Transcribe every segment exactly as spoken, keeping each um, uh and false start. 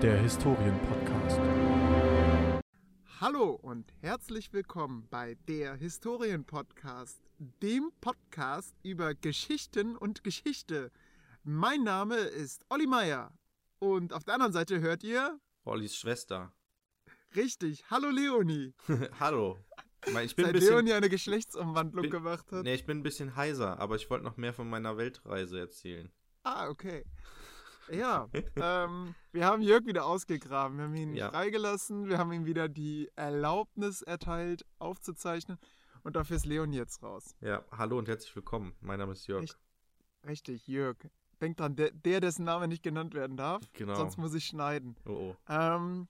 der Historien-Podcast. Hallo und herzlich willkommen bei der Historien-Podcast, dem Podcast über Geschichten und Geschichte. Mein Name ist Olli Meier und auf der anderen Seite hört ihr... Ollis Schwester. Richtig, hallo Leonie. Hallo. Ich mein, ich bin Seit ein bisschen, Leonie eine Geschlechtsumwandlung bin, gemacht hat. Nee, ich bin ein bisschen heiser, aber ich wollte noch mehr von meiner Weltreise erzählen. Ah, okay. Ja, ähm, wir haben Jörg wieder ausgegraben, wir haben ihn Ja. freigelassen, wir haben ihm wieder die Erlaubnis erteilt, aufzuzeichnen und dafür ist Leonie jetzt raus. Ja, hallo und herzlich willkommen. Mein Name ist Jörg. Richtig. Richtig, Jörg. Denk dran, der, der, dessen Name nicht genannt werden darf, Genau. sonst muss ich schneiden. Oh, oh. Ähm,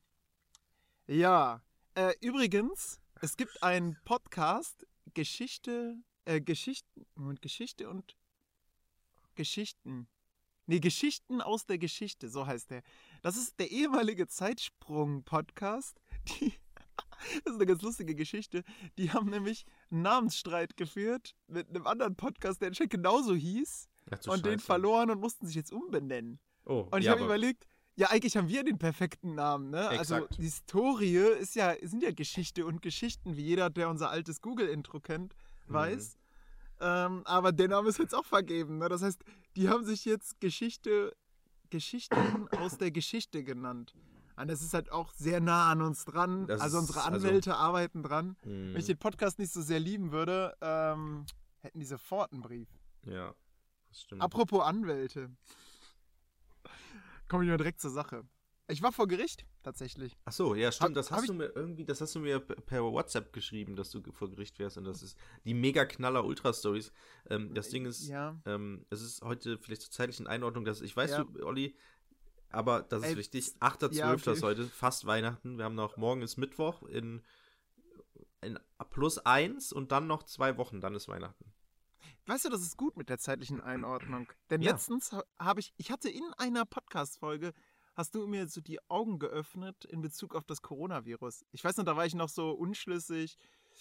ja, äh, übrigens, es gibt einen Podcast, Geschichte, äh, Geschichten, Moment, Geschichte und Geschichten. Nee, Geschichten aus der Geschichte, so heißt der. Das ist der ehemalige Zeitsprung-Podcast. Die, das ist eine ganz lustige Geschichte. Die haben nämlich einen Namensstreit geführt mit einem anderen Podcast, der anscheinend genauso hieß. Ach du Und den Scheiße. verloren und mussten sich jetzt umbenennen. Oh, Und ich ja, habe aber- überlegt, ja, eigentlich haben wir den perfekten Namen, ne? Also Exakt. die Historie ist ja, sind ja Geschichte und Geschichten, wie jeder, der unser altes Google-Intro kennt, weiß. Ähm, aber der Name ist jetzt auch vergeben, ne? Das heißt, die haben sich jetzt Geschichte, Geschichten aus der Geschichte genannt. Und das ist halt auch sehr nah an uns dran. Das also ist- unsere also- Anwälte arbeiten dran. Mhm. Wenn ich den Podcast nicht so sehr lieben würde, ähm, hätten die sofort einen Brief. Ja, das stimmt. Apropos Anwälte. Komme ich mal direkt zur Sache. Ich war vor Gericht, tatsächlich. Ach so, ja, stimmt. Hab- Das hab hast ich- du mir irgendwie, das hast du mir p- per WhatsApp geschrieben, dass du ge- vor Gericht wärst. Und das ist die mega Knaller Ultra-Stories. Ähm, das Ding ist, Ja. ähm, es ist heute vielleicht zur zeitlichen Einordnung, dass ich weiß, Ja. du, Olli, aber das ist Ey, wichtig. achter ja, zwölfter okay. ist heute, fast Weihnachten. Wir haben noch, morgen ist Mittwoch in, in plus eins und dann noch zwei Wochen, dann ist Weihnachten. Weißt du, das ist gut mit der zeitlichen Einordnung. Denn Ja. letztens ha- habe ich, ich hatte in einer Podcast-Folge, hast du mir so die Augen geöffnet in Bezug auf das Coronavirus. Ich weiß noch, da war ich noch so unschlüssig.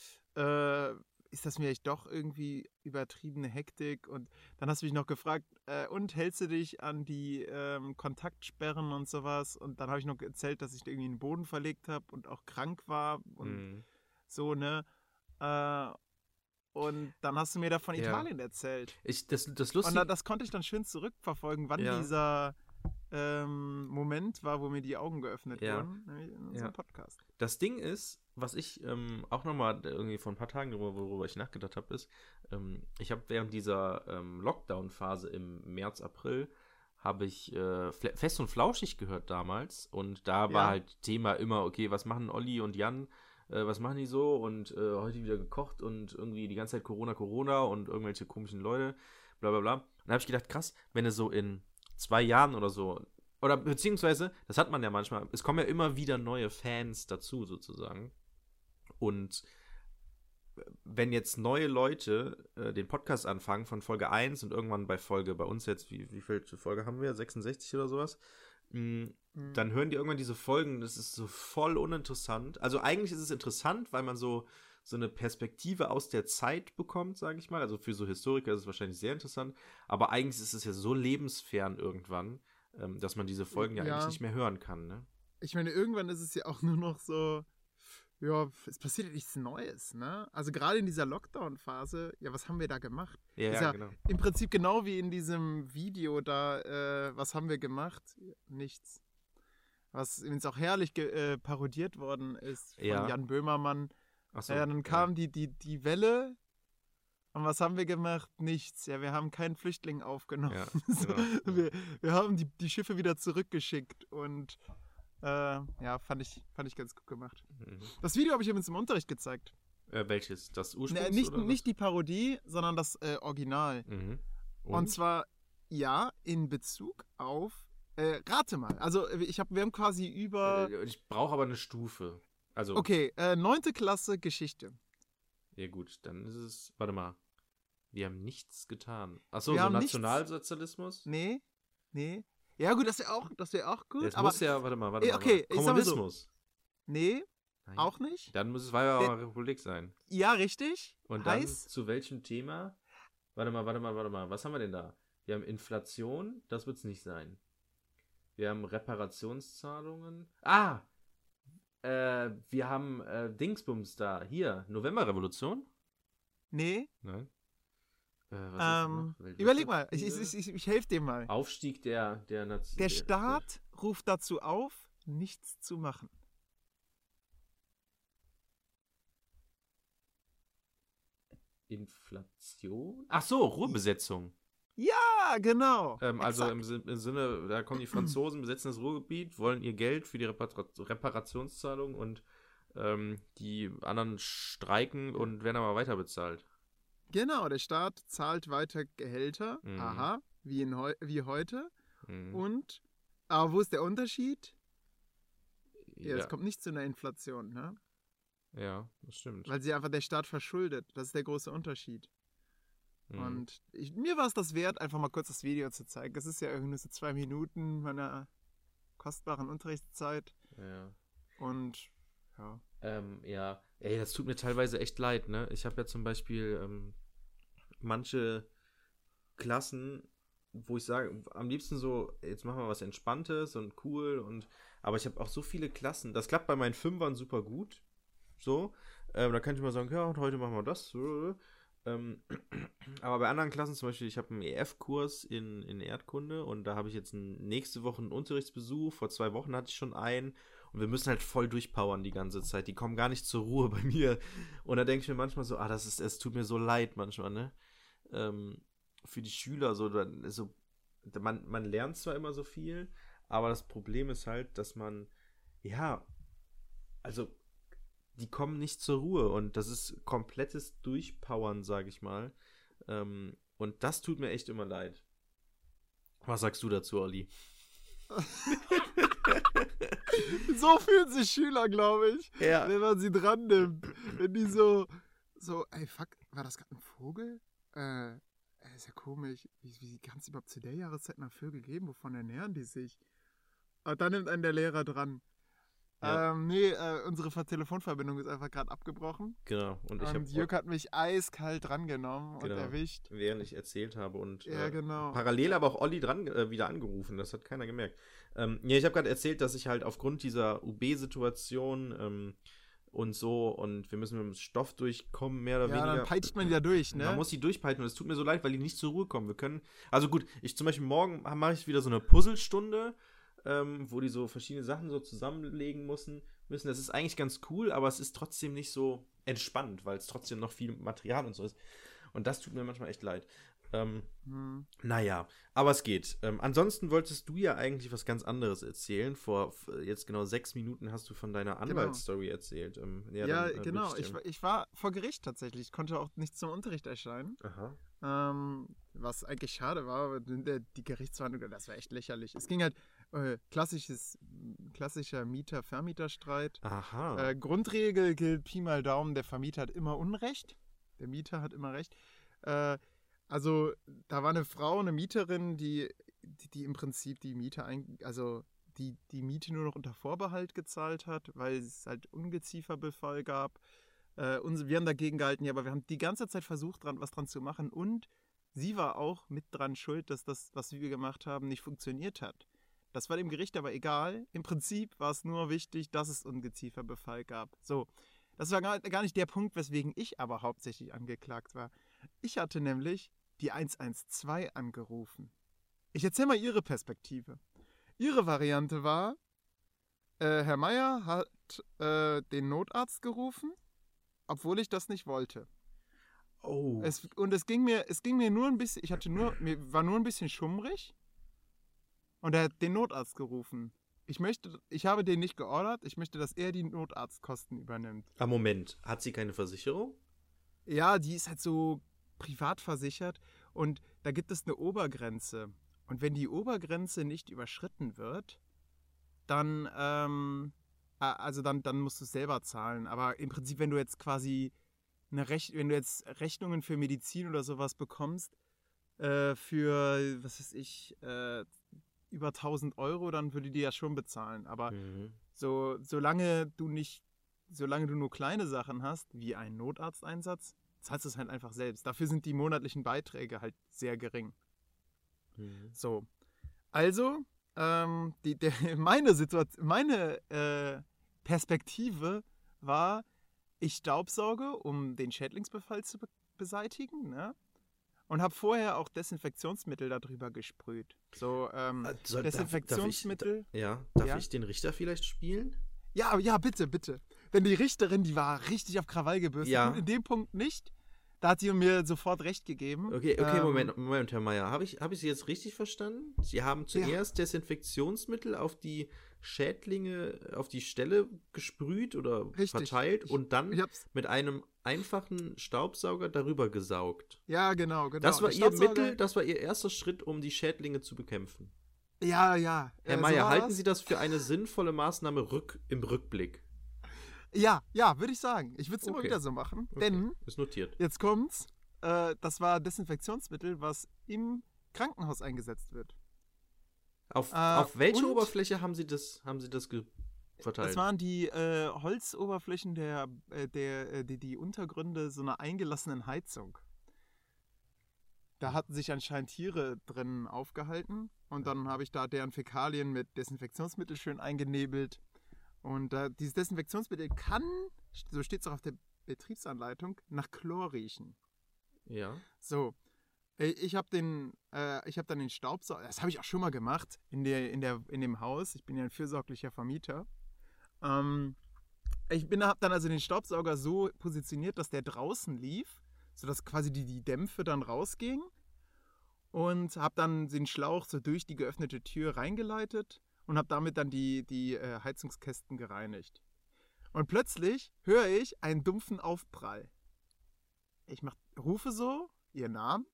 Äh, ist das vielleicht doch irgendwie übertriebene Hektik? Und dann hast du mich noch gefragt, äh, und hältst du dich an die ähm, Kontaktsperren und sowas? Und dann habe ich noch erzählt, dass ich irgendwie in den Boden verlegt habe und auch krank war und Mhm. so, ne? Äh, und dann hast du mir da von Ja. Italien erzählt. Ich, das, das Und Lustige, da, das konnte ich dann schön zurückverfolgen, wann Ja. dieser ähm, Moment war, wo mir die Augen geöffnet Ja. wurden. Nämlich in unserem Ja. Podcast. das Ding ist, was ich ähm, auch nochmal irgendwie vor ein paar Tagen, worüber, worüber ich nachgedacht habe, ist, ähm, ich habe während dieser ähm, Lockdown-Phase im März, April, habe ich äh, Fle- Fest und Flauschig gehört damals. Und da war Ja. halt Thema immer, okay, was machen Olli und Jan? Äh, was machen die so? Und äh, heute wieder gekocht und irgendwie die ganze Zeit Corona, Corona und irgendwelche komischen Leute, bla bla bla. Und da habe ich gedacht, krass, wenn es so in zwei Jahren oder so, oder beziehungsweise, das hat man ja manchmal, es kommen ja immer wieder neue Fans dazu sozusagen. Und wenn jetzt neue Leute äh, den Podcast anfangen von Folge eins und irgendwann bei Folge, bei uns jetzt, wie, wie viel Folge haben wir? sechsundsechzig oder sowas? Mm, Mhm. Dann hören die irgendwann diese Folgen, das ist so voll uninteressant. Also eigentlich ist es interessant, weil man so, so eine Perspektive aus der Zeit bekommt, sage ich mal. Also für so Historiker ist es wahrscheinlich sehr interessant, aber eigentlich ist es ja so lebensfern irgendwann, ähm, dass man diese Folgen ja, Ja. eigentlich nicht mehr hören kann, ne? Ich meine, irgendwann ist es ja auch nur noch so, ja, es passiert ja nichts Neues, ne? Also gerade in dieser Lockdown-Phase, ja, was haben wir da gemacht? Ja, Ist ja, ja genau. Im Prinzip genau wie in diesem Video da, äh, was haben wir gemacht? Nichts. Was übrigens auch herrlich ge- äh, parodiert worden ist von Ja. Jan Böhmermann. Achso, Ja, dann kam die, die, die Welle und was haben wir gemacht? Nichts. Ja, wir haben keinen Flüchtling aufgenommen. Ja, so, genau. wir, wir haben die, die Schiffe wieder zurückgeschickt und äh, ja, fand ich, fand ich ganz gut gemacht. Mhm. Das Video habe ich übrigens im Unterricht gezeigt. Äh, welches? Das Ne, Ursprungs nicht, oder was? nicht die Parodie, sondern das äh, Original. Mhm. Und? zwar, ja, in Bezug auf, äh, rate mal, also äh, ich hab, wir haben quasi über, Äh, ich brauche aber eine Stufe. Also, okay, äh, neunte Klasse Geschichte. ja gut, dann ist es, warte mal. Wir haben nichts getan. Achso, Wir so haben nichts- Nationalsozialismus? Nee, nee. Ja gut, das wäre auch, das wäre auch gut, Jetzt aber muss ja, warte mal, warte eh, mal. okay, warte. ich sag mal so. Kommunismus. nee, Nein. auch nicht. Dann muss es Weimarer Republik sein. Ja, richtig. Und dann heißt, zu welchem Thema? Warte mal, warte mal, warte mal. Was haben wir denn da? Wir haben Inflation, das wird es nicht sein. Wir haben Reparationszahlungen. Ah! Äh, wir haben äh, Dingsbums da. Hier, Novemberrevolution? Nee. Nein. Äh, was Ähm, ist noch? überleg mal, ich, ich, ich, ich helfe dir mal. Aufstieg der, der Nation. Der Staat ruft dazu auf, nichts zu machen. Inflation? Ach so, Ruhrbesetzung. Ja, genau. Ähm, also im, Exakt. Sin- im Sinne, da kommen die Franzosen, besetzen das Ruhrgebiet, wollen ihr Geld für die Repara Reparationszahlung und ähm, die anderen streiken und werden aber weiter bezahlt. Genau, der Staat zahlt weiter Gehälter. Mhm. Aha, wie, in heu wie heute. Mhm. Und, aber wo ist der Unterschied? Ja, Ja, es kommt nicht zu einer Inflation, ne? ja, das stimmt. Weil sie einfach der Staat verschuldet. Das ist der große Unterschied. Mhm. Und ich, mir war es das wert, einfach mal kurz das Video zu zeigen. Das ist ja irgendwie so zwei Minuten meiner kostbaren Unterrichtszeit. Ja. Und ja. Ähm, ja, ey, das tut mir teilweise echt leid, ne? Ich habe ja zum Beispiel ähm, manche Klassen, wo ich sage, am liebsten so, jetzt machen wir was Entspanntes und cool und, aber ich habe auch so viele Klassen, das klappt bei meinen Fünfern super gut, so, ähm, da kann ich mal sagen, ja, und heute machen wir das, ähm, aber bei anderen Klassen zum Beispiel, ich habe einen E F-Kurs in, in Erdkunde und da habe ich jetzt ein, nächste Woche einen Unterrichtsbesuch, vor zwei Wochen hatte ich schon einen und wir müssen halt voll durchpowern die ganze Zeit, die kommen gar nicht zur Ruhe bei mir und da denke ich mir manchmal so, ah, das ist, es tut mir so leid manchmal, ne, ähm, für die Schüler so, dann, so man, man lernt zwar immer so viel, aber das Problem ist halt, dass man, ja, also die kommen nicht zur Ruhe und das ist komplettes Durchpowern, sag ich mal. Ähm, und das tut mir echt immer leid. Was sagst du dazu, Olli? So fühlen sich Schüler, glaube ich, Ja. wenn man sie dran nimmt. Wenn die so, so, ey, fuck, war das gerade ein Vogel? Äh, ist ja komisch. Wie, wie kann es überhaupt zu der Jahreszeit noch Vögel geben? Wovon ernähren die sich? Und dann nimmt einen der Lehrer dran. Ja. Ähm, nee, äh, unsere Ver- Telefonverbindung ist einfach gerade abgebrochen. Genau. Und ich Und habe Jörg hat mich eiskalt drangenommen Genau. und erwischt. während ich erzählt habe und Ja, äh, genau. parallel aber auch Olli dran äh, wieder angerufen. Das hat keiner gemerkt. Ähm, ja, ich habe gerade erzählt, dass ich halt aufgrund dieser U B-Situation ähm, und so und wir müssen mit dem Stoff durchkommen, mehr oder Ja, weniger. dann peitscht man die da durch, ne? Man muss die durchpeitschen und es tut mir so leid, weil die nicht zur Ruhe kommen. Wir können, also gut, ich zum Beispiel morgen mache ich wieder so eine Puzzlestunde, ähm, wo die so verschiedene Sachen so zusammenlegen müssen. müssen. Das ist eigentlich ganz cool, aber es ist trotzdem nicht so entspannt, weil es trotzdem noch viel Material und so ist. Und das tut mir manchmal echt leid. Ähm, Hm. naja, aber es geht. Ähm, ansonsten wolltest du ja eigentlich was ganz anderes erzählen. Vor f- jetzt genau sechs Minuten hast du von deiner Anwaltsstory erzählt. Ähm, Ja, dann, äh, genau. würd Ich, dir- war- ich war vor Gericht tatsächlich. Ich konnte auch nicht zum Unterricht erscheinen. Aha. Ähm, was eigentlich schade war, aber die die Gerichtsverhandlung, das war echt lächerlich. Es ging halt äh, klassisches, klassischer Mieter-Vermieter-Streit. Aha. Äh, Grundregel gilt Pi mal Daumen, der Vermieter hat immer Unrecht. Der Mieter hat immer Recht. Äh, also da war eine Frau, eine Mieterin, die, die, die im Prinzip die Miete, ein, also die, die Miete nur noch unter Vorbehalt gezahlt hat, weil es halt Ungezieferbefall gab. Äh, und wir haben dagegen gehalten, ja, aber wir haben die ganze Zeit versucht, dran, was dran zu machen. Und sie war auch mit dran schuld, dass das, was wir gemacht haben, nicht funktioniert hat. Das war dem Gericht aber egal. Im Prinzip war es nur wichtig, dass es Ungezieferbefall gab. So, das war gar, gar nicht der Punkt, weswegen ich aber hauptsächlich angeklagt war. Ich hatte nämlich die eins eins zwei angerufen. Ich erzähle mal Ihre Perspektive. Ihre Variante war, äh, Herr Meier hat äh, den Notarzt gerufen, obwohl ich das nicht wollte. Oh. Es, und es ging mir, es ging mir nur ein bisschen, ich hatte nur, mir war nur ein bisschen schummrig und er hat den Notarzt gerufen. Ich möchte, ich habe den nicht geordert, ich möchte, dass er die Notarztkosten übernimmt. Ah, Moment. Hat sie keine Versicherung? Ja, die ist halt so privat versichert und da gibt es eine Obergrenze. Und wenn die Obergrenze nicht überschritten wird, dann, ähm, a- also dann, dann musst du es selber zahlen. Aber im Prinzip, wenn du jetzt quasi eine Rech wenn du jetzt Rechnungen für Medizin oder sowas bekommst, äh, für, was weiß ich, äh, über tausend Euro, dann würde die ja schon bezahlen. Aber Mhm. so, solange du nicht, solange du nur kleine Sachen hast, wie einen Notarzteinsatz, zahlst du es halt einfach selbst. Dafür sind die monatlichen Beiträge halt sehr gering. Mhm. So, also ähm, die, der, meine Situation, meine äh, Perspektive war, ich staubsauge, um den Schädlingsbefall zu be beseitigen, ne? Und habe vorher auch Desinfektionsmittel darüber gesprüht. So, ähm, Äh, soll- darf- Desinfektionsmittel. Darf ich, ja, darf Ja? ich den Richter vielleicht spielen? Ja, ja, bitte, bitte. Denn die Richterin, die war richtig auf Krawall gebürstet. Ja. Und in dem Punkt nicht. Da hat sie mir sofort recht gegeben. Okay, okay, Ähm, Moment, Moment, Herr Meier. Habe ich, hab ich Sie jetzt richtig verstanden? Sie haben zuerst Desinfektionsmittel auf die Schädlinge, auf die Stelle gesprüht oder Richtig. verteilt Ich- und dann ich hab's- mit einem einfachen Staubsauger darüber gesaugt. Ja, genau, genau. Das war Der Ihr Staubsauger- Mittel, das war Ihr erster Schritt, um die Schädlinge zu bekämpfen. Ja, ja. Herr äh, so Meier, war halten das. Sie das für eine sinnvolle Maßnahme rück, im Rückblick? Ja, ja, würde ich sagen. Ich würde es immer Okay. wieder so machen. Okay, Denn, ist notiert. jetzt kommt's, äh, das war Desinfektionsmittel, was im Krankenhaus eingesetzt wird. Auf, Äh, auf welche und- Oberfläche haben Sie das, haben Sie das ge- verteilt? Das waren die äh, Holzoberflächen der, äh, der äh, die, die Untergründe so einer eingelassenen Heizung. Da hatten sich anscheinend Tiere drin aufgehalten und dann habe ich da deren Fäkalien mit Desinfektionsmittel schön eingenebelt. Und äh, dieses Desinfektionsmittel kann, so steht es auch auf der Betriebsanleitung, nach Chlor riechen. Ja. So, äh, ich habe den, äh, ich habe dann den Staubsauger, das habe ich auch schon mal gemacht in der, in der, in dem Haus. Ich bin ja ein fürsorglicher Vermieter. Ähm, ich bin, habe dann also den Staubsauger so positioniert, dass der draußen lief, sodass quasi die, die Dämpfe dann rausgingen und habe dann den Schlauch so durch die geöffnete Tür reingeleitet und habe damit dann die, die äh, Heizungskästen gereinigt. Und plötzlich höre ich einen dumpfen Aufprall. Ich mach, rufe so ihren Namen.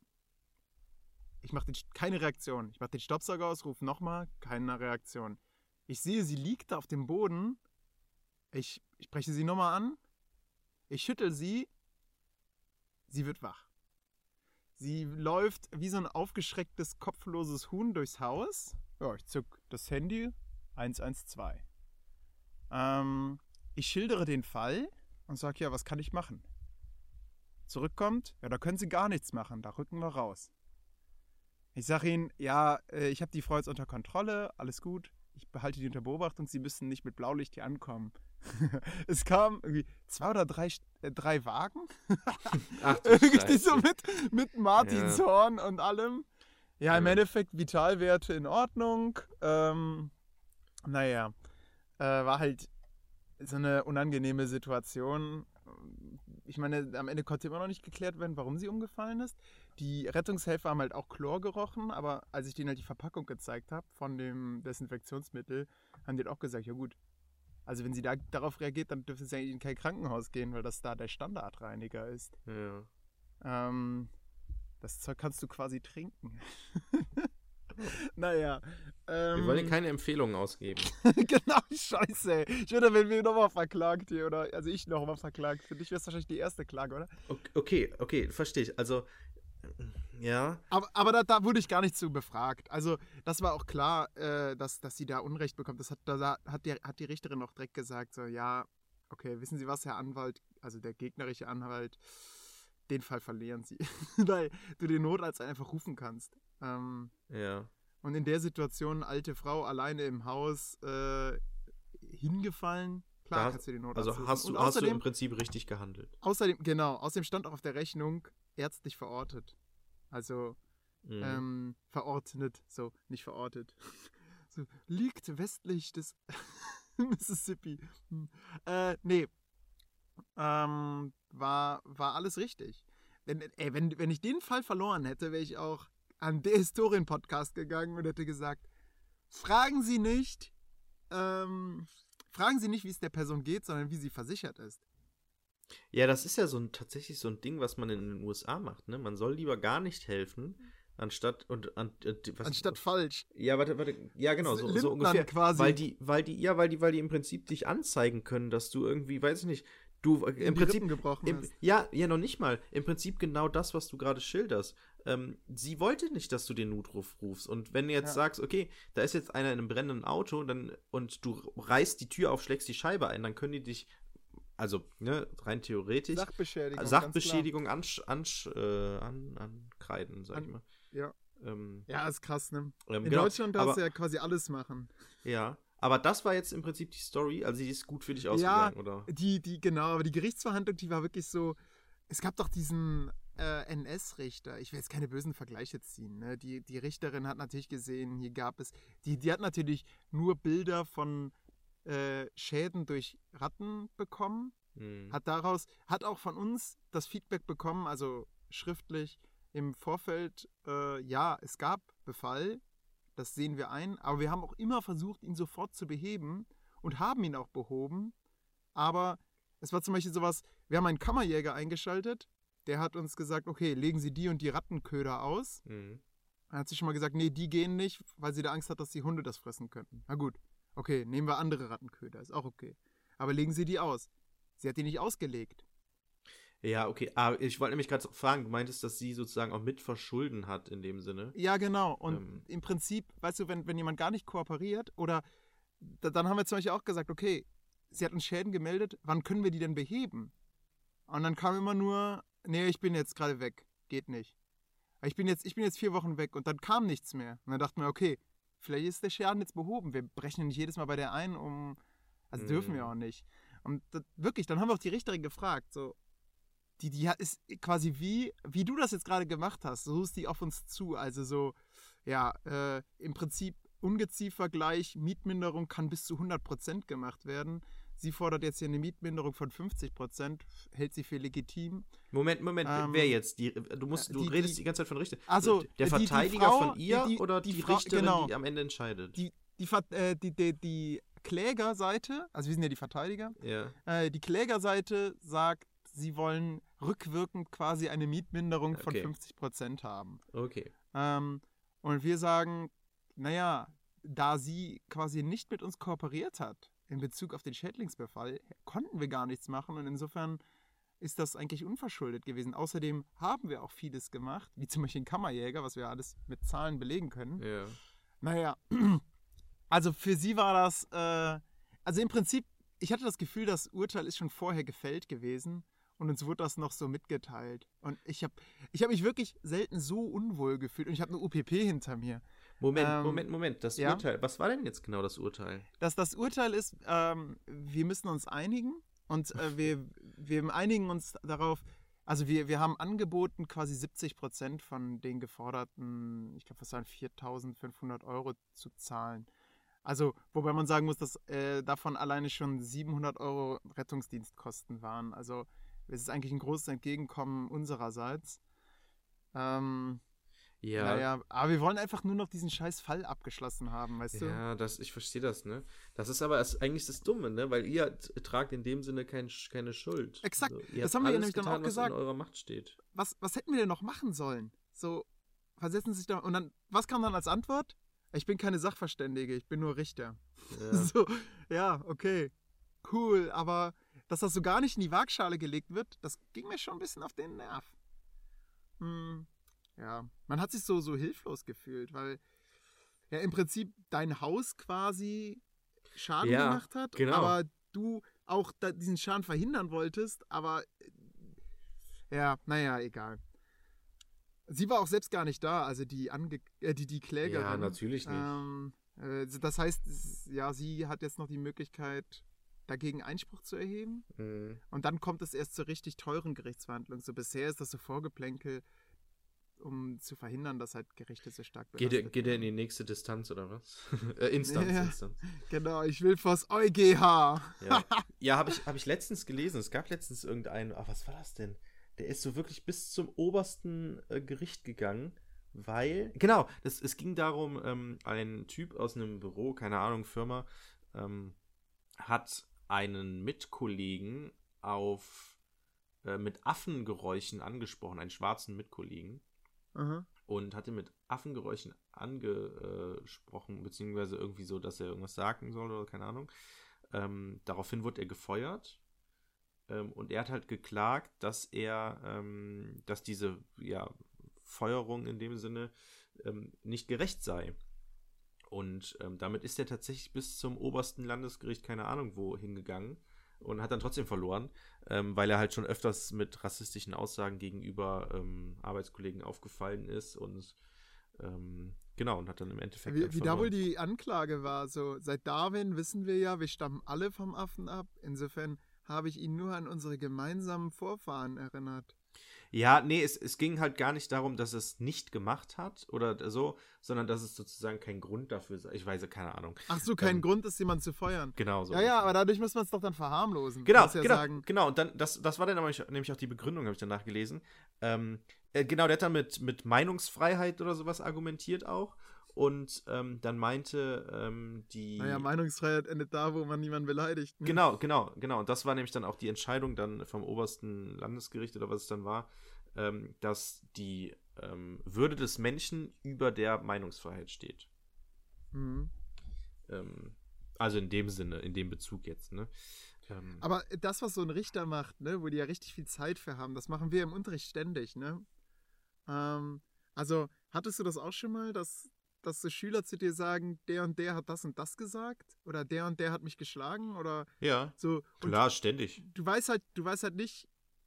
Ich mache keine Reaktion. Ich mache den Staubsauger aus, rufe nochmal, keine Reaktion. Ich sehe, sie liegt da auf dem Boden. Ich spreche sie nochmal an. Ich schüttel sie. Sie wird wach. Sie läuft wie so ein aufgeschrecktes, kopfloses Huhn durchs Haus. Ja, ich zück das Handy. eins eins zwei. Ähm, ich schildere den Fall und sage, ja, was kann ich machen? Zurückkommt, ja, da können Sie gar nichts machen, da rücken wir raus. Ich sage Ihnen, ja, äh, ich habe die Frau jetzt unter Kontrolle, alles gut. Ich behalte die unter Beobachtung, Sie müssen nicht mit Blaulicht hier ankommen. Es kamen irgendwie zwei oder drei, äh, drei Wagen. Ach du Irgendwie Scheiße. so mit, mit Martinshorn und allem. Ja, im Ja. Endeffekt Vitalwerte in Ordnung. Ähm, naja, äh, war halt so eine unangenehme Situation. Ich meine, am Ende konnte immer noch nicht geklärt werden, warum sie umgefallen ist. Die Rettungshelfer haben halt auch Chlor gerochen, aber als ich denen halt die Verpackung gezeigt habe von dem Desinfektionsmittel, haben die halt auch gesagt, ja gut, also wenn sie da darauf reagiert, dann dürfen sie eigentlich in kein Krankenhaus gehen, weil das da der Standardreiniger ist. Ja. Ähm, das Zeug kannst du quasi trinken. Naja. Ähm, Wir wollen hier keine Empfehlungen ausgeben. genau, scheiße. Ich würde, wenn wir nochmal verklagt hier, oder, also ich nochmal verklagt. Für dich wäre es wahrscheinlich die erste Klage, oder? Okay, okay, verstehe ich. Also, ja. Aber, aber da, da wurde ich gar nicht zu befragt. Also, das war auch klar, äh, dass, dass sie da Unrecht bekommt. Das hat, da hat, die, hat die Richterin auch direkt gesagt, so, ja, okay, wissen Sie was, Herr Anwalt, also der gegnerische Anwalt, den Fall verlieren Sie. Weil du den Notarzt einfach rufen kannst. Ähm, Ja. Und in der Situation, alte Frau alleine im Haus, äh, hingefallen, klar Da kannst du den Notarzt Also rufen. hast du, Und hast du außerdem, im Prinzip richtig gehandelt. außerdem, genau, außerdem stand auch auf der Rechnung ärztlich verortet. Also Mhm. ähm, verordnet, so, nicht verortet. So, liegt westlich des Mississippi. Hm. Äh, nee. Ähm, war, war alles richtig. Wenn, ey, wenn, wenn ich den Fall verloren hätte, wäre ich auch an der Historien-Podcast gegangen und hätte gesagt, fragen Sie nicht, ähm, fragen Sie nicht, wie es der Person geht, sondern wie sie versichert ist. Ja, das ist ja so ein, tatsächlich so ein Ding, was man in den U S A macht, ne? Man soll lieber gar nicht helfen, anstatt und an, äh, was, Anstatt falsch. Ja, warte, warte. Ja, genau, so, so Lindner ungefähr. quasi. Weil die, weil die, ja, weil die, weil die im Prinzip dich anzeigen können, dass du irgendwie, weiß ich nicht, du äh, im die Prinzip Rippen gebrochen im, hast. ja, ja, noch nicht mal. Im Prinzip genau das, was du gerade schilderst. Ähm, sie wollte nicht, dass du den Notruf rufst. Und wenn du jetzt Ja. sagst, okay, da ist jetzt einer in einem brennenden Auto, dann und du reißt die Tür auf, schlägst die Scheibe ein, dann können die dich, also ne, rein theoretisch, Sachbeschädigung. Sachbeschädigung ansch, ansch, äh, an, ankreiden, sag An- ich mal. Ja. Ähm, Ja, ist krass, ne? ähm, In genau, Deutschland darfst du aber, ja quasi alles machen. ja, aber das war jetzt im Prinzip die Story, also die ist gut für dich Ja, ausgegangen, oder? die, die, genau, aber die Gerichtsverhandlung, die war wirklich so. Es gab doch diesen äh, N S-Richter, ich will jetzt keine bösen Vergleiche ziehen, ne? Die, die Richterin hat natürlich gesehen, hier gab es, die, die hat natürlich nur Bilder von äh, Schäden durch Ratten bekommen, Hm. hat daraus, hat auch von uns das Feedback bekommen, also schriftlich im Vorfeld, äh, ja, es gab Befall, das sehen wir ein, aber wir haben auch immer versucht, ihn sofort zu beheben und haben ihn auch behoben, aber es war zum Beispiel sowas, wir haben einen Kammerjäger eingeschaltet, der hat uns gesagt, okay, legen Sie die und die Rattenköder aus. Hm. Er hat sich schon mal gesagt, nee, die gehen nicht, weil sie da Angst hat, dass die Hunde das fressen könnten. Na gut, okay, nehmen wir andere Rattenköder, ist auch okay. Aber legen Sie die aus. Sie hat die nicht ausgelegt. Ja, okay, aber ich wollte nämlich gerade fragen, du meintest, dass sie sozusagen auch mit verschulden hat in dem Sinne. Ja, genau. Und Ähm. im Prinzip, weißt du, wenn, wenn jemand gar nicht kooperiert oder da, dann haben wir zum Beispiel auch gesagt, okay, sie hat uns Schäden gemeldet, wann können wir die denn beheben? Und dann kam immer nur, nee, ich bin jetzt gerade weg, geht nicht. Ich bin, jetzt, ich bin jetzt vier Wochen weg und dann kam nichts mehr. Und dann dachten wir, okay, vielleicht ist der Schaden jetzt behoben. Wir brechen nicht jedes Mal bei der ein, um, also dürfen wir Hm. auch nicht. Und das, wirklich, dann haben wir auch die Richterin gefragt, so, die, die ist quasi wie, wie du das jetzt gerade gemacht hast, so ist die auf uns zu. Also so, ja, äh, im Prinzip Ungeziefer gleich, Mietminderung kann bis zu hundert Prozent gemacht werden. Sie fordert jetzt hier eine Mietminderung von fünfzig Prozent, hält sie für legitim. Moment, Moment, Ähm, wer jetzt? Die, du musst, ja, du die- redest die- die ganze Zeit von Richter. Also, der die- die Verteidiger Frau, von ihr die- die- oder die die, Frau- Richterin, genau. die am Ende entscheidet? Die, die, Ver- äh, die, die, die Klägerseite, also wir sind ja die Verteidiger, ja. äh, die Klägerseite sagt, sie wollen rückwirkend quasi eine Mietminderung von Okay. fünfzig Prozent haben. Okay. Ähm, und wir sagen, naja, da sie quasi nicht mit uns kooperiert hat in Bezug auf den Schädlingsbefall, konnten wir gar nichts machen und insofern ist das eigentlich unverschuldet gewesen. Außerdem haben wir auch vieles gemacht, wie zum Beispiel den Kammerjäger, was wir alles mit Zahlen belegen können. Ja. Naja, also für sie war das, äh, also im Prinzip, ich hatte das Gefühl, das Urteil ist schon vorher gefällt gewesen und uns wurde das noch so mitgeteilt. Und ich habe ich hab mich wirklich selten so unwohl gefühlt und ich habe eine U P P hinter mir. Moment, Ähm, Moment, Moment. Das ja? Urteil. Was war denn jetzt genau das Urteil? Dass das Urteil ist, ähm, wir müssen uns einigen und äh, wir, wir einigen uns darauf, also wir, wir haben angeboten, quasi siebzig Prozent von den geforderten, ich glaube, was waren viertausendfünfhundert Euro zu zahlen. Also, wobei man sagen muss, dass äh, davon alleine schon siebenhundert Euro Rettungsdienstkosten waren. Also, es ist eigentlich ein großes Entgegenkommen unsererseits. Ähm, Ja. Naja, aber wir wollen einfach nur noch diesen scheiß Fall abgeschlossen haben, weißt du? Ja, das, ich verstehe das, ne? Das ist aber das, eigentlich das Dumme, ne? Weil ihr t- tragt in dem Sinne kein, keine Schuld. Exakt, Also, ihr das habt haben wir ja alles nämlich dann getan, auch was gesagt. in eurer Macht steht. Was, was hätten wir denn noch machen sollen? So, versetzen sich da. Und dann, was kam dann als Antwort? Ich bin keine Sachverständige, ich bin nur Richter. Ja. So, ja, okay. Cool, aber dass das so gar nicht in die Waagschale gelegt wird, das ging mir schon ein bisschen auf den Nerv. Hm, ja, man hat sich so, so hilflos gefühlt, weil ja im Prinzip dein Haus quasi Schaden Ja, gemacht hat, genau. aber du auch da diesen Schaden verhindern wolltest, aber äh, ja, naja, egal. Sie war auch selbst gar nicht da, also die, Ange äh, die, die Klägerin. Ja, natürlich nicht. Ähm, äh, das heißt, s- ja, sie hat jetzt noch die Möglichkeit, dagegen Einspruch zu erheben. Mhm. Und dann kommt es erst zur richtig teuren Gerichtsverhandlung. So bisher ist das so Vorgeplänkel, um zu verhindern, dass halt Gerichte so stark Geht, belastet er, geht er in werden. die nächste Distanz oder was? äh, Instanz, Ja. Instanz. Genau, ich will vors EuGH. Ja, ja habe ich, hab ich letztens gelesen. Es gab letztens irgendeinen, ach, was war das denn? Der ist so wirklich bis zum obersten äh, Gericht gegangen, weil, genau, das, es ging darum, ähm, ein Typ aus einem Büro, keine Ahnung, Firma, ähm, hat einen Mitkollegen auf, äh, mit Affengeräuschen angesprochen, einen schwarzen Mitkollegen, Aha. und hat ihn mit Affengeräuschen angesprochen, beziehungsweise irgendwie so, dass er irgendwas sagen soll oder keine Ahnung. Ähm, daraufhin wurde er gefeuert. Ähm, und er hat halt geklagt, dass er, ähm, dass diese ja, Feuerung in dem Sinne ähm, nicht gerecht sei. Und ähm, damit ist er tatsächlich bis zum obersten Landesgericht, keine Ahnung wo, hingegangen und hat dann trotzdem verloren, ähm, weil er halt schon öfters mit rassistischen Aussagen gegenüber ähm, Arbeitskollegen aufgefallen ist und ähm, genau, und hat dann im Endeffekt Wie, halt wie da wohl verloren. die Anklage war, so seit Darwin wissen wir ja, wir stammen alle vom Affen ab. Insofern habe ich ihn nur an unsere gemeinsamen Vorfahren erinnert. Ja, nee, es, es ging halt gar nicht darum, dass es nicht gemacht hat oder so, sondern dass es sozusagen kein Grund dafür sei. Ich weiß ja, keine Ahnung. Ach so, kein Ähm, Grund ist, jemanden zu feuern. genau so. Ja, ja, aber dadurch muss man es doch dann verharmlosen. Man Genau, muss ja genau, sagen, genau. Und dann, das, das war dann nämlich, nämlich auch die Begründung, habe ich danach gelesen. Ähm, äh, genau, der hat dann mit, mit Meinungsfreiheit oder sowas argumentiert auch. Und ähm, dann meinte ähm, die. naja, Meinungsfreiheit endet da, wo man niemanden beleidigt. Ne? Genau, genau, genau. Und das war nämlich dann auch die Entscheidung dann vom obersten Landesgericht oder was es dann war, ähm, dass die ähm, Würde des Menschen über der Meinungsfreiheit steht. Mhm. Ähm, also in dem Sinne, in dem Bezug jetzt, ne? Ähm, Aber das, was so ein Richter macht, ne, wo die ja richtig viel Zeit für haben, das machen wir im Unterricht ständig, ne? Ähm, also, hattest du das auch schon mal, dass, dass so Schüler zu dir sagen, der und der hat das und das gesagt? Oder der und der hat mich geschlagen? Oder ja, so. Und klar, ständig. du weißt halt, du weißt halt nicht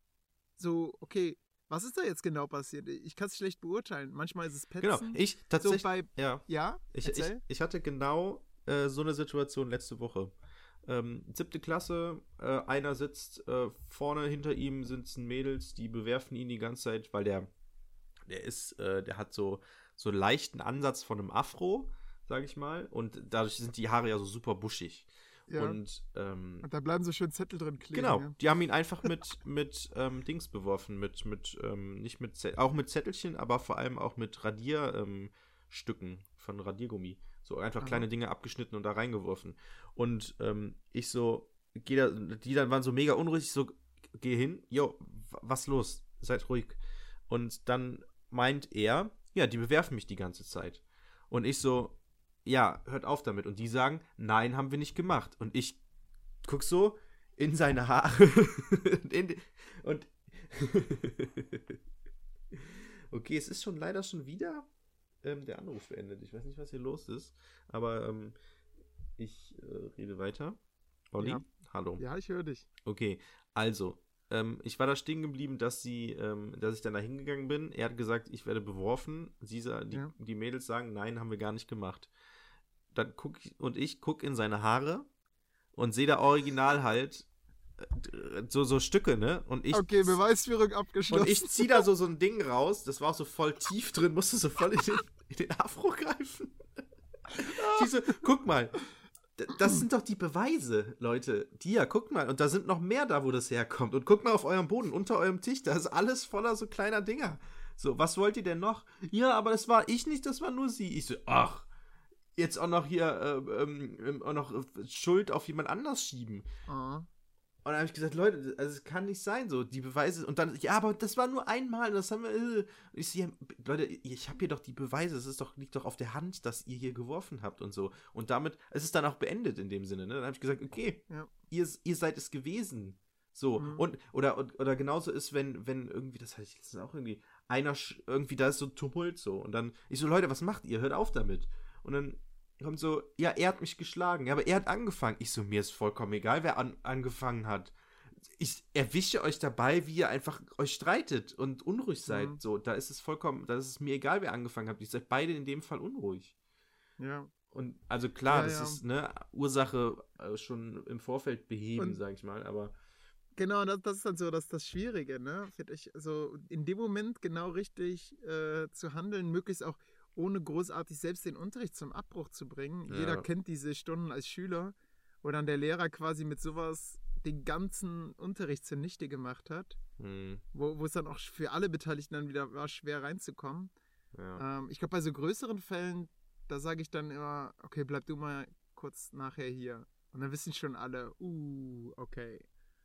so, okay, was ist da jetzt genau passiert? Ich kann es schlecht beurteilen. Manchmal ist es Genau, Petzen. ich So tatsächlich, bei, ja, ja, ich, ich, erzähl. ich hatte genau äh, so eine Situation letzte Woche. Ähm, siebte Klasse, äh, einer sitzt äh, vorne, hinter ihm sitzen Mädels, die bewerfen ihn die ganze Zeit, weil der, der ist, äh, der hat so, so einen leichten Ansatz von einem Afro, sag ich mal, und dadurch sind die Haare ja so super buschig. Ja. Und ähm, Und da bleiben so schön Zettel drin kleben. genau, Ja. die haben ihn einfach mit, mit ähm, Dings beworfen, mit, mit, ähm, nicht mit, Zett- auch mit Zettelchen, aber vor allem auch mit Radierstücken ähm, Stücken von Radiergummi. So einfach Aha. kleine Dinge abgeschnitten und da reingeworfen. Und ähm, ich so, geh da, die dann waren so mega unruhig, ich so, geh hin, jo, w- was los? Seid ruhig. Und dann meint er, ja, die bewerfen mich die ganze Zeit. Und ich so, ja, hört auf damit. Und die sagen, nein, haben wir nicht gemacht. Und ich guck so in seine Haare in die, und okay, es ist schon leider schon wieder ähm, der Anruf beendet. Ich weiß nicht, was hier los ist, aber ähm, ich äh, rede weiter. Olli, Ja. hallo. Ja, ich höre dich. Okay, also ähm, ich war da stehen geblieben, dass sie, ähm, dass ich dann da hingegangen bin. Er hat gesagt, ich werde beworfen. Sie, sa- die, Ja. die Mädels sagen, nein, haben wir gar nicht gemacht. Dann guck ich, und ich guck in seine Haare und sehe da original halt äh, so, so Stücke, ne? Und ich, Okay, Beweisführung abgeschlossen. und ich zieh da so, so ein Ding raus, das war auch so voll tief drin, musste so voll in den, in den Afro greifen. Ich so, guck mal, d- das sind doch die Beweise, Leute. Die ja, guck mal, und da sind noch mehr da, wo das herkommt. Und guck mal auf eurem Boden, unter eurem Tisch, da ist alles voller so kleiner Dinger. So, was wollt ihr denn noch? Ja, aber das war ich nicht, das war nur sie. Ich so, ach, jetzt auch noch hier äh, ähm, ähm, auch noch äh, Schuld auf jemand anders schieben. Ah. Und dann habe ich gesagt, Leute, also es kann nicht sein, so, die Beweise, und dann, ja, aber das war nur einmal, das haben wir, äh. Und ich so, ja, Leute, ich habe hier doch die Beweise, es ist doch, liegt doch auf der Hand, dass ihr hier geworfen habt und so. Und damit, es ist dann auch beendet in dem Sinne, ne? Dann habe ich gesagt, okay, Ja. ihr, ihr seid es gewesen. So, Mhm. und, oder, oder genauso ist, wenn, wenn irgendwie, das hatte ich letztens auch irgendwie, einer, sch- irgendwie, da ist so ein Tumult so. Und dann, ich so, Leute, was macht ihr? Hört auf damit. Und dann kommt so, ja, er hat mich geschlagen, ja, aber er hat angefangen. Ich so, mir ist vollkommen egal, wer an, angefangen hat. Ich erwische euch dabei, wie ihr einfach euch streitet und unruhig seid. Mhm. So, da ist es vollkommen, da ist es mir egal, wer angefangen hat. Ihr seid beide in dem Fall unruhig. Ja. Und also klar, Ja, das ja. ist ne Ursache äh, schon im Vorfeld beheben, Und- sag ich mal, aber Genau, das, das ist dann so das, das Schwierige, ne? Finde ich, also in dem Moment genau richtig äh, zu handeln, möglichst auch ohne großartig selbst den Unterricht zum Abbruch zu bringen. Ja. Jeder kennt diese Stunden als Schüler, wo dann der Lehrer quasi mit sowas den ganzen Unterricht zunichte gemacht hat, mh, wo, wo es dann auch für alle Beteiligten dann wieder war, schwer reinzukommen. ja. Ähm, ich glaube, bei so größeren Fällen, da sage ich dann immer, okay, bleib du mal kurz nachher hier. Und dann wissen schon alle, uh, okay.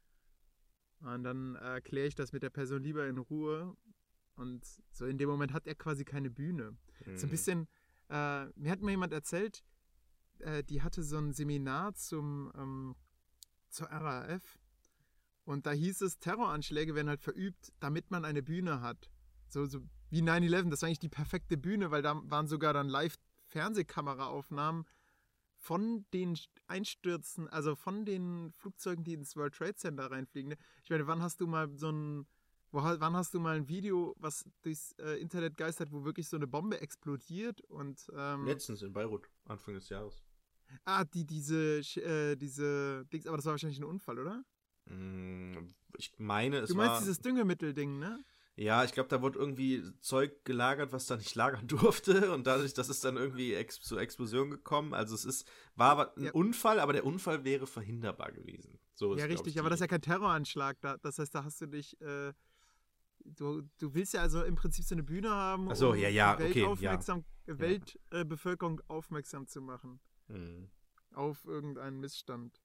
Und dann äh, kläre ich das mit der Person lieber in Ruhe. Und so in dem Moment hat er quasi keine Bühne. So ein mh. bisschen, äh, mir hat mal jemand erzählt, äh, die hatte so ein Seminar zum, ähm, zur R A F. Und da hieß es, Terroranschläge werden halt verübt, damit man eine Bühne hat. So, so wie neun elf, das war eigentlich die perfekte Bühne, weil da waren sogar dann Live-Fernsehkameraaufnahmen von den Einstürzen, also von den Flugzeugen, die ins World Trade Center reinfliegen. Ne? Ich meine, wann hast du mal so ein, Wo, ha- wann hast du mal ein Video, was durchs äh, Internet geistert, wo wirklich so eine Bombe explodiert und ähm, Letztens in Beirut, Anfang des Jahres. ah, die, diese, Sch- äh, diese Dings, aber das war wahrscheinlich ein Unfall, oder? Mm, Ich meine, es Du meinst war. dieses Düngemittel-Ding, ne? Ja, ich glaube, da wurde irgendwie Zeug gelagert, was da nicht lagern durfte. Und dadurch, das ist dann irgendwie ex zur Explosion gekommen. Also es ist, war ein Ja. Unfall, aber der Unfall wäre verhinderbar gewesen. So ist, Ja, glaub richtig, ich, aber das ist die- ja kein Terroranschlag. Da, das heißt, da hast du dich, äh, du, du willst ja also im Prinzip so eine Bühne haben, Ach so, um ja, ja, die okay, Weltaufmerksam Weltbevölkerung aufmerksam zu machen Hm. auf irgendeinen Missstand.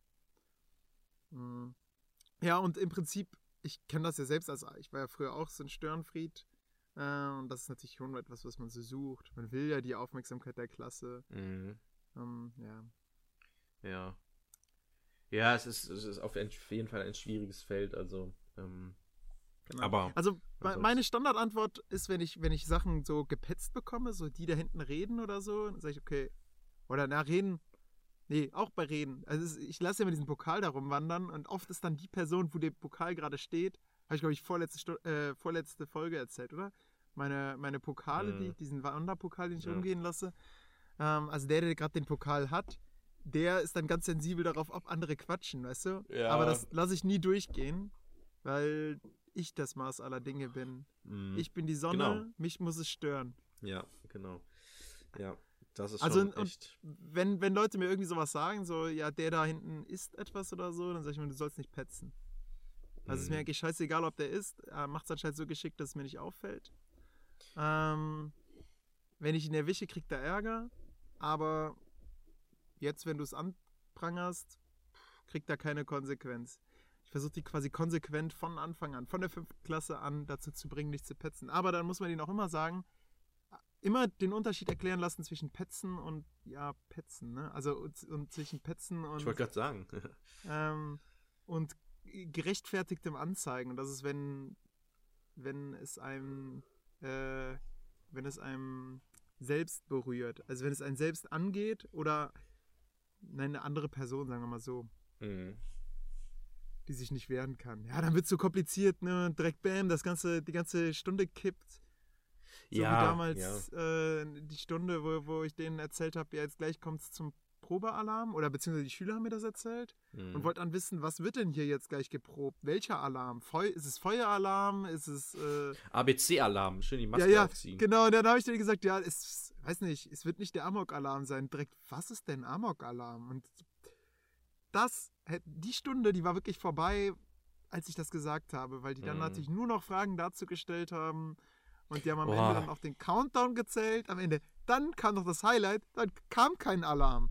Hm. Ja, und im Prinzip, ich kenne das ja selbst, als ich war ja früher auch so ein Störenfried. Äh, und das ist natürlich schon etwas, was man so sucht. Man will ja die Aufmerksamkeit der Klasse. Mhm. Ähm, ja. Ja. Ja, es ist, es ist auf jeden Fall ein schwieriges Feld, also. Ähm, Genau. Aber also me- ansonsten- meine Standardantwort ist, wenn ich, wenn ich Sachen so gepetzt bekomme, so die da hinten reden oder so, dann sage ich, okay. Oder na, reden. Nee, auch bei Reden. Also es, ich lasse ja immer diesen Pokal da rumwandern und oft ist dann die Person, wo der Pokal gerade steht, habe ich, glaube ich, vorletzte, Sto äh, vorletzte Folge erzählt, oder? Meine, meine Pokale, Mhm. die, diesen Wanderpokal, den ich Ja. rumgehen lasse. Ähm, also der, der gerade den Pokal hat, der ist dann ganz sensibel darauf, ob andere quatschen, weißt du? Ja. Aber das lasse ich nie durchgehen, weil ich das Maß aller Dinge bin. Mhm. Ich bin die Sonne, Genau. mich muss es stören. Ja, genau. Ja, das ist Also, schon und- echt. Wenn, wenn Leute mir irgendwie sowas sagen, so, ja, der da hinten isst etwas oder so, dann sage ich mir, du sollst nicht petzen. Also ist mir Mhm. eigentlich scheißegal, ob der isst. Er macht es anscheinend so geschickt, dass es mir nicht auffällt. Ähm, wenn ich ihn erwische, kriegt er Ärger. Aber jetzt, wenn du es anprangerst, kriegt er keine Konsequenz. Ich versuche die quasi konsequent von Anfang an, von der fünften Klasse an, dazu zu bringen, nicht zu petzen. Aber dann muss man ihnen auch immer sagen, immer den Unterschied erklären lassen zwischen Petzen und, ja, Petzen, ne? Also und, und zwischen Petzen und Ich wollte gerade sagen. ähm, und gerechtfertigtem Anzeigen. Und das ist, wenn, wenn es einem, äh, wenn es einem selbst berührt. Also wenn es einen selbst angeht oder nein, eine andere Person, sagen wir mal so, Mhm. die sich nicht wehren kann. Ja, dann wird es so kompliziert, ne? Und direkt bam, das ganze, die ganze Stunde kippt. So Ja, wie damals äh, die Stunde, wo, wo ich denen erzählt habe, ja, jetzt gleich kommt es zum Probealarm. Oder beziehungsweise die Schüler haben mir das erzählt. Mhm. Und wollten dann wissen, was wird denn hier jetzt gleich geprobt? Welcher Alarm? Feu ist es Feueralarm? Ist es. Äh, A B C-Alarm, schön die Maske ja, ja, aufziehen. genau. Und dann habe ich denen gesagt, ja, es, weiß nicht, es wird nicht der Amok-Alarm sein. Direkt, was ist denn Amok-Alarm? Und das, die Stunde, die war wirklich vorbei, als ich das gesagt habe, weil die dann Mhm. natürlich nur noch Fragen dazu gestellt haben. Und die haben am Boah. Ende dann auch den Countdown gezählt. Am Ende, dann kam noch das Highlight, dann kam kein Alarm.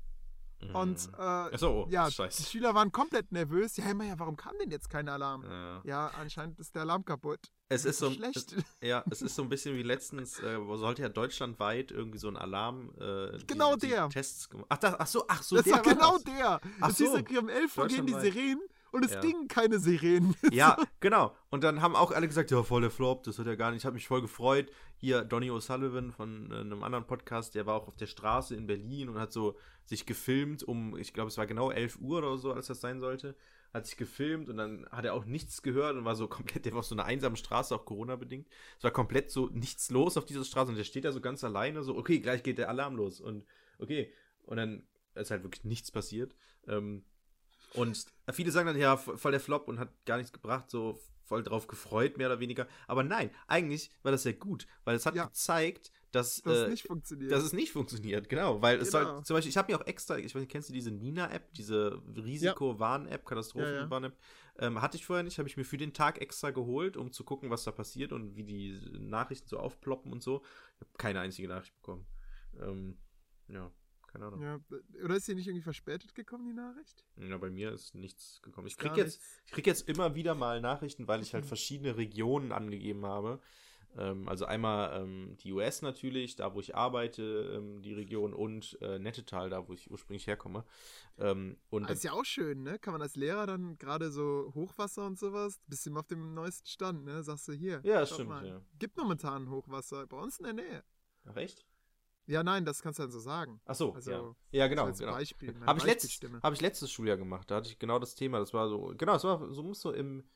Mhm. Und äh, Ach so, ja, die scheiße. Schüler waren komplett nervös. Ja, immer ja, warum kam denn jetzt kein Alarm? Ja. Ja, anscheinend ist der Alarm kaputt. Es ist so ein, schlecht. Es, ja, es ist so ein bisschen wie letztens, äh, wo sollte ja deutschlandweit irgendwie so ein Alarm äh, die- Genau die der. Tests gemacht. Ach, das, ach so, ach so, das der war genau das. der. Ach Es hieß, so, okay, um elf Uhr gehen die deutschlandweit. Sirenen und es Ja. gingen keine Sirenen. Ja, genau. Und dann haben auch alle gesagt, ja, voll der Flop, das hat ja gar nicht. Ich habe mich voll gefreut. Hier, Donny O'Sullivan von äh, einem anderen Podcast, der war auch auf der Straße in Berlin und hat so sich gefilmt um, ich glaube, es war genau elf Uhr oder so, als das sein sollte. Hat sich gefilmt und dann hat er auch nichts gehört und war so komplett, der war auf so einer einsamen Straße, auch Corona-bedingt. Es war komplett so nichts los auf dieser Straße und der steht da so ganz alleine, so, okay, gleich geht der Alarm los und okay. Und dann ist halt wirklich nichts passiert. Ähm, und viele sagen dann, ja, voll der Flop und hat gar nichts gebracht, so voll drauf gefreut, mehr oder weniger. Aber nein, eigentlich war das ja gut, weil es hat Ja. gezeigt, dass, Das äh, nicht funktioniert. dass es nicht funktioniert, genau. Weil es soll, Genau. zum Beispiel, ich habe mir auch extra, ich weiß nicht, kennst du diese Nina-App, diese Risiko-Warn-App, Katastrophen-Warn-App? Ähm, hatte ich vorher nicht, habe ich mir für den Tag extra geholt, um zu gucken, was da passiert und wie die Nachrichten so aufploppen und so. Ich habe keine einzige Nachricht bekommen. Ähm, ja, keine Ahnung. Ja. ja, oder ist die nicht irgendwie verspätet gekommen, die Nachricht? bei mir ist nichts gekommen. Ich Gar krieg jetzt, nichts. ich krieg jetzt immer wieder mal Nachrichten, weil ich halt Mhm. verschiedene Regionen angegeben habe. Ähm, also einmal ähm, die U S natürlich, da wo ich arbeite, ähm, die Region und äh, Nettetal, da wo ich ursprünglich herkomme. Ähm, und Ah, ist ja auch schön, ne? Kann man als Lehrer dann gerade so Hochwasser und sowas, bist du immer auf dem neuesten Stand, ne? Sagst du hier. Ja, schaut stimmt, mal, ja. Gibt momentan Hochwasser bei uns in der Nähe. Ach, echt? Ja, nein, das kannst du dann so sagen. Ach so, Also, ja. Ja, genau, als genau. Beispiel, meine Habe ich, letztes, Beispielstimme. hab ich letztes Schuljahr gemacht, da hatte ich genau das Thema. Das war so, genau, es war so, muss so im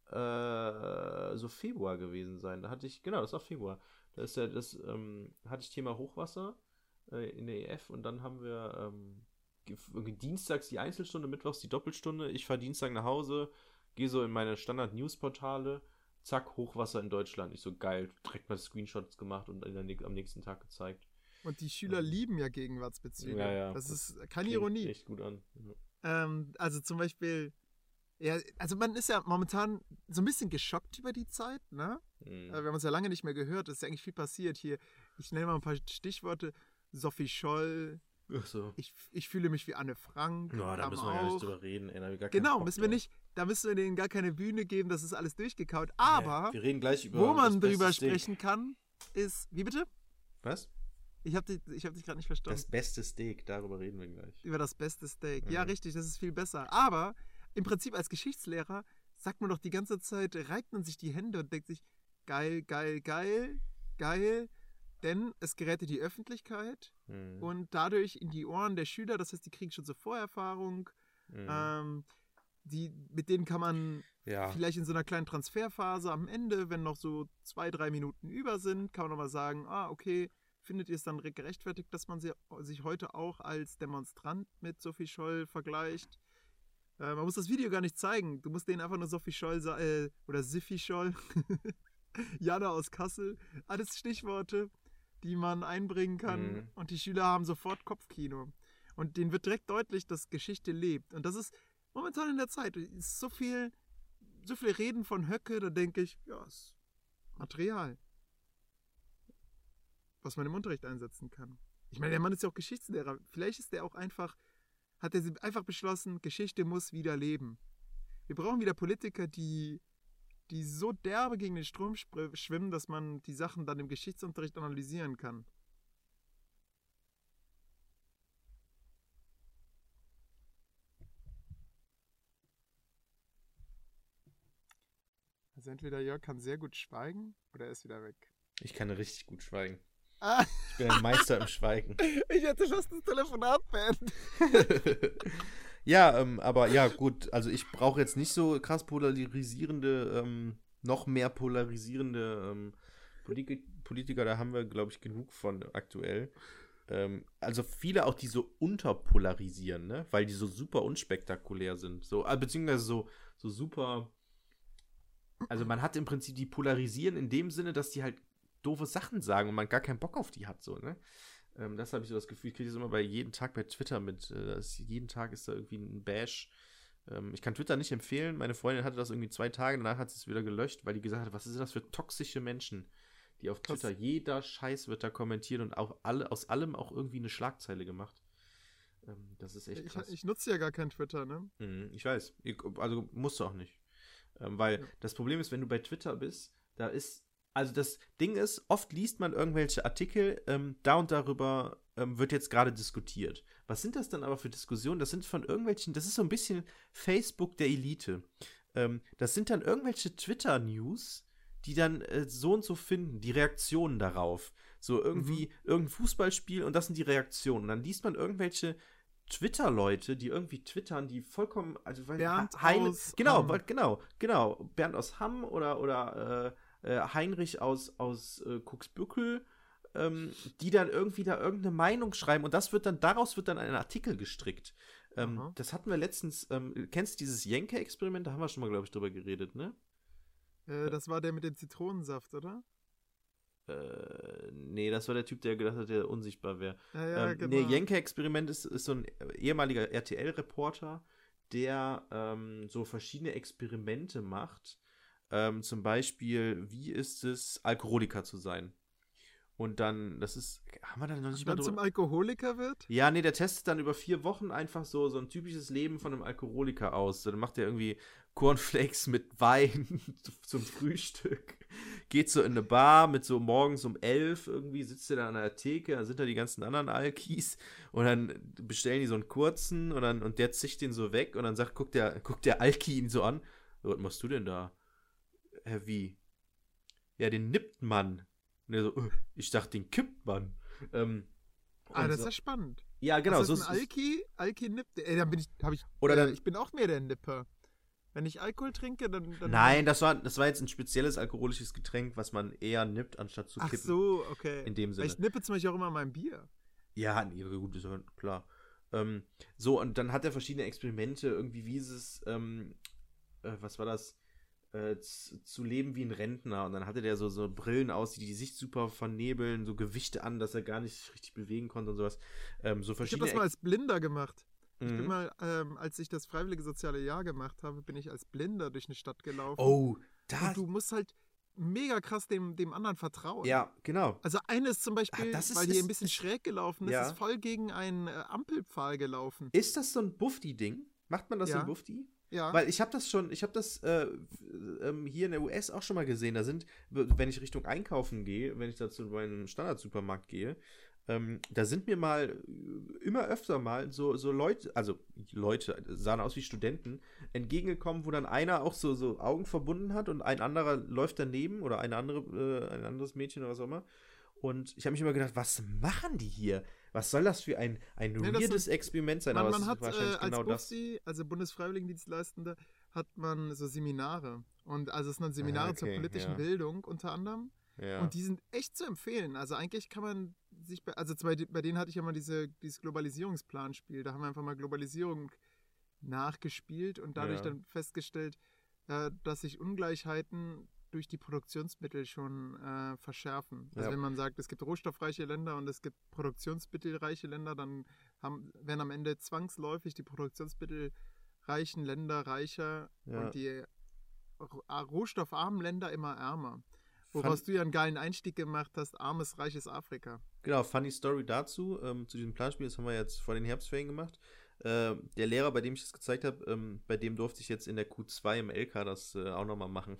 äh, so Februar gewesen sein. Da hatte ich, genau, das war Februar. Da ist ja das, ähm, hatte ich Thema Hochwasser äh, in der E F und dann haben wir ähm, ge- dienstags die Einzelstunde, mittwochs die Doppelstunde. Ich fahre Dienstag nach Hause, gehe so in meine Standard-News-Portale, zack, Hochwasser in Deutschland. Ich so, geil, direkt mal Screenshots gemacht und in der, näch- am nächsten Tag gezeigt. Und die Schüler Ähm, lieben ja Gegenwartsbezüge. Ja, ja. Das ist keine Klingt Ironie. echt gut an. Ja. Ähm, also zum Beispiel, ja, also man ist ja momentan so ein bisschen geschockt über die Zeit, ne? Mhm. Äh, Wir haben uns ja lange nicht mehr gehört, es ist ja eigentlich viel passiert hier. Ich nenne mal ein paar Stichworte. Sophie Scholl, Ach so. ich, ich fühle mich wie Anne Frank. Ja, da Am müssen wir ja nicht auch. drüber reden. Ey, da hab ich gar keinen Genau, Bock müssen wir drauf. nicht, da müssen wir denen gar keine Bühne geben, das ist alles durchgekaut. Aber, Nee, wir reden gleich über wo man das drüber beste Steak. sprechen kann, ist, wie bitte? Was? Ich habe dich, ich hab dich gerade nicht verstanden. Das beste Steak, darüber reden wir gleich. Über das beste Steak. Ja, Mhm. richtig, das ist viel besser. Aber im Prinzip als Geschichtslehrer sagt man doch die ganze Zeit, reibt man sich die Hände und denkt sich, geil, geil, geil, geil. Denn es gerät in die Öffentlichkeit Mhm. und dadurch in die Ohren der Schüler. Das heißt, die kriegen schon so Vorerfahrung. Mhm. Ähm, die, mit denen kann man ja. vielleicht in so einer kleinen Transferphase am Ende, wenn noch so zwei, drei Minuten über sind, kann man nochmal sagen, ah, okay, findet ihr es dann gerechtfertigt, dass man sie, sich heute auch als Demonstrant mit Sophie Scholl vergleicht? Äh, man muss das Video gar nicht zeigen. Du musst denen einfach nur Sophie Scholl sa- äh, oder Siffi Scholl, Jana aus Kassel, alles Stichworte, die man einbringen kann. Mhm. Und die Schüler haben sofort Kopfkino. Und denen wird direkt deutlich, dass Geschichte lebt. Und das ist momentan in der Zeit. Es ist so viel, so viel Reden von Höcke, da denke ich, ja, ist Material, was man im Unterricht einsetzen kann. Ich meine, der Mann ist ja auch Geschichtslehrer. Vielleicht ist der auch einfach, hat er einfach beschlossen, Geschichte muss wieder leben. Wir brauchen wieder Politiker, die, die so derbe gegen den Strom spr- schwimmen, dass man die Sachen dann im Geschichtsunterricht analysieren kann. Also entweder Jörg kann sehr gut schweigen oder er ist wieder weg. Ich kann richtig gut schweigen. Ah, Ich bin ein Meister im Schweigen. ich hätte fast das Telefonat beendet. Ja, ähm, aber ja, gut. Also ich brauche jetzt nicht so krass polarisierende, ähm, noch mehr polarisierende ähm, Polit Politiker. Da haben wir, glaube ich, genug von aktuell. Ähm, also viele auch, die so unterpolarisieren, ne? Weil die so super unspektakulär sind. So, äh, beziehungsweise so, so super. Also man hat im Prinzip, die polarisieren in dem Sinne, dass die halt doofe Sachen sagen und man gar keinen Bock auf die hat, so, ne? Ähm, das habe ich so das Gefühl, ich kriege das immer bei jedem Tag bei Twitter mit. Äh, das, jeden Tag ist da irgendwie ein Bash. Ähm, ich kann Twitter nicht empfehlen. Meine Freundin hatte das irgendwie zwei Tage, danach hat sie es wieder gelöscht, weil die gesagt hat, was ist das für toxische Menschen, die auf Krass. Twitter, jeder Scheiß wird da kommentiert und auch alle, aus allem auch irgendwie eine Schlagzeile gemacht. Ähm, das ist echt Ich, krass. ich nutze ja gar kein Twitter, ne? Mhm, ich weiß. Ich, also musst du auch nicht. Ähm, weil Ja. das Problem ist, wenn du bei Twitter bist, da ist, also das Ding ist, oft liest man irgendwelche Artikel, ähm, da und darüber ähm, wird jetzt gerade diskutiert. Was sind das dann aber für Diskussionen? Das sind von irgendwelchen, das ist so ein bisschen Facebook der Elite. Ähm, das sind dann irgendwelche Twitter-News, die dann äh, so und so finden, die Reaktionen darauf. So irgendwie irgendein Fußballspiel und das sind die Reaktionen. Und dann liest man irgendwelche Twitter-Leute, die irgendwie twittern, die vollkommen, also weil Bernd Hein- aus genau, Hamm. weil- genau, genau, Bernd aus Hamm oder oder äh, äh, Heinrich aus aus äh, Cuxbüttel, ähm, die dann irgendwie da irgendeine Meinung schreiben und das wird dann daraus wird dann ein Artikel gestrickt. Ähm, Aha. das hatten wir letztens. Ähm, kennst du dieses Jenke-Experiment? Da haben wir schon mal, glaube ich, drüber geredet, ne? Äh, das war der mit dem Zitronensaft, oder? Äh, nee, das war der Typ, der gedacht hat, der unsichtbar wäre. Ja, ja, ähm, genau. Nee, Jenke-Experiment ist, ist so ein ehemaliger R T L-Reporter, der ähm, so verschiedene Experimente macht. Ähm, zum Beispiel, wie ist es, Alkoholiker zu sein? Und dann, das ist, haben wir da noch nicht Und mal dann zum drüber. Alkoholiker wird? Ja, nee, der testet dann über vier Wochen einfach so, so ein typisches Leben von einem Alkoholiker aus. So, dann macht er irgendwie Cornflakes mit Wein zum Frühstück. Geht so in eine Bar mit so morgens um elf irgendwie, sitzt er da an der Theke, dann sind da die ganzen anderen Alkis und dann bestellen die so einen kurzen und dann und der zischt den so weg und dann sagt, guckt der, guckt der Alki ihn so an. Was machst du denn da? Hä, wie? Ja, den nippt man. Und er so, äh, ich dachte, den kippt man. Ähm, Ah, und das ist so. ja spannend. Ja, genau. Was So heißt ein ist- Alki? Alki nippt. Ey, dann bin ich, hab ich, Oder äh, dann- ich bin auch mehr der Nipper. Wenn ich Alkohol trinke, dann... dann Nein, das war, das war jetzt ein spezielles alkoholisches Getränk, was man eher nippt, anstatt zu Ach kippen. so, okay. In dem Weil Sinne. ich nippe zum Beispiel auch immer mein Bier. Ja, nee, gut, ist ja klar. Ähm, so, und dann hat er verschiedene Experimente, irgendwie wie ist es, ähm, äh, was war das, äh, zu, zu leben wie ein Rentner. Und dann hatte der so, so Brillen aus, die die Sicht super vernebeln, so Gewichte an, dass er gar nicht richtig bewegen konnte und sowas. Ähm, so Ich habe verschiedene das mal als Blinder gemacht. Ich bin Mhm. mal, ähm, als ich das freiwillige soziale Jahr gemacht habe, bin ich als Blinder durch eine Stadt gelaufen. Oh, das. Und du musst halt mega krass dem, dem anderen vertrauen. Ja, genau. Also eine ist zum Beispiel, Ah, das ist- weil die ist- ein bisschen ist- schräg gelaufen ist, ja. ist voll gegen einen äh, Ampelpfahl gelaufen. Ist das so ein Bufti-Ding? Macht man das so Ja. ein Bufti? Ja. Weil ich habe das schon, ich habe das äh, ähm, hier in der U S auch schon mal gesehen. Da sind, wenn ich Richtung Einkaufen gehe, wenn ich da zu meinem Standardsupermarkt gehe, ähm, da sind mir mal äh, immer öfter mal so, so Leute, also Leute, sahen aus wie Studenten, entgegengekommen, wo dann einer auch so, so Augen verbunden hat und ein anderer läuft daneben oder eine andere, äh, ein anderes Mädchen oder was auch immer. Und ich habe mich immer gedacht, was machen die hier? Was soll das für ein, ein Nee, das weirdes sind- Experiment sein? man Aber es man ist hat äh, wahrscheinlich als genau das. Bufti, also Bundesfreiwilligendienstleistende, hat man so Seminare. Und also es sind dann Seminare Ah, zur okay, politischen ja. Bildung unter anderem. Ja. Und die sind echt zu empfehlen. Also eigentlich kann man sich, bei, also bei, bei denen hatte ich ja mal diese, dieses Globalisierungsplanspiel. Da haben wir einfach mal Globalisierung nachgespielt und dadurch Ja. dann festgestellt, äh, dass sich Ungleichheiten durch die Produktionsmittel schon äh, verschärfen. Also Ja. wenn man sagt, es gibt rohstoffreiche Länder und es gibt produktionsmittelreiche Länder, dann haben, werden am Ende zwangsläufig die produktionsmittelreichen Länder reicher Ja. und die ro- rohstoffarmen Länder immer ärmer. Woraus Fun, du ja einen geilen Einstieg gemacht hast, armes, reiches Afrika. genau, funny Story dazu, ähm, zu diesem Planspiel, das haben wir jetzt vor den Herbstferien gemacht. Äh, der Lehrer, bei dem ich das gezeigt habe, ähm, bei dem durfte ich jetzt in der Q zwei im L K das äh, auch nochmal machen.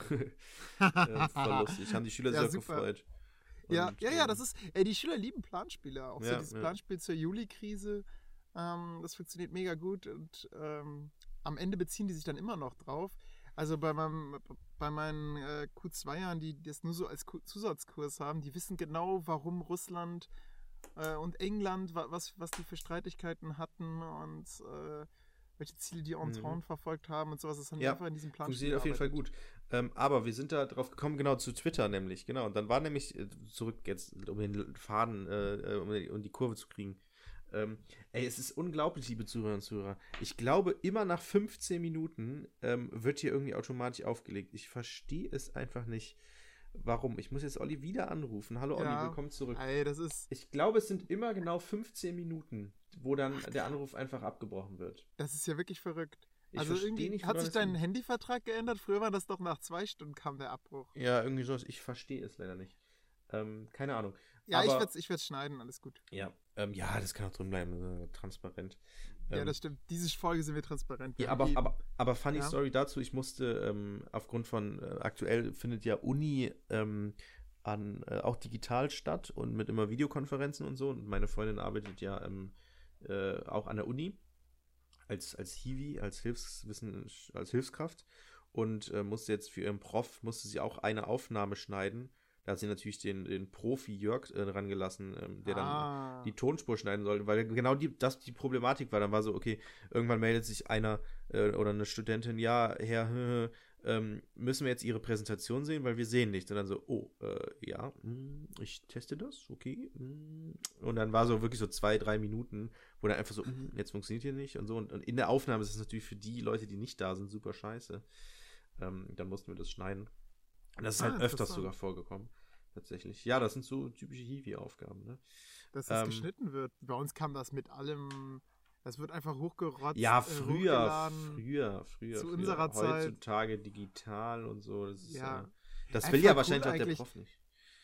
äh, voll lustig. Haben die Schüler Ja, sich auch super. gefreut. Ja, Und, ja, ja, ähm, das ist, ey, die Schüler lieben Planspiele auch. so Ja, dieses ja. Planspiel zur Juli-Krise, ähm, das funktioniert mega gut und ähm, am Ende beziehen die sich dann immer noch drauf. Also bei meinem, bei meinen äh, Q zwei Ern, die das nur so als Ku- Zusatzkurs haben, die wissen genau, warum Russland äh, und England, wa- was, was die für Streitigkeiten hatten und äh, welche Ziele die Entente Mhm. verfolgt haben und sowas. Das haben die Ja, einfach in diesem Planspiel Funktioniert auf jeden Fall gearbeitet. gut. Ähm, aber wir sind da drauf gekommen, genau, zu Twitter nämlich, genau. Und dann war nämlich, äh, zurück jetzt, um den Faden, äh, um, die, um die Kurve zu kriegen. Ähm, ey, es ist unglaublich, liebe Zuhörer und Zuhörer. Ich glaube, immer nach fünfzehn Minuten ähm, wird hier irgendwie automatisch aufgelegt. Ich verstehe es einfach nicht. Warum? Ich muss jetzt Olli wieder anrufen. Hallo Olli, Ja. willkommen zurück. Ey, das ist, Ich glaube, es sind immer genau fünfzehn Minuten, wo dann der Anruf einfach abgebrochen wird. das ist ja wirklich verrückt. Ich also verstehe irgendwie nicht, hat woran sich es dein liegt. Handyvertrag geändert. Früher war das doch nach zwei Stunden kam der Abbruch. Ja, irgendwie sowas. Ich verstehe es leider nicht. Ähm, keine Ahnung. Ja, ich Aber- werde es ich werd's schneiden, alles gut. Ja, ähm, ja, das kann auch drin bleiben, äh, transparent. Ja, Ähm, das stimmt. Diese Folge sind wir transparent. Wir Ja, haben aber, die- aber, aber funny Ja. Story dazu, ich musste ähm, aufgrund von, äh, aktuell findet ja Uni ähm, an, äh, auch digital statt und mit immer Videokonferenzen und so. Und meine Freundin arbeitet ja ähm, äh, auch an der Uni als, als Hiwi, als, Hilfswissen, als Hilfskraft und äh, musste jetzt für ihren Prof, musste sie auch eine Aufnahme schneiden. Da hat sie natürlich den, den Profi Jörg äh, rangelassen, ähm, der dann ah, die Tonspur schneiden sollte, weil genau die, das die Problematik war. Dann war so, okay, irgendwann meldet sich einer äh, oder eine Studentin, ja, Herr, ähm, müssen wir jetzt Ihre Präsentation sehen, weil wir sehen nichts. Und dann so, oh, äh, ja, mh, ich teste das, okay. Mh. Und dann war so wirklich so zwei, drei Minuten, wo dann einfach so, mh, jetzt funktioniert hier nicht und so. Und, und in der Aufnahme ist es natürlich für die Leute, die nicht da sind, super scheiße. Ähm, dann mussten wir das schneiden. Und das ist Ah, halt öfters interessant. sogar vorgekommen. Tatsächlich. Ja, das sind so typische Hiwi-Aufgaben, ne? dass das ähm, geschnitten wird. Bei uns kam das mit allem. Das wird einfach hochgerotzt. Ja, äh, früher, hochgeladen. früher, früher. Zu früher. unserer Zeit. Heutzutage digital und so. Das ist, Ja. ja. Das Ey, will voll ja cool wahrscheinlich auch der eigentlich. Prof nicht.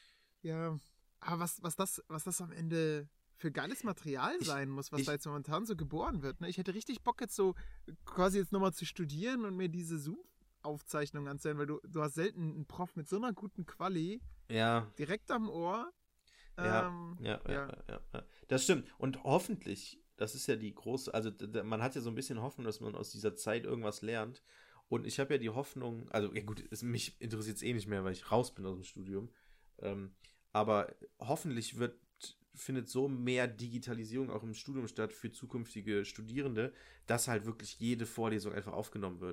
Ja, aber was, was, das, was das am Ende für geiles Material Ich- sein muss, was ich- da jetzt momentan so geboren wird. Ne? Ich hätte richtig Bock jetzt so quasi jetzt nochmal zu studieren und mir diese Zoom-Aufzeichnungen anzuhören, weil du, du hast selten einen Prof mit so einer guten Quali Ja, direkt am Ohr. Ja, Ähm, ja, ja, ja. ja, ja, ja. Das stimmt. Und hoffentlich, das ist ja die große, also d- d- man hat ja so ein bisschen Hoffnung, dass man aus dieser Zeit irgendwas lernt. Und ich habe ja die Hoffnung, also ja gut, es, mich interessiert es eh nicht mehr, weil ich raus bin aus dem Studium. Ähm, aber hoffentlich wird, findet so mehr Digitalisierung auch im Studium statt für zukünftige Studierende, dass halt wirklich jede Vorlesung einfach aufgenommen wird.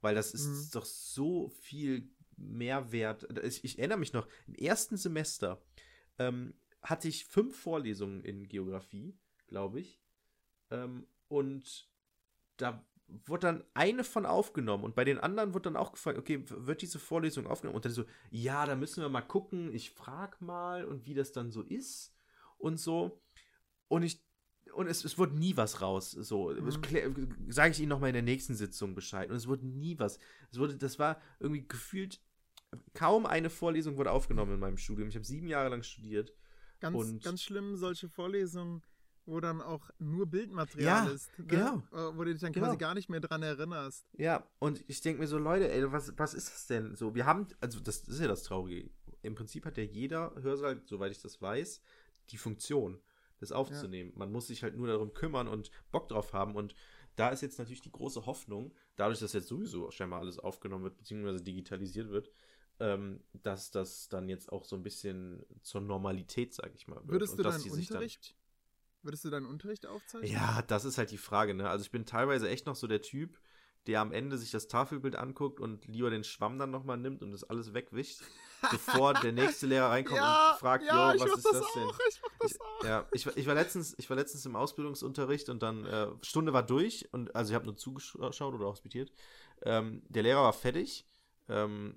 Weil das ist Mhm. doch so viel Mehrwert. Ich, ich erinnere mich noch, im ersten Semester ähm, hatte ich fünf Vorlesungen in Geografie, glaube ich. Ähm, und da wurde dann eine von aufgenommen und bei den anderen wurde dann auch gefragt, okay, w- wird diese Vorlesung aufgenommen? Und dann so, ja, da müssen wir mal gucken, ich frag mal und wie das dann so ist und so. Und ich, und es, es wurde nie was raus. So, Mhm. sage ich Ihnen nochmal in der nächsten Sitzung Bescheid. Und es wurde nie was. Es wurde, das war irgendwie gefühlt, kaum eine Vorlesung wurde aufgenommen in meinem Studium. Ich habe sieben Jahre lang studiert. Ganz, Und ganz schlimm solche Vorlesungen, wo dann auch nur Bildmaterial ja, ist, ne? genau, Äh, Wo du dich dann quasi genau. gar nicht mehr dran erinnerst. Ja, und ich denke mir so, Leute, ey, was, was ist das denn? So, wir haben, also das ist ja das Traurige. Im Prinzip hat ja jeder Hörsaal, soweit ich das weiß, die Funktion, das Ja. aufzunehmen. Man muss sich halt nur darum kümmern und Bock drauf haben. Und da ist jetzt natürlich die große Hoffnung, dadurch, dass jetzt sowieso scheinbar alles aufgenommen wird, beziehungsweise digitalisiert wird, ähm, dass das dann jetzt auch so ein bisschen zur Normalität, sag ich mal, wird. Würdest du Und dass deinen die sich dann. Unterricht, würdest du deinen Unterricht aufzeichnen? Ja, das ist halt die Frage, ne? Also ich bin teilweise echt noch so der Typ, der am Ende sich das Tafelbild anguckt und lieber den Schwamm dann nochmal nimmt und das alles wegwischt, bevor der nächste Lehrer reinkommt und Ja, fragt, ja, jo, ich was mach ist das das denn? auch, ich mach Ich, das auch. ja, ich, war- ich, war letztens, ich war letztens im Ausbildungsunterricht und dann, äh, Stunde war durch und also ich habe nur zugeschaut oder hospitiert. Ähm, der Lehrer war fertig. Ähm,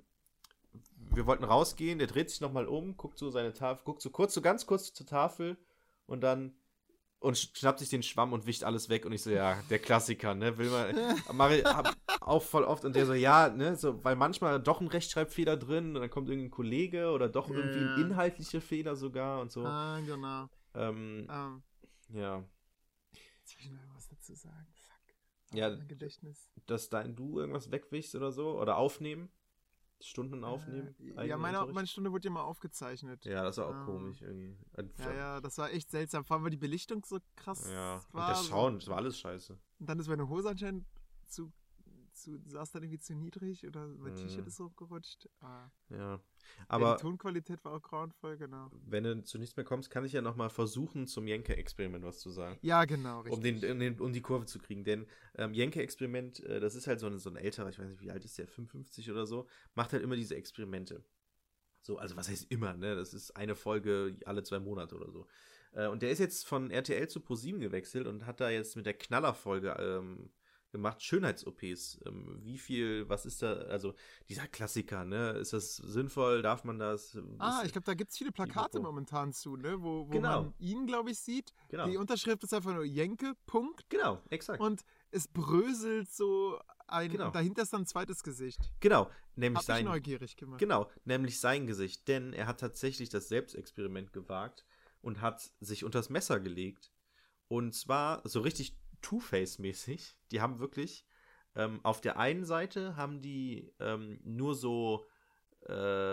wir wollten rausgehen, der dreht sich nochmal um, guckt so seine Tafel, guckt so kurz, so ganz kurz zur Tafel und dann und schnappt sich den Schwamm und wischt alles weg und ich so, ja, der Klassiker, ne, will man, mache ich hab auch voll oft und der so, ja, ne, so, weil manchmal doch ein Rechtschreibfehler drin und dann kommt irgendein Kollege oder doch Ja, irgendwie ein ja. inhaltlicher Fehler sogar und so, Ah, genau. ähm, Ähm, ja, jetzt will ich noch irgendwas dazu sagen. Fuck. Oh, ja, mein Gedächtnis. dass dein du irgendwas wegwischst oder so oder aufnehmen, Stunden aufnehmen, Äh, ja, eigenen meine, Unterricht. meine Stunde wurde ja mal aufgezeichnet. Ja, das war auch Ähm, komisch irgendwie. Äh, ja, ja, das war echt seltsam. Vor allem, weil die Belichtung so krass Ja, und war. das So. Schauen, das war alles scheiße. Und dann ist meine Hose anscheinend zu, zu saß dann irgendwie zu niedrig oder mein T-Shirt Mhm. ist hochgerutscht. Ah. Ja, Ja, die aber Tonqualität war auch grauenvoll, genau. wenn du zu nichts mehr kommst, kann ich ja nochmal versuchen, zum Jenke-Experiment was zu sagen. Ja, genau, Um, den, richtig. um, den, um die Kurve zu kriegen. Denn ähm, Jenke-Experiment, äh, das ist halt so ein, so ein älterer, ich weiß nicht, wie alt ist der, fünfundfünfzig oder so, macht halt immer diese Experimente. So, also was heißt immer, ne? Das ist eine Folge alle zwei Monate oder so. Äh, und der ist jetzt von R T L zu ProSieben gewechselt und hat da jetzt mit der Knallerfolge ähm, gemacht, Schönheits-O Ps. Ähm, wie viel, was ist da, also dieser Klassiker, ne? Ist das sinnvoll? Darf man das? Ah, Ist, ich glaube, da gibt es viele Plakate Pipapo. momentan zu, ne? Wo, wo Genau, man ihn, glaube ich, sieht. Die genau, Unterschrift ist einfach nur Jenke, Punkt. genau, exakt, Und es bröselt so ein, und genau, dahinter ist dann ein zweites Gesicht. genau, nämlich Hat mich sein, neugierig gemacht. genau, nämlich sein Gesicht, denn er hat tatsächlich das Selbstexperiment gewagt und hat sich unters Messer gelegt. Und zwar so richtig Two-Face-mäßig. Die haben wirklich, ähm, auf der einen Seite haben die ähm, nur so äh,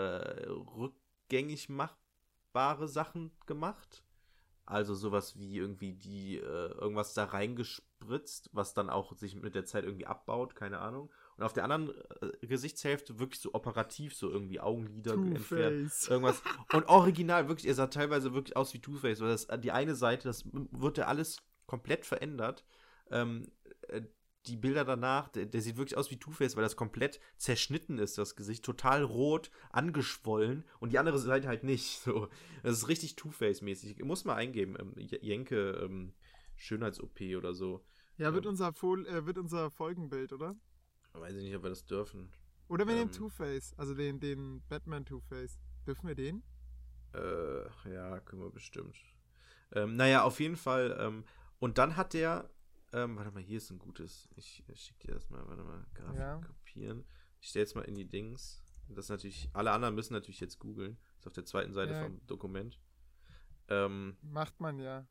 rückgängig machbare Sachen gemacht. Also sowas wie irgendwie die, äh, irgendwas da reingespritzt, was dann auch sich mit der Zeit irgendwie abbaut, keine Ahnung. Und auf der anderen äh, Gesichtshälfte wirklich so operativ, so irgendwie Augenlider entfernt, Two-Face. irgendwas. Und original, wirklich, er sah teilweise wirklich aus wie Two-Face. Weil das, die eine Seite, das wird ja alles komplett verändert. Ähm, äh, die Bilder danach, der, der sieht wirklich aus wie Two-Face, weil das komplett zerschnitten ist, das Gesicht. Total rot, angeschwollen und die andere Seite halt nicht. So. Das ist richtig Two-Face-mäßig. Ich muss mal eingeben, ähm, Jenke ähm, Schönheits-O P oder so. Ja, wird Ähm, unser, Fol äh, wird unser Folgenbild, oder? weiß ich nicht, ob wir das dürfen. Oder wir nehmen Ähm, Two-Face, also den, den Batman Two-Face. Dürfen wir den? äh, ja, können wir bestimmt. Ähm, naja, auf jeden Fall. Ähm, und dann hat der, ähm, warte mal, hier ist ein gutes. Ich, ich schicke dir das mal, warte mal, Grafik Ja. kopieren. Ich stelle jetzt mal in die Dings. Das natürlich, alle anderen müssen natürlich jetzt googeln. Ist auf der zweiten Seite Ja. vom Dokument. Ähm, Macht man ja.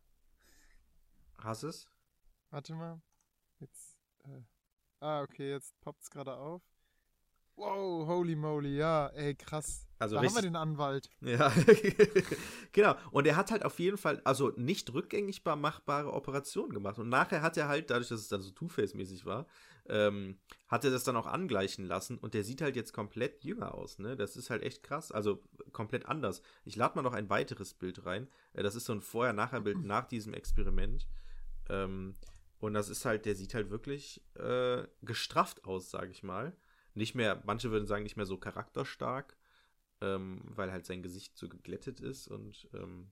hast es? Warte mal. Jetzt. Äh. Ah, okay, jetzt poppt's gerade auf. Wow, holy moly, ja, ey, krass. Also da haben wir richtig- den Anwalt. Ja, genau. Und er hat halt auf jeden Fall, also nicht rückgängig machbare Operationen gemacht. Und nachher hat er halt, dadurch, dass es dann so Two-Face-mäßig war, ähm, hat er das dann auch angleichen lassen. Und der sieht halt jetzt komplett jünger aus, ne? Das ist halt echt krass. Also komplett anders. Ich lade mal noch ein weiteres Bild rein. Äh, Das ist so ein Vorher-Nachher-Bild nach diesem Experiment. Ähm, und das ist halt, der sieht halt wirklich äh, gestrafft aus, sag ich mal. nicht mehr, manche würden sagen, nicht mehr so charakterstark, ähm, weil halt sein Gesicht so geglättet ist und ähm,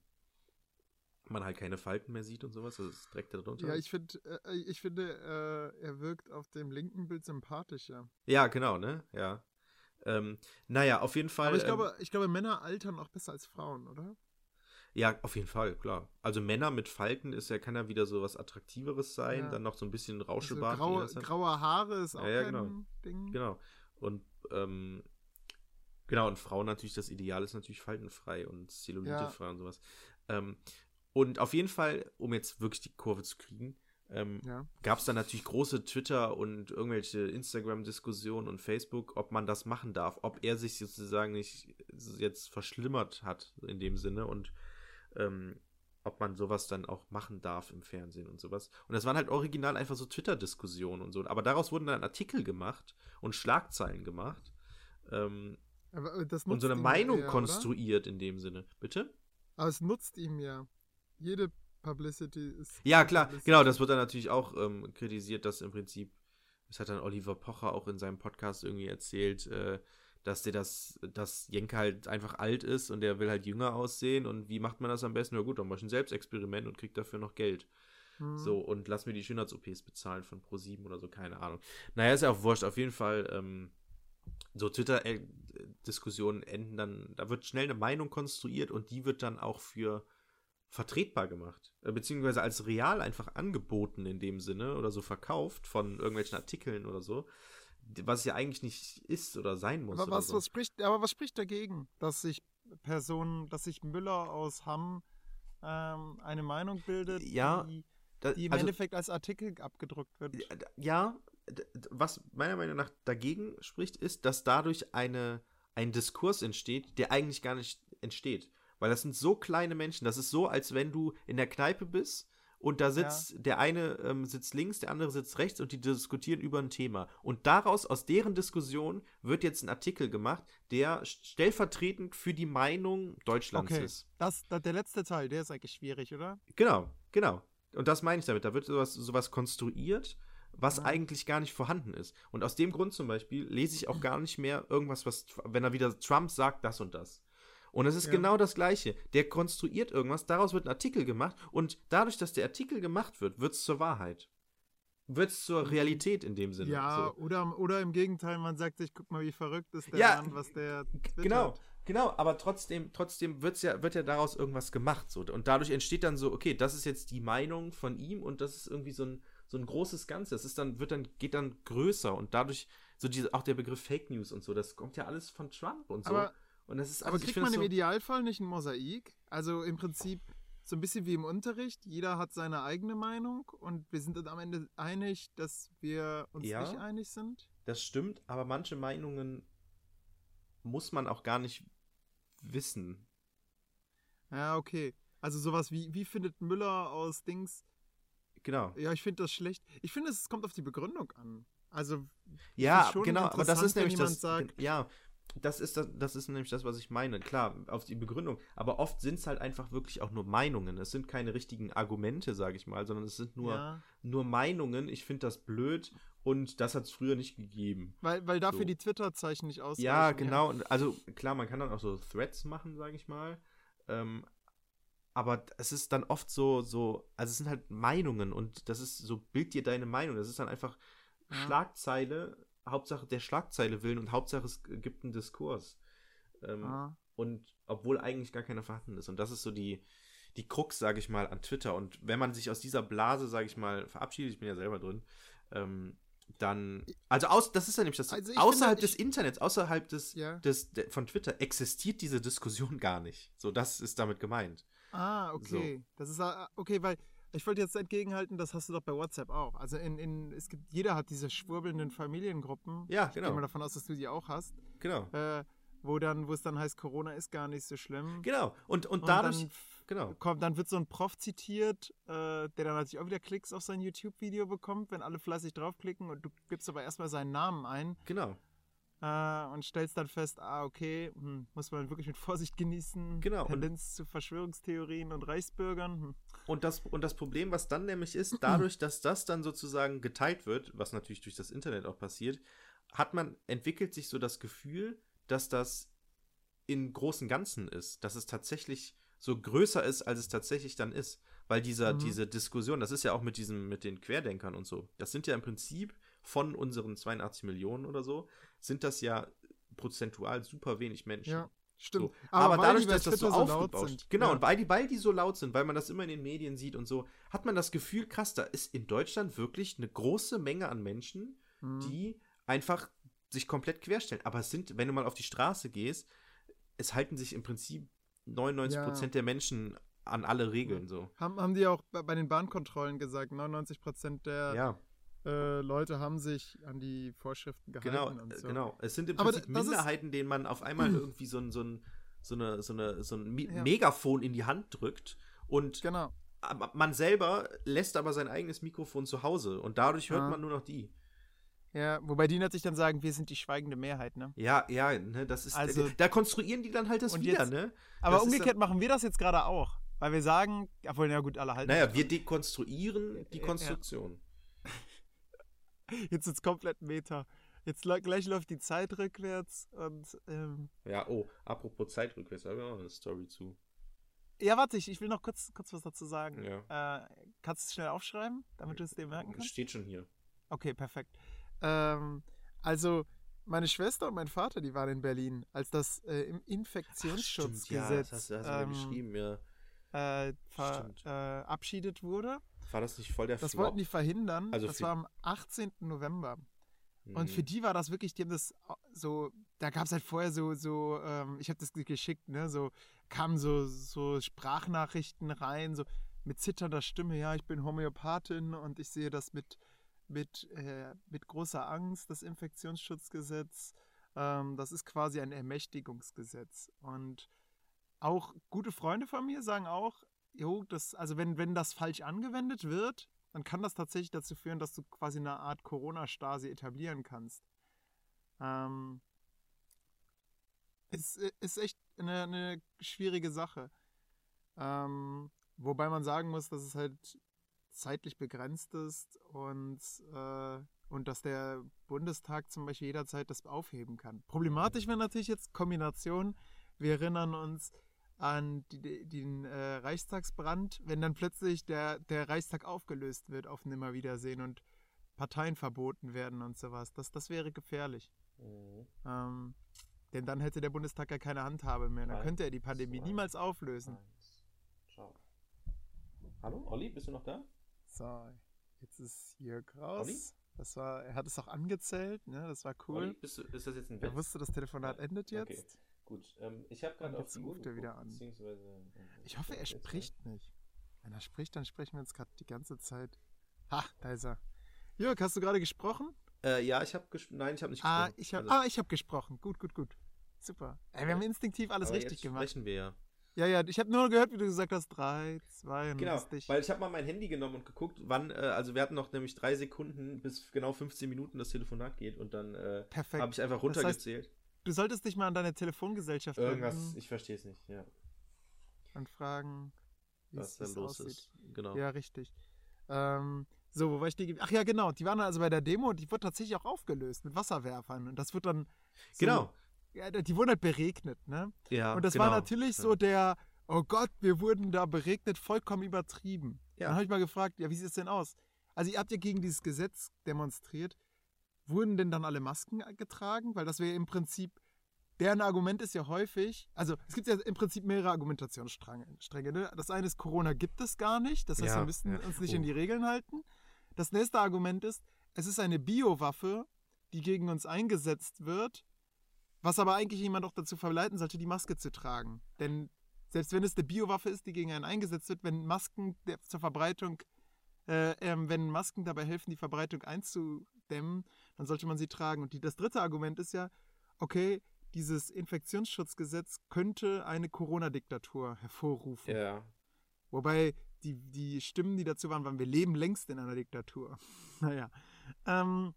man halt keine Falten mehr sieht und sowas, also ist direkt darunter. Ja, ich, find, äh, ich finde, äh, er wirkt auf dem linken Bild sympathischer. Ja, genau, ne? Ja. Ähm, naja, auf jeden Fall. Aber ich ähm, glaube, ich glaube, Männer altern auch besser als Frauen, oder? Ja, auf jeden Fall, klar. Also Männer mit Falten ist ja, kann ja wieder so was Attraktiveres sein, Ja. dann noch so ein bisschen Also Rauschebart. wie graue, das hat. graue Haare ist auch Ja, ja, kein genau. Ding. Genau. Und ähm, genau, und Frauen natürlich, das Ideal ist natürlich faltenfrei und zellulitefrei und sowas. Ähm, und auf jeden Fall, um jetzt wirklich die Kurve zu kriegen, ähm, Ja. gab es dann natürlich große Twitter- und irgendwelche Instagram-Diskussionen und Facebook, ob man das machen darf, ob er sich sozusagen nicht jetzt verschlimmert hat in dem Sinne und ähm, ob man sowas dann auch machen darf im Fernsehen und sowas. Und das waren halt original einfach so Twitter-Diskussionen und so. Aber daraus wurden dann Artikel gemacht und Schlagzeilen gemacht. Ähm, Aber das und so nutzt eine ihm Meinung ja eher, konstruiert in dem Sinne. Bitte? Aber es nutzt ihm ja. Jede Publicity ist. Ja, klar, Publicity. genau, das wird dann natürlich auch ähm, kritisiert, dass im Prinzip, das hat dann Oliver Pocher auch in seinem Podcast irgendwie erzählt, äh, dass der das, dass Jenke halt einfach alt ist und der will halt jünger aussehen und wie macht man das am besten? Na gut, dann mach ich ein Selbstexperiment und krieg dafür noch Geld. Hm. So, und lass mir die Schönheits-O Ps bezahlen von ProSieben oder so, keine Ahnung. Naja, ist ja auch wurscht, auf jeden Fall, ähm, so Twitter-Diskussionen enden dann, da wird schnell eine Meinung konstruiert und die wird dann auch für vertretbar gemacht, äh, beziehungsweise als real einfach angeboten in dem Sinne oder so verkauft von irgendwelchen Artikeln oder so, was ja eigentlich nicht ist oder sein muss. Aber oder was, so. was spricht, aber was spricht dagegen, dass sich Personen, dass sich Müller aus Hamm ähm, eine Meinung bildet, Ja, die, da, die im also, Endeffekt als Artikel abgedruckt wird? ja, d- d- was meiner Meinung nach dagegen spricht, ist, dass dadurch eine, ein Diskurs entsteht, der eigentlich gar nicht entsteht. Weil das sind so kleine Menschen, das ist so, als wenn du in der Kneipe bist und da sitzt, der eine ähm, sitzt links, der andere sitzt rechts und die diskutieren über ein Thema. Und daraus, aus deren Diskussion, wird jetzt ein Artikel gemacht, der stellvertretend für die Meinung Deutschlands Okay, ist. das, das, der letzte Teil, der ist eigentlich schwierig, oder? Genau, genau. Und das meine ich damit. Da wird sowas, sowas konstruiert, was Ja. eigentlich gar nicht vorhanden ist. Und aus dem Grund zum Beispiel lese ich auch gar nicht mehr irgendwas, was, wenn er wieder Trump sagt, das und das. Und es ist Ja. genau das Gleiche. Der konstruiert irgendwas, daraus wird ein Artikel gemacht und dadurch, dass der Artikel gemacht wird, wird es zur Wahrheit. Wird es zur Realität in dem Sinne. Ja, So. oder, oder im Gegenteil, man sagt sich, guck mal, wie verrückt ist der Ja, Mann, was der Genau, twittert. genau, aber trotzdem, trotzdem wird's ja, wird ja daraus irgendwas gemacht. So. Und dadurch entsteht dann so, okay, das ist jetzt die Meinung von ihm und das ist irgendwie so ein, so ein großes Ganze. Das ist dann, wird dann, geht dann größer und dadurch, so diese, auch der Begriff Fake News und so, das kommt ja alles von Trump und so. Aber, und das ist aber alles, ich kriegt finde man das im so, Idealfall nicht ein Mosaik? Also im Prinzip so ein bisschen wie im Unterricht, jeder hat seine eigene Meinung und wir sind dann am Ende einig, dass wir uns Ja. nicht einig sind? das stimmt, aber manche Meinungen muss man auch gar nicht wissen. Ja, okay. Also sowas wie, wie findet Müller aus Dings? Genau. Ja, ich finde das schlecht. Ich finde, es kommt auf die Begründung an. Also Ja, schon genau, aber das interessant, ist wenn nämlich jemand das. sagt- ja, das ist das, das ist nämlich das, was ich meine. Klar, auf die Begründung. Aber oft sind es halt einfach wirklich auch nur Meinungen. Es sind keine richtigen Argumente, sage ich mal, sondern es sind nur, ja, nur Meinungen. Ich finde das blöd und das hat es früher nicht gegeben. weil, weil dafür So. die Twitter-Zeichen nicht ausreichen. Ja, genau. Und also klar, man kann dann auch so Threads machen, sage ich mal. Ähm, aber es ist dann oft so, so, also es sind halt Meinungen und das ist so, bild dir deine Meinung. Das ist dann einfach Ja. Schlagzeile, Hauptsache der Schlagzeile willen und Hauptsache es gibt einen Diskurs. Ähm, Ah. Und obwohl eigentlich gar keiner vorhanden ist. Und das ist so die, die Krux, sage ich mal, an Twitter. Und wenn man sich aus dieser Blase, sage ich mal, verabschiedet, ich bin ja selber drin, ähm, dann, also aus, das ist ja nämlich das, Also ich außerhalb finde, des Internets, außerhalb des, Ja. des de, von Twitter existiert diese Diskussion gar nicht. So, das ist damit gemeint. Ah, okay. Das ist ah, okay, weil ich wollte jetzt entgegenhalten, das hast du doch bei WhatsApp auch. Also in, in es gibt, jeder hat diese schwurbelnden Familiengruppen. Ja, Ich gehe genau. mal davon aus, dass du die auch hast. Genau. Äh, wo dann, wo es dann heißt, Corona ist gar nicht so schlimm. Genau. Und, und, Und dadurch, dann, f- genau. kommt, dann wird so ein Prof zitiert, äh, der dann natürlich auch wieder Klicks auf sein YouTube-Video bekommt, wenn alle fleißig draufklicken und du gibst aber erstmal seinen Namen ein Genau. äh, und stellst dann fest, ah, okay, hm, muss man wirklich mit Vorsicht genießen. Genau, und- Tendenz zu Verschwörungstheorien und Reichsbürgern. Hm. Und das, und das Problem, was dann nämlich ist, dadurch, dass das dann sozusagen geteilt wird, was natürlich durch das Internet auch passiert, hat man, entwickelt sich so das Gefühl, dass das im großen Ganzen ist, dass es tatsächlich so größer ist, als es tatsächlich dann ist. Weil dieser, Mhm. diese Diskussion, das ist ja auch mit diesem, mit den Querdenkern und so, das sind ja im Prinzip von unseren zweiundachtzig Millionen oder so, sind das ja prozentual super wenig Menschen. Ja, stimmt. So. Aber, weil dadurch, die bei dass das so Twitter so laut aufgebauscht sind. genau, Ja. und weil die, weil die so laut sind, weil man das immer in den Medien sieht und so, hat man das Gefühl, krass, da ist in Deutschland wirklich eine große Menge an Menschen, Mhm. die einfach sich komplett querstellen. Aber es sind, wenn du mal auf die Straße gehst, es halten sich im Prinzip neunundneunzig Prozent der Menschen an alle Regeln so. Haben, haben die auch bei bei den Bahnkontrollen gesagt, neunundneunzig Prozent der Ja, äh, Leute haben sich an die Vorschriften gehalten genau, und so. genau. Es sind im Aber Prinzip das ist- Minderheiten, denen man auf einmal irgendwie so ein, so ein, so eine, so eine, so ein Mi- Ja. Megafon in die Hand drückt und Genau. aber man selber lässt aber sein eigenes Mikrofon zu Hause und dadurch hört Ah. man nur noch die. Ja, wobei die natürlich dann sagen, wir sind die schweigende Mehrheit, ne? Ja, ja, ne, das ist, Also- da konstruieren die dann halt das Und wieder, jetzt- ne? Aber Das ist umgekehrt machen wir das jetzt gerade auch. Weil wir sagen, obwohl, na gut, alle halten. Naja, sich wir dekonstruieren die Ja. Konstruktion. dran. Jetzt ist komplett Meta. Jetzt lä- gleich läuft die Zeit rückwärts und ähm, Ja, oh, apropos Zeitrückwärts, da habe ich auch noch eine Story zu. ja, warte, ich, ich will noch kurz, kurz was dazu sagen. Ja. Äh, kannst du es schnell aufschreiben, damit du es dir merken Das kannst? steht schon hier. Okay, perfekt. Ähm, also, meine Schwester und mein Vater, die waren in Berlin, als das äh, im Infektionsschutzgesetz ja, das hast, du- hast du mir ähm, geschrieben, ja. äh, Stimmt. verabschiedet wurde. War das nicht voll der Das Flop? wollten die verhindern. Also das für- war am achtzehnten November. Und Mhm. für die war das wirklich, die haben das so, da gab es halt vorher so, so, ähm, ich habe das geschickt, ne, so kamen so, so Sprachnachrichten rein, so mit zitternder Stimme, ja, ich bin Homöopathin und ich sehe das mit, mit, äh, mit großer Angst, das Infektionsschutzgesetz. Ähm, das ist quasi ein Ermächtigungsgesetz. Und auch gute Freunde von mir sagen auch, jo, das, also wenn, wenn das falsch angewendet wird, dann kann das tatsächlich dazu führen, dass du quasi eine Art Corona-Stasi etablieren kannst. Ähm, ist, ist echt eine, eine schwierige Sache. Ähm, wobei man sagen muss, dass es halt zeitlich begrenzt ist und, äh, und dass der Bundestag zum Beispiel jederzeit das aufheben kann. Problematisch wäre natürlich jetzt Kombination. Wir erinnern uns an die, die, den äh, Reichstagsbrand, wenn dann plötzlich der, der Reichstag aufgelöst wird auf Nimmerwiedersehen und Parteien verboten werden und sowas. Das, das wäre gefährlich. Mhm. Ähm, denn dann hätte der Bundestag ja keine Handhabe mehr. Dann Drei, könnte er die Pandemie zwei, niemals auflösen. Eins. Ciao. Hallo, Olli, bist du noch da? So, jetzt ist Jörg raus. Olli? Das war, er hat es auch angezählt, ne? Das war Olli, cool. bist du, ist das jetzt ein Er Witz? wusste, das Telefonat Ja, endet okay. jetzt. Gut, ähm, ich habe gerade Und auf jetzt die Uhr ruft er wieder geguckt, an. beziehungsweise, äh, Ich hoffe, er jetzt, spricht nicht. Wenn er spricht, dann sprechen wir uns gerade die ganze Zeit. Ha, da ist er. Jörg, hast du gerade gesprochen? Äh, ja, ich habe gesprochen. Nein, ich habe nicht Ah, gesprochen. ich habe Also, ah, ich hab gesprochen. Gut, gut, gut. Super. Ey, wir haben instinktiv alles aber richtig jetzt gemacht. sprechen wir ja. Ja, ja, ich habe nur gehört, wie du gesagt hast, drei, zwei und Genau, hast dich. weil ich habe mal mein Handy genommen und geguckt, wann, äh, also wir hatten noch nämlich drei Sekunden bis genau fünfzehn Minuten das Telefonat geht und dann äh, Perfekt. habe ich einfach Das heißt, runtergezählt. Du solltest dich mal an deine Telefongesellschaft Irgendwas, wenden ich verstehe es nicht, ja, und fragen, wie was es da wie es los aussieht. ist. Genau. Ja, richtig. Ähm, so, wo war ich die? Ach ja, genau. Die waren also bei der Demo und die wurde tatsächlich auch aufgelöst mit Wasserwerfern. Und das wird dann. So, Genau. Ja, die wurden halt beregnet, ne? Ja, und das genau. war natürlich ja. so der, oh Gott, wir wurden da beregnet, vollkommen übertrieben. Ja. Dann habe ich mal gefragt, ja, wie sieht es denn aus? Also ihr habt ja gegen dieses Gesetz demonstriert. Wurden denn dann alle Masken getragen? Weil das wäre im Prinzip, deren Argument ist ja häufig, also es gibt ja im Prinzip mehrere Argumentationsstränge. Stränge, ne? Das eine ist, Corona gibt es gar nicht. Das heißt, Ja, wir müssen ja. uns nicht Oh. an die Regeln halten. Das nächste Argument ist, es ist eine Biowaffe, die gegen uns eingesetzt wird, was aber eigentlich jemand auch dazu verleiten sollte, die Maske zu tragen. Denn selbst wenn es eine Biowaffe ist, die gegen einen eingesetzt wird, wenn Masken der, zur Verbreitung, äh, ähm, wenn Masken dabei helfen, die Verbreitung einzudämmen, dann sollte man sie tragen. Und die, das dritte Argument ist ja, okay, dieses Infektionsschutzgesetz könnte eine Corona-Diktatur hervorrufen. Ja. Wobei die, die Stimmen, die dazu waren, waren, wir leben längst in einer Diktatur. Naja. Ähm,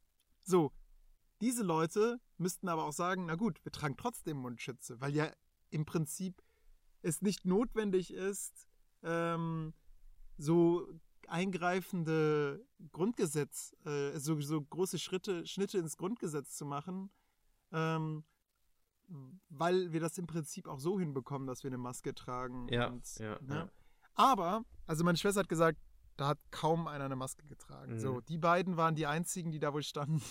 so, diese Leute müssten aber auch sagen, na gut, wir tragen trotzdem Mundschütze, weil ja im Prinzip es nicht notwendig ist, ähm, so eingreifende Grundgesetz, äh, so, so große Schritte, Schnitte ins Grundgesetz zu machen, ähm, weil wir das im Prinzip auch so hinbekommen, dass wir eine Maske tragen. Ja, und, ja, ne? ja. Aber, also meine Schwester hat gesagt, da hat kaum einer eine Maske getragen. Mhm. So, die beiden waren die einzigen, die da wohl standen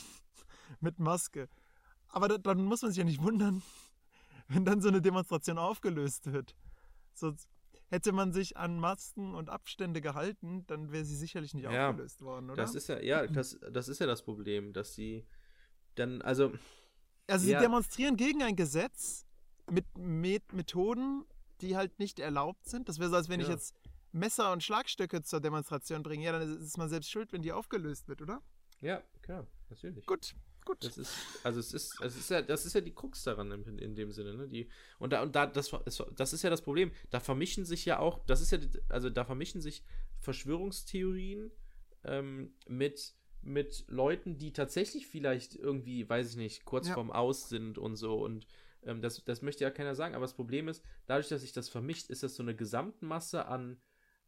mit Maske. Aber da, dann muss man sich ja nicht wundern, wenn dann so eine Demonstration aufgelöst wird. So, hätte man sich an Masken und Abstände gehalten, dann wäre sie sicherlich nicht Ja, aufgelöst worden, oder? Das ist ja, ja, das, das ist ja das Problem, dass sie dann, also. Also sie ja, demonstrieren gegen ein Gesetz mit Met- Methoden, die halt nicht erlaubt sind. Das wäre so, als wenn ich Ja. jetzt Messer und Schlagstöcke zur Demonstration bringe. Ja, dann ist man selbst schuld, wenn die aufgelöst wird, oder? Ja, klar, natürlich. Gut, gut. Das ist, also es ist, es ist ja, das ist ja die Krux daran in, in dem Sinne, ne? Die, und da, und da, das, das ist ja das Problem. Da vermischen sich ja auch, das ist ja, die- also da vermischen sich Verschwörungstheorien ähm, mit, mit Leuten, die tatsächlich vielleicht irgendwie, weiß ich nicht, kurz Ja. vorm Aus sind und so. Und ähm, das, das möchte ja keiner sagen. Aber das Problem ist, dadurch, dass sich das vermischt, ist das so eine Gesamtmasse an,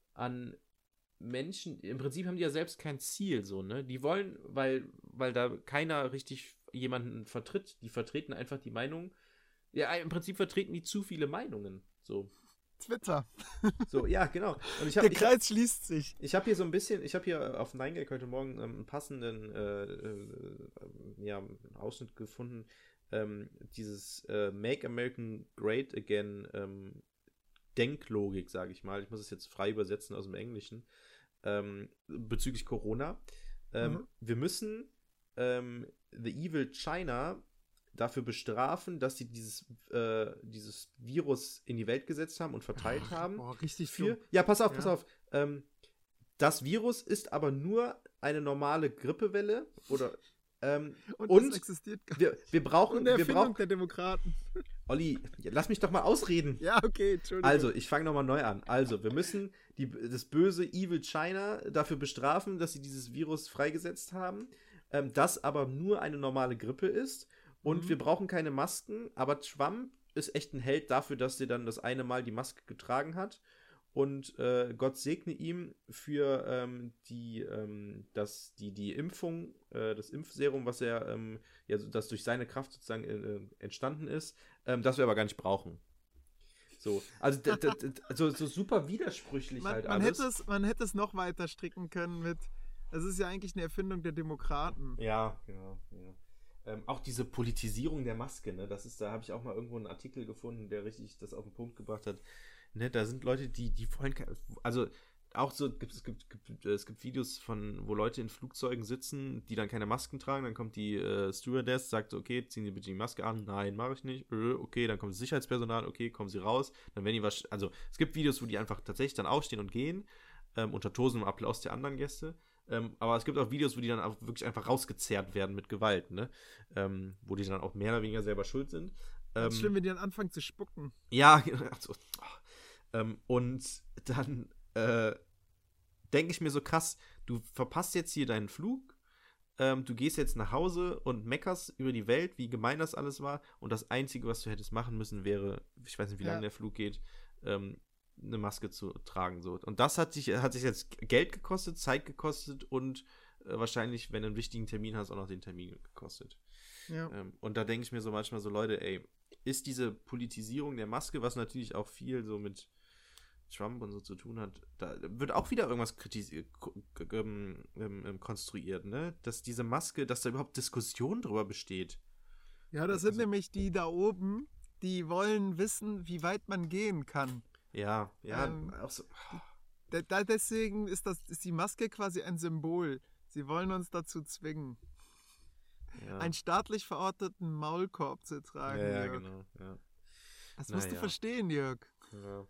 an Menschen, im Prinzip haben die ja selbst kein Ziel, so, ne? Die wollen, weil, weil da keiner richtig jemanden vertritt, die vertreten einfach die Meinung, ja, im Prinzip vertreten die zu viele Meinungen, so. Twitter. So, ja, genau. Und ich hab, Der ich Kreis schließt sich. Ich habe hier so ein bisschen, ich habe hier auf neun gag heute Morgen ähm, einen passenden äh, äh, ja, Ausschnitt gefunden, ähm, dieses äh, Make American Great Again ähm, Denklogik, sage ich mal. Ich muss es jetzt frei übersetzen aus dem Englischen, ähm, bezüglich Corona. Ähm, Mhm. Wir müssen ähm, The Evil China dafür bestrafen, dass sie dieses, äh, dieses Virus in die Welt gesetzt haben und verteilt haben. Boah, richtig Für, dumm. ja, pass auf, pass Ja. auf. Ähm, das Virus ist aber nur eine normale Grippewelle oder ähm, Und, und das existiert gar wir, wir brauchen, Und wir Erfindung brauchen, der Demokraten. Olli, lass mich doch mal ausreden. Ja, okay, Entschuldigung. Also, ich fange nochmal neu an. Also, wir müssen die, das böse Evil China dafür bestrafen, dass sie dieses Virus freigesetzt haben, ähm, das aber nur eine normale Grippe ist. Und Mhm. wir brauchen keine Masken, aber Trump ist echt ein Held dafür, dass er dann das eine Mal die Maske getragen hat. Und äh, Gott segne ihm für ähm, die, ähm, das, die, die Impfung, äh, das Impfserum, was er, ähm, ja, so- das durch seine Kraft sozusagen äh, entstanden ist, ähm, das wir aber gar nicht brauchen. So, also d- d- d- so, so super widersprüchlich man, halt man, alles. hätte es, man hätte es noch weiter stricken können mit, es ist ja eigentlich eine Erfindung der Demokraten. Ja, genau. Ja. Ähm, auch diese Politisierung der Maske, ne, das ist, da habe ich auch mal irgendwo einen Artikel gefunden, der richtig das auf den Punkt gebracht hat. Ne, da sind Leute, die, die wollen, ke- also auch so, gibt, es, gibt, gibt, es gibt Videos von, wo Leute in Flugzeugen sitzen, die dann keine Masken tragen, dann kommt die äh, Stewardess, sagt, okay, ziehen Sie bitte die Maske an, nein, mache ich nicht, äh, okay, dann kommt das Sicherheitspersonal, okay, kommen Sie raus, dann werden die was, also es gibt Videos, wo die einfach tatsächlich dann aufstehen und gehen, ähm, unter tosendem Applaus der anderen Gäste. Ähm, aber es gibt auch Videos, wo die dann auch wirklich einfach rausgezerrt werden mit Gewalt, ne? Ähm, wo die dann auch mehr oder weniger selber schuld sind. Ganz Ähm, schlimm, wenn die dann anfangen zu spucken. ja, also, oh. ähm, und dann äh, denke ich mir so krass, du verpasst jetzt hier deinen Flug, ähm, du gehst jetzt nach Hause und meckerst über die Welt, wie gemein das alles war, und das Einzige, was du hättest machen müssen, wäre, ich weiß nicht, wie Ja. lange der Flug geht, ähm, eine Maske zu tragen. So. Und das hat sich, hat sich jetzt Geld gekostet, Zeit gekostet und äh, wahrscheinlich, wenn du einen wichtigen Termin hast, auch noch den Termin gekostet. Ja. Ähm, und da denke ich mir so manchmal so, Leute, ey, ist diese Politisierung der Maske, was natürlich auch viel so mit Trump und so zu tun hat, da wird auch wieder irgendwas kritisiert, ähm, ähm, konstruiert, ne? Dass diese Maske, dass da überhaupt Diskussion drüber besteht. Ja, das sind Also- nämlich die da oben, die wollen wissen, wie weit man gehen kann. Ja, ja, Ähm, auch so. Da, da deswegen ist, das, ist die Maske quasi ein Symbol. Sie wollen uns dazu zwingen, Ja, einen staatlich verorteten Maulkorb zu tragen, ja, ja, Jörg. genau, ja. Das musst du Naja. verstehen, Jörg. ja.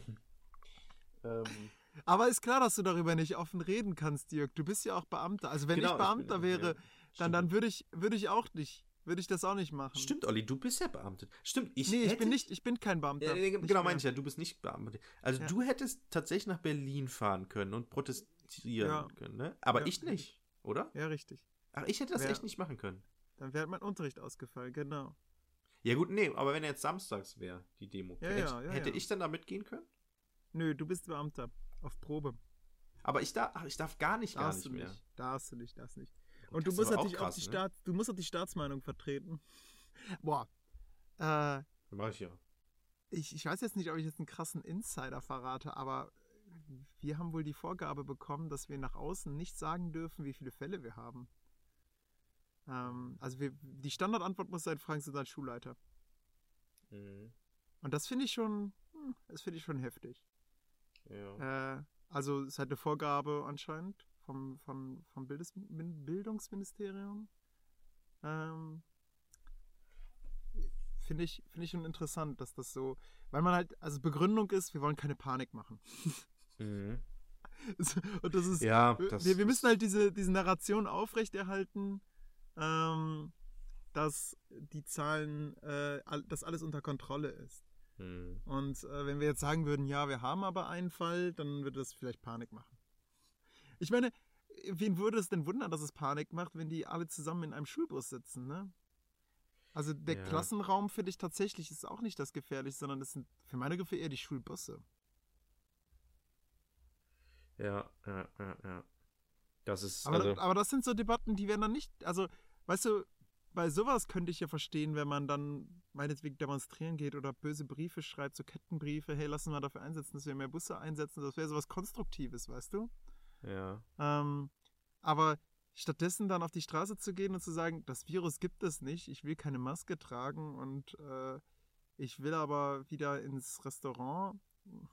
ähm, Aber ist klar, dass du darüber nicht offen reden kannst, Jörg. Du bist ja auch Beamter. Also wenn genau, ich Beamter bin- wäre, ja, dann, stimmt. dann würde ich, würde ich auch nicht, würde ich das auch nicht machen. Stimmt, Olli, du bist ja beamtet. Stimmt, ich nee, ich hätte, bin nicht, ich bin kein Beamter. Ja, nee, Nicht genau, mehr. meine ich ja, du bist nicht beamtet. Also Ja. du hättest tatsächlich nach Berlin fahren können und protestieren Ja. können, ne? Aber Ja. ich nicht, oder? Ja, richtig. Ach, ich hätte das Ja. echt nicht machen können. Dann wäre mein Unterricht ausgefallen, genau. Ja gut, nee, aber wenn jetzt samstags wäre, die Demo, Ja, hätte, ja, ja, hätte ja. ich dann da mitgehen können? Nö, du bist Beamter. Auf Probe. Aber ich darf, ach, ich darf gar nicht, gar Darfst nicht du mehr. nicht. Darfst du nicht, darfst nicht. Und Und du das ist musst, aber auch natürlich auch krass, die ne? Staat, du musst auch die Staatsmeinung vertreten. Boah. Äh, Mach ich ja. ich, ich weiß jetzt nicht, ob ich jetzt einen krassen Insider verrate, aber wir haben wohl die Vorgabe bekommen, dass wir nach außen nicht sagen dürfen, wie viele Fälle wir haben. Ähm, also wir, die Standardantwort muss sein, fragen Sie seinen Schulleiter. Mhm. Und das finde ich schon, hm, das finde ich schon heftig. Ja. Äh, also es ist halt eine Vorgabe anscheinend vom, vom, vom Bildes, Bildungsministerium. Ähm, finde ich, finde ich schon interessant, dass das so, weil man halt, also Begründung ist, wir wollen keine Panik machen. Mhm. Und das ist, Ja, das wir, wir müssen ist- halt diese, diese Narration aufrechterhalten, ähm, dass die Zahlen, äh, all, dass alles unter Kontrolle ist. Mhm. Und äh, wenn wir jetzt sagen würden, ja, wir haben aber einen Fall, dann würde das vielleicht Panik machen. Ich meine, wen würde es denn wundern, dass es Panik macht, wenn die alle zusammen in einem Schulbus sitzen, ne? Also der Ja. Klassenraum, finde ich tatsächlich, ist auch nicht das Gefährliche, sondern das sind für meine Begriffe eher die Schulbusse. Ja, ja, ja, ja. Das ist, Aber, also, aber das sind so Debatten, die werden dann nicht, also, weißt du, bei sowas könnte ich ja verstehen, wenn man dann meinetwegen demonstrieren geht oder böse Briefe schreibt, so Kettenbriefe, hey, lass uns mal dafür einsetzen, dass wir mehr Busse einsetzen, das wäre sowas Konstruktives, weißt du? ja. Ähm, aber stattdessen dann auf die Straße zu gehen und zu sagen, das Virus gibt es nicht, ich will keine Maske tragen und äh, ich will aber wieder ins Restaurant,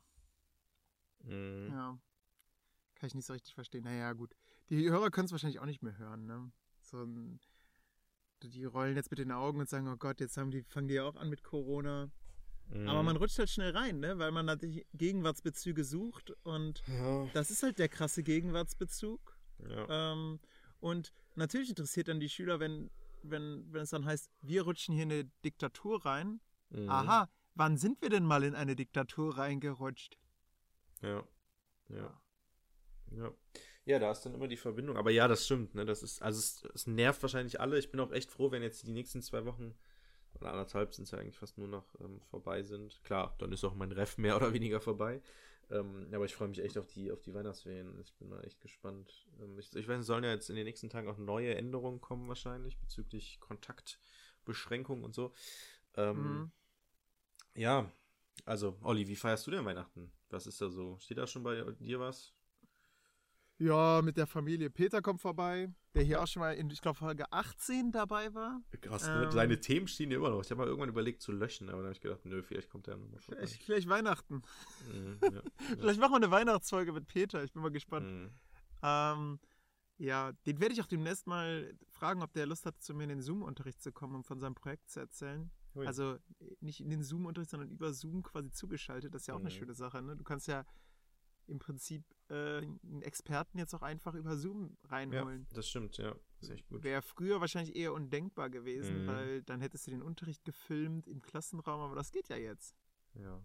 Mhm. ja, kann ich nicht so richtig verstehen. Naja, gut. Die Hörer können es wahrscheinlich auch nicht mehr hören, ne? So ein, die rollen jetzt mit den Augen und sagen, oh Gott, jetzt haben die, fangen die ja auch an mit Corona. Mhm. Aber man rutscht halt schnell rein, ne? Weil man natürlich Gegenwartsbezüge sucht und Ja. das ist halt der krasse Gegenwartsbezug. Ja. Ähm, und natürlich interessiert dann die Schüler, wenn, wenn, wenn es dann heißt, wir rutschen hier in eine Diktatur rein. Mhm. Aha, wann sind wir denn mal in eine Diktatur reingerutscht? Ja. Ja. Ja. Ja, da ist dann immer die Verbindung. Aber ja, das stimmt, ne? Das ist, also es, es nervt wahrscheinlich alle. Ich bin auch echt froh, wenn jetzt die nächsten zwei Wochen oder anderthalb sind es ja eigentlich fast nur noch ähm, vorbei sind. Klar, dann ist auch mein Ref mehr oder weniger vorbei. Ähm, aber ich freue mich echt auf die, auf die Weihnachtsferien. Ich bin mal echt gespannt. Ähm, ich, ich weiß, es sollen ja jetzt in den nächsten Tagen auch neue Änderungen kommen wahrscheinlich bezüglich Kontaktbeschränkungen und so. Ähm, Mhm. Ja, also Olli, wie feierst du denn Weihnachten? Was ist da so? Steht da schon bei dir was? Ja, mit der Familie. Peter kommt vorbei, der hier auch schon mal in, ich glaube, Folge achtzehn dabei war. Krass, ne? Ähm, Seine Themen stehen ja immer noch. Ich habe mal irgendwann überlegt zu löschen, aber dann habe ich gedacht, nö, vielleicht kommt der nochmal vorbei. Vielleicht, vielleicht Weihnachten. Mhm, ja, ja. Vielleicht machen wir eine Weihnachtsfolge mit Peter. Ich bin mal gespannt. Mhm. Ähm, ja, den werde ich auch demnächst mal fragen, ob der Lust hat, zu mir in den Zoom-Unterricht zu kommen, um von seinem Projekt zu erzählen. Ui. Also nicht in den Zoom-Unterricht, sondern über Zoom quasi zugeschaltet. Das ist ja auch eine Mhm. schöne Sache. Ne? Du kannst ja im Prinzip äh, einen Experten jetzt auch einfach über Zoom Ja, reinholen. das stimmt, ja. Ist echt gut. Wäre früher wahrscheinlich eher undenkbar gewesen, Mhm. weil dann hättest du den Unterricht gefilmt im Klassenraum, aber das geht ja jetzt. Ja.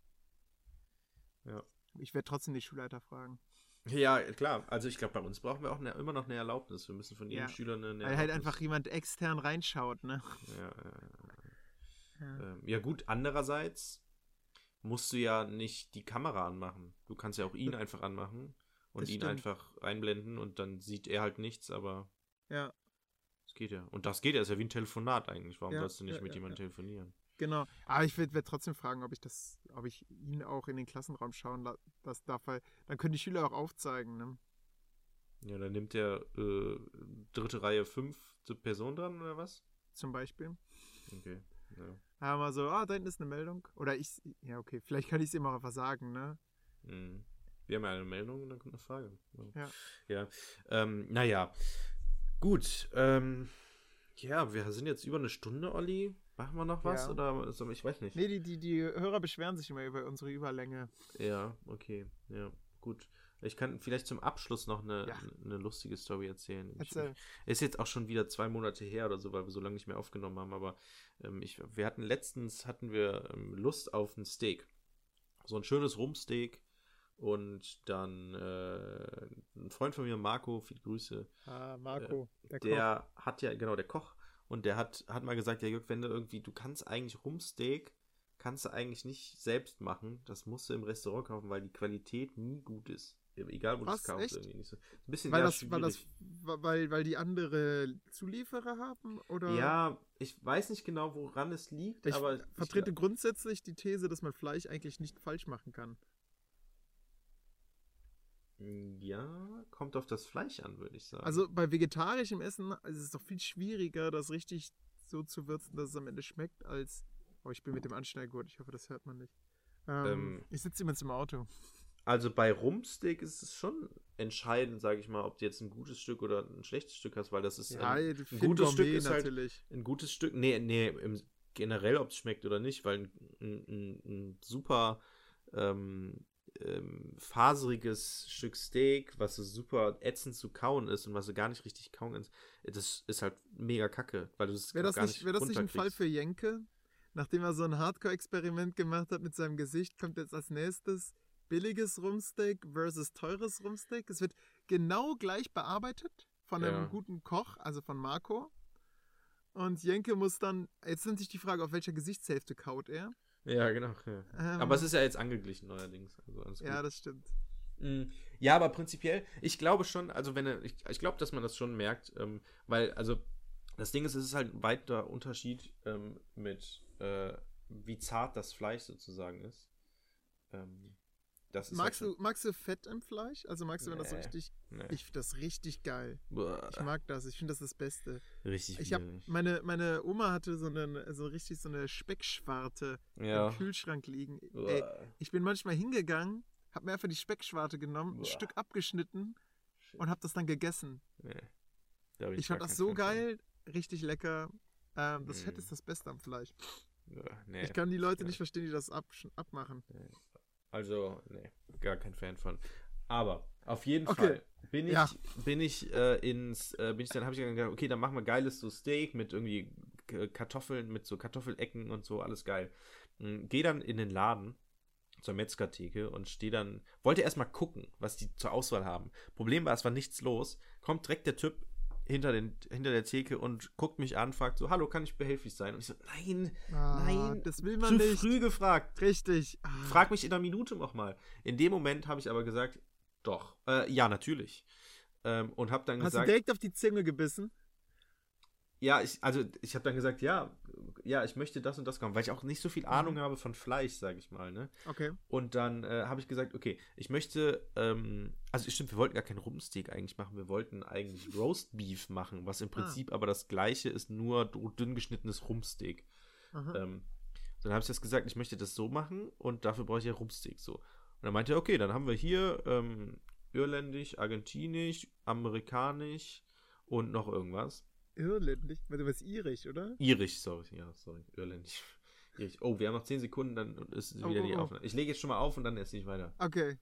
Ja. Ich werde trotzdem die Schulleiter fragen. Ja, klar. Also ich glaube, bei uns brauchen wir auch eine, immer noch eine Erlaubnis. Wir müssen von jedem Ja. Schüler eine, eine Weil halt Erlaubnis- einfach jemand extern reinschaut, ne? Ja, ja, Ja. ähm, ja, gut, andererseits musst du ja nicht die Kamera anmachen. Du kannst ja auch ihn einfach anmachen und Das ihn stimmt. einfach einblenden und dann sieht er halt nichts, aber Ja, es geht ja. Und das geht ja, ist ja wie ein Telefonat eigentlich. Warum Ja, sollst du nicht ja, mit ja, jemandem ja. telefonieren? genau. Aber ich werde trotzdem fragen, ob ich das, ob ich ihn auch in den Klassenraum schauen la- das darf, weil dann können die Schüler auch aufzeigen, ne? Ja, dann nimmt der äh, dritte Reihe fünfte Person dran oder was? Zum Beispiel. Okay. Ja. Aber mal so, ah, da hinten ist eine Meldung. Oder ich, ja, okay, vielleicht kann ich es ihm auch einfach sagen, ne? Mhm. Wir haben ja eine Meldung und dann kommt eine Frage. Ja. Ja. Ähm, naja. Gut. Ähm, ja, wir sind jetzt über eine Stunde, Olli. Machen wir noch was? Ja. Oder so, ich weiß nicht. Nee, die, die, die Hörer beschweren sich immer über unsere Überlänge. Ja, okay. Ja, gut. Ich kann vielleicht zum Abschluss noch eine, Ja. eine lustige Story erzählen. Ich, Erzähl. ist jetzt auch schon wieder zwei Monate her oder so, weil wir so lange nicht mehr aufgenommen haben, aber ähm, ich, wir hatten letztens hatten wir ähm, Lust auf ein Steak. So ein schönes Rumpsteak und dann äh, ein Freund von mir, Marco, viele Grüße, Ah, Marco, der, der hat ja, genau, der Koch, und der hat, hat mal gesagt, ja Jörg, wenn du irgendwie, du kannst eigentlich Rumpsteak kannst du eigentlich nicht selbst machen. Das musst du im Restaurant kaufen, weil die Qualität nie gut ist. Egal, wo du es Was, kaufst. echt? Irgendwie nicht so. Ein bisschen Weil ja, das, weil das, schwierig. weil, weil die andere Zulieferer haben? Oder? Ja, ich weiß nicht genau, woran es liegt, Ich aber vertrete ich, grundsätzlich die These, dass man Fleisch eigentlich nicht falsch machen kann. ja, kommt auf das Fleisch an, würde ich sagen. Also bei vegetarischem Essen ist es doch viel schwieriger, das richtig so zu würzen, dass es am Ende schmeckt, als. Oh, ich bin mit dem Anschnallgurt. Ich hoffe, das hört man nicht. Ähm, Ähm, ich sitze immer im Auto. Also bei Rumpsteak ist es schon entscheidend, sage ich mal, ob du jetzt ein gutes Stück oder ein schlechtes Stück hast, weil das ist Ja, ein, du ein Fin gutes Stück Gourmet ist halt natürlich. ein gutes Stück, nee, nee, im, generell, ob es schmeckt oder nicht, weil ein, ein, ein, ein super ähm, ähm, faseriges Stück Steak, was so super ätzend zu kauen ist und was du gar nicht richtig kauen kannst, das ist halt mega kacke, weil du es Wäre das, gar nicht, nicht wär das nicht ein Fall runterkriegst. für Jenke? Nachdem er so ein Hardcore-Experiment gemacht hat mit seinem Gesicht, kommt jetzt als nächstes billiges Rumsteak versus teures Rumsteak. Es wird genau gleich bearbeitet von einem Ja. guten Koch, also von Marco. Und Jenke muss dann, jetzt nimmt sich die Frage, auf welcher Gesichtshälfte kaut er. Ja, genau. Ja. Ähm, Aber es ist ja jetzt angeglichen neuerdings. Also alles gut. Ja, das stimmt. Mm, Ja, aber prinzipiell, ich glaube schon, also wenn er, ich, ich glaube, dass man das schon merkt, ähm, weil, also das Ding ist, es ist halt ein weiter Unterschied ähm, mit, äh, wie zart das Fleisch sozusagen ist. Ähm, das ist Magst halt du, magst du Fett im Fleisch? Also magst du, wenn das so Nee. richtig. schon, nee. Ich finde das richtig geil. Boah, Ich mag das. Ich finde das das Beste. richtig Ich habe widerlich. meine meine Oma hatte so einen so richtig so eine Speckschwarte Ja. im Kühlschrank liegen. Ey, Boah. ich bin manchmal hingegangen, habe mir einfach die Speckschwarte genommen, ein Boah. Stück abgeschnitten Shit. und habe das dann gegessen. Nee. Da bin Ich fand gar das kein so Fan von. geil, richtig lecker. Ähm, das Fett Mm. ist das Beste am Fleisch. Ja, nee. Ich kann die Leute Ja. nicht verstehen, die das absch- abmachen. Also, nee, gar kein Fan von. Aber auf jeden Okay. Fall bin ich, Ja. bin ich äh, ins, äh, bin ich dann, habe ich dann gedacht, okay, dann machen wir geiles so Steak mit irgendwie K- Kartoffeln, mit so Kartoffelecken und so, alles geil. Mhm, Geh dann in den Laden zur Metzgertheke und stehe dann, wollte erstmal gucken, was die zur Auswahl haben. Problem war, es war nichts los. Kommt direkt der Typ hinter, den, hinter der Theke und guckt mich an, fragt so, hallo, kann ich behilflich sein? Und ich so, nein, Ah, nein, das will man zu nicht. früh gefragt. Richtig. Ah. Frag mich in einer Minute nochmal. In dem Moment habe ich aber gesagt, doch. Äh, ja, natürlich. Ähm, und habe dann Hast du gesagt, direkt auf die Zunge gebissen? ja, ich, also ich habe dann gesagt, ja, ja, ich möchte das und das kaufen, weil ich auch nicht so viel Ahnung Mhm. habe von Fleisch, sage ich mal, ne? Okay. Und dann äh, habe ich gesagt, okay, ich möchte, ähm, also stimmt, wir wollten gar kein Rumpsteak eigentlich machen, wir wollten eigentlich Roast Beef machen, was im Ah. Prinzip aber das gleiche ist, nur dünn geschnittenes Rumpsteak. Aha. Ähm, dann habe ich das gesagt, ich möchte das so machen und dafür brauche ich ja Rumpsteak so. Und dann meinte er, okay, dann haben wir hier ähm, irländisch, argentinisch, amerikanisch und noch irgendwas. Irländisch? Warte, du bist irisch, oder? Irisch, sorry, ja, sorry, irländisch. Irisch. Oh, wir haben noch zehn Sekunden, dann ist Oh, wieder oh, die oh. Aufnahme. Ich lege jetzt schon mal auf und dann esse ich weiter. Okay.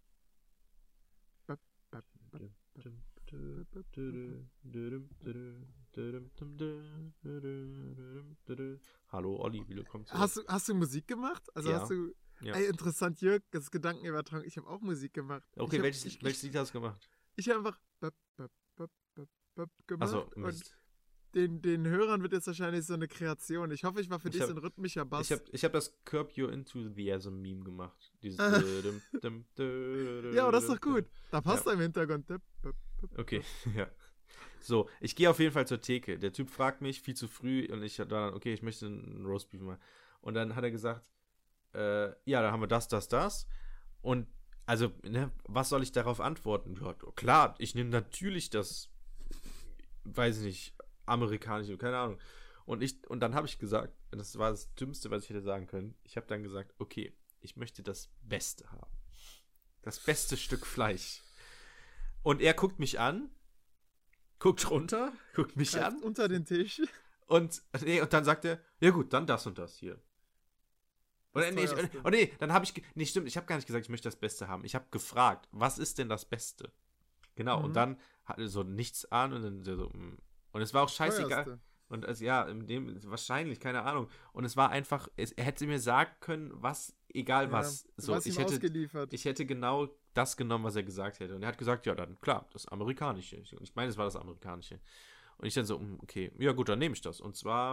Hallo Olli, willkommen zurück. Hast du, hast du Musik gemacht? Also Ja. hast du. Ja. Ey, interessant, Jörg, das ist Gedankenübertragung. Ich habe auch Musik gemacht. Okay, ich hab, welches, ich, welches ich, Lied hast du gemacht? ich habe einfach bap, bap, bap, bap, bap gemacht. Achso, und Mist. den, den Hörern wird jetzt wahrscheinlich so eine Kreation. Ich hoffe, ich war für Ich dich hab- so ein rhythmischer Bass. Ich habe ich hab das Curb Your Enthusiasm Meme gemacht. Dieses Ah. düm, düm, düm, Ja, aber das ist doch düm, gut. Da passt Ja. er im Hintergrund. Bap, bap, bap, Okay, bap. ja. So, ich gehe auf jeden Fall zur Theke. Der Typ fragt mich viel zu früh und ich war dann, okay, ich möchte einen Roastbeef machen. Und dann hat er gesagt, äh, ja, dann haben wir das, das, das. Und also, ne, was soll ich darauf antworten? Ja, klar, ich nehme natürlich das, weiß ich nicht, amerikanische, keine Ahnung. Und ich, und dann habe ich gesagt, und das war das Dümmste, was ich hätte sagen können, ich habe dann gesagt, okay, ich möchte das Beste haben. Das beste Stück Fleisch. Und er guckt mich an, guckt runter, guckt mich Greift an unter den Tisch. und, nee, und dann sagt er, ja gut, dann das und das hier. Oder Das nee, ich, teuerste. oh nee, dann habe ich, ge- nee, stimmt, ich habe gar nicht gesagt, ich möchte das Beste haben. Ich habe gefragt, was ist denn das Beste? Genau, Mhm. und dann hatte er so nichts an und dann so, mm. Und es war auch scheißegal. Teuerste. Und also, ja, in dem, wahrscheinlich, keine Ahnung. Und es war einfach, es, er hätte mir sagen können, was, egal Ja, was. du So, warst ich ihm hätte, ausgeliefert. ich hätte genau das genommen, was er gesagt hätte. Und er hat gesagt, ja, dann klar, das Amerikanische. Und ich meine, es war das Amerikanische. Und ich dann so, mm, okay, ja gut, dann nehme ich das. Und zwar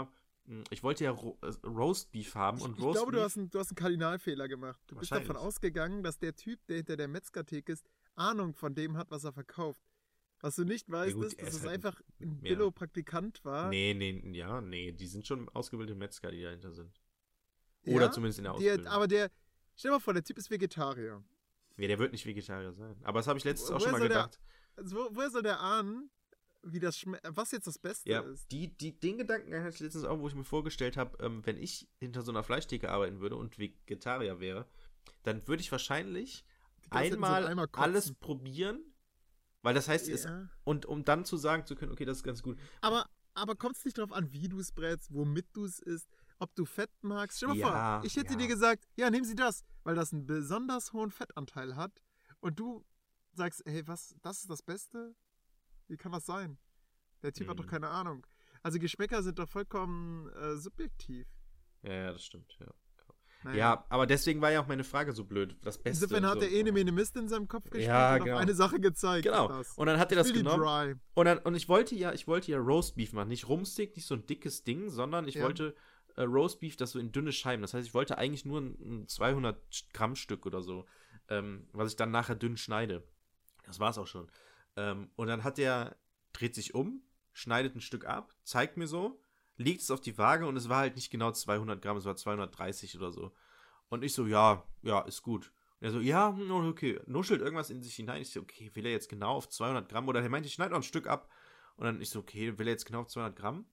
Ich wollte ja Ro äh, Roast Beef haben und Ich Roast glaube, Beef. du hast, einen, du hast einen Kardinalfehler gemacht. Du bist davon Wahrscheinlich. ausgegangen, dass der Typ, der hinter der Metzgertheke ist, Ahnung von dem hat, was er verkauft. Was du nicht weißt, gut, ist, er dass ist es halt einfach ein mehr- Billo-Praktikant war. Nee, nee, ja, nee, die sind schon ausgebildete Metzger, die dahinter sind. Ja, Oder zumindest in der der, Ausbildung. aber der, stell dir mal vor, der Typ ist Vegetarier. Nee, der wird nicht Vegetarier sein. Aber das habe ich letztens Wo- auch schon woher mal soll der- gedacht. Also, wo, woher soll der ahnen, wie das schme- was jetzt das Beste Ja, ist? die, die, den Gedanken hatte ich letztens auch, wo ich mir vorgestellt habe, ähm, wenn ich hinter so einer Fleischtheke arbeiten würde und Vegetarier wäre, dann würde ich wahrscheinlich Die ganze Zeit in so einen einmal Eimer kotzen. alles probieren, weil das heißt, es, Ja. und um dann zu sagen zu können, okay, das ist ganz gut. Aber, aber kommt es nicht darauf an, wie du es brätst, womit du es isst, ob du Fett magst? Stell dir mal Ja, vor, ich hätte ja. dir gesagt, ja, nehmen Sie das, weil das einen besonders hohen Fettanteil hat und du sagst, hey, was, das ist das Beste? Wie kann das sein? Der Typ hat Mhm. doch keine Ahnung. Also Geschmäcker sind doch vollkommen äh, subjektiv. Ja, ja, das stimmt, ja. Naja. Ja, aber deswegen war ja auch meine Frage so blöd. Das Beste. Insofern hat so. er eh eine Mene Mist in seinem Kopf gespielt Ja, und genau. auf eine Sache gezeigt. Genau. Das. Und dann hat er das Really genommen. dry. Und, dann, und ich wollte ja, ich wollte ja Roast Beef machen. Nicht Rumsteak, nicht so ein dickes Ding, sondern ich Ja. wollte äh, Roast Beef, das so in dünne Scheiben. Das heißt, ich wollte eigentlich nur ein, ein zweihundert Gramm Stück oder so, ähm, was ich dann nachher dünn schneide. Das war's auch schon. Ähm, und dann hat der, dreht sich um, schneidet ein Stück ab, zeigt mir so, legt es auf die Waage und es war halt nicht genau zweihundert Gramm, es war zweihundertdreißig oder so. Und ich so, ja, ja, ist gut. Und er so, ja, hm, okay, nuschelt irgendwas in sich hinein. Ich so, okay, will er jetzt genau auf zweihundert Gramm? Oder er meinte, ich schneide noch ein Stück ab. Und dann ich so, okay, will er jetzt genau auf zweihundert Gramm?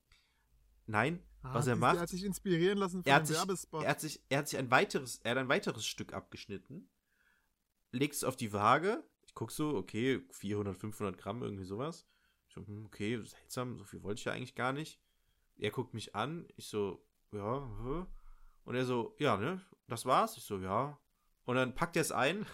Nein, Ah, was er die- macht, Er hat sich inspirieren lassen von er dem hat, sich, Werbespot. er, hat sich, er hat sich ein weiteres, er hat ein weiteres Stück abgeschnitten, legt es auf die Waage. Ich guck so, okay, vierhundert, fünfhundert Gramm, irgendwie sowas. Ich so, hm, okay, seltsam, so viel wollte ich ja eigentlich gar nicht. Er guckt mich an, ich so, ja, hä? Und er so, ja, ne, das war's? Ich so, ja. Und dann packt er es ein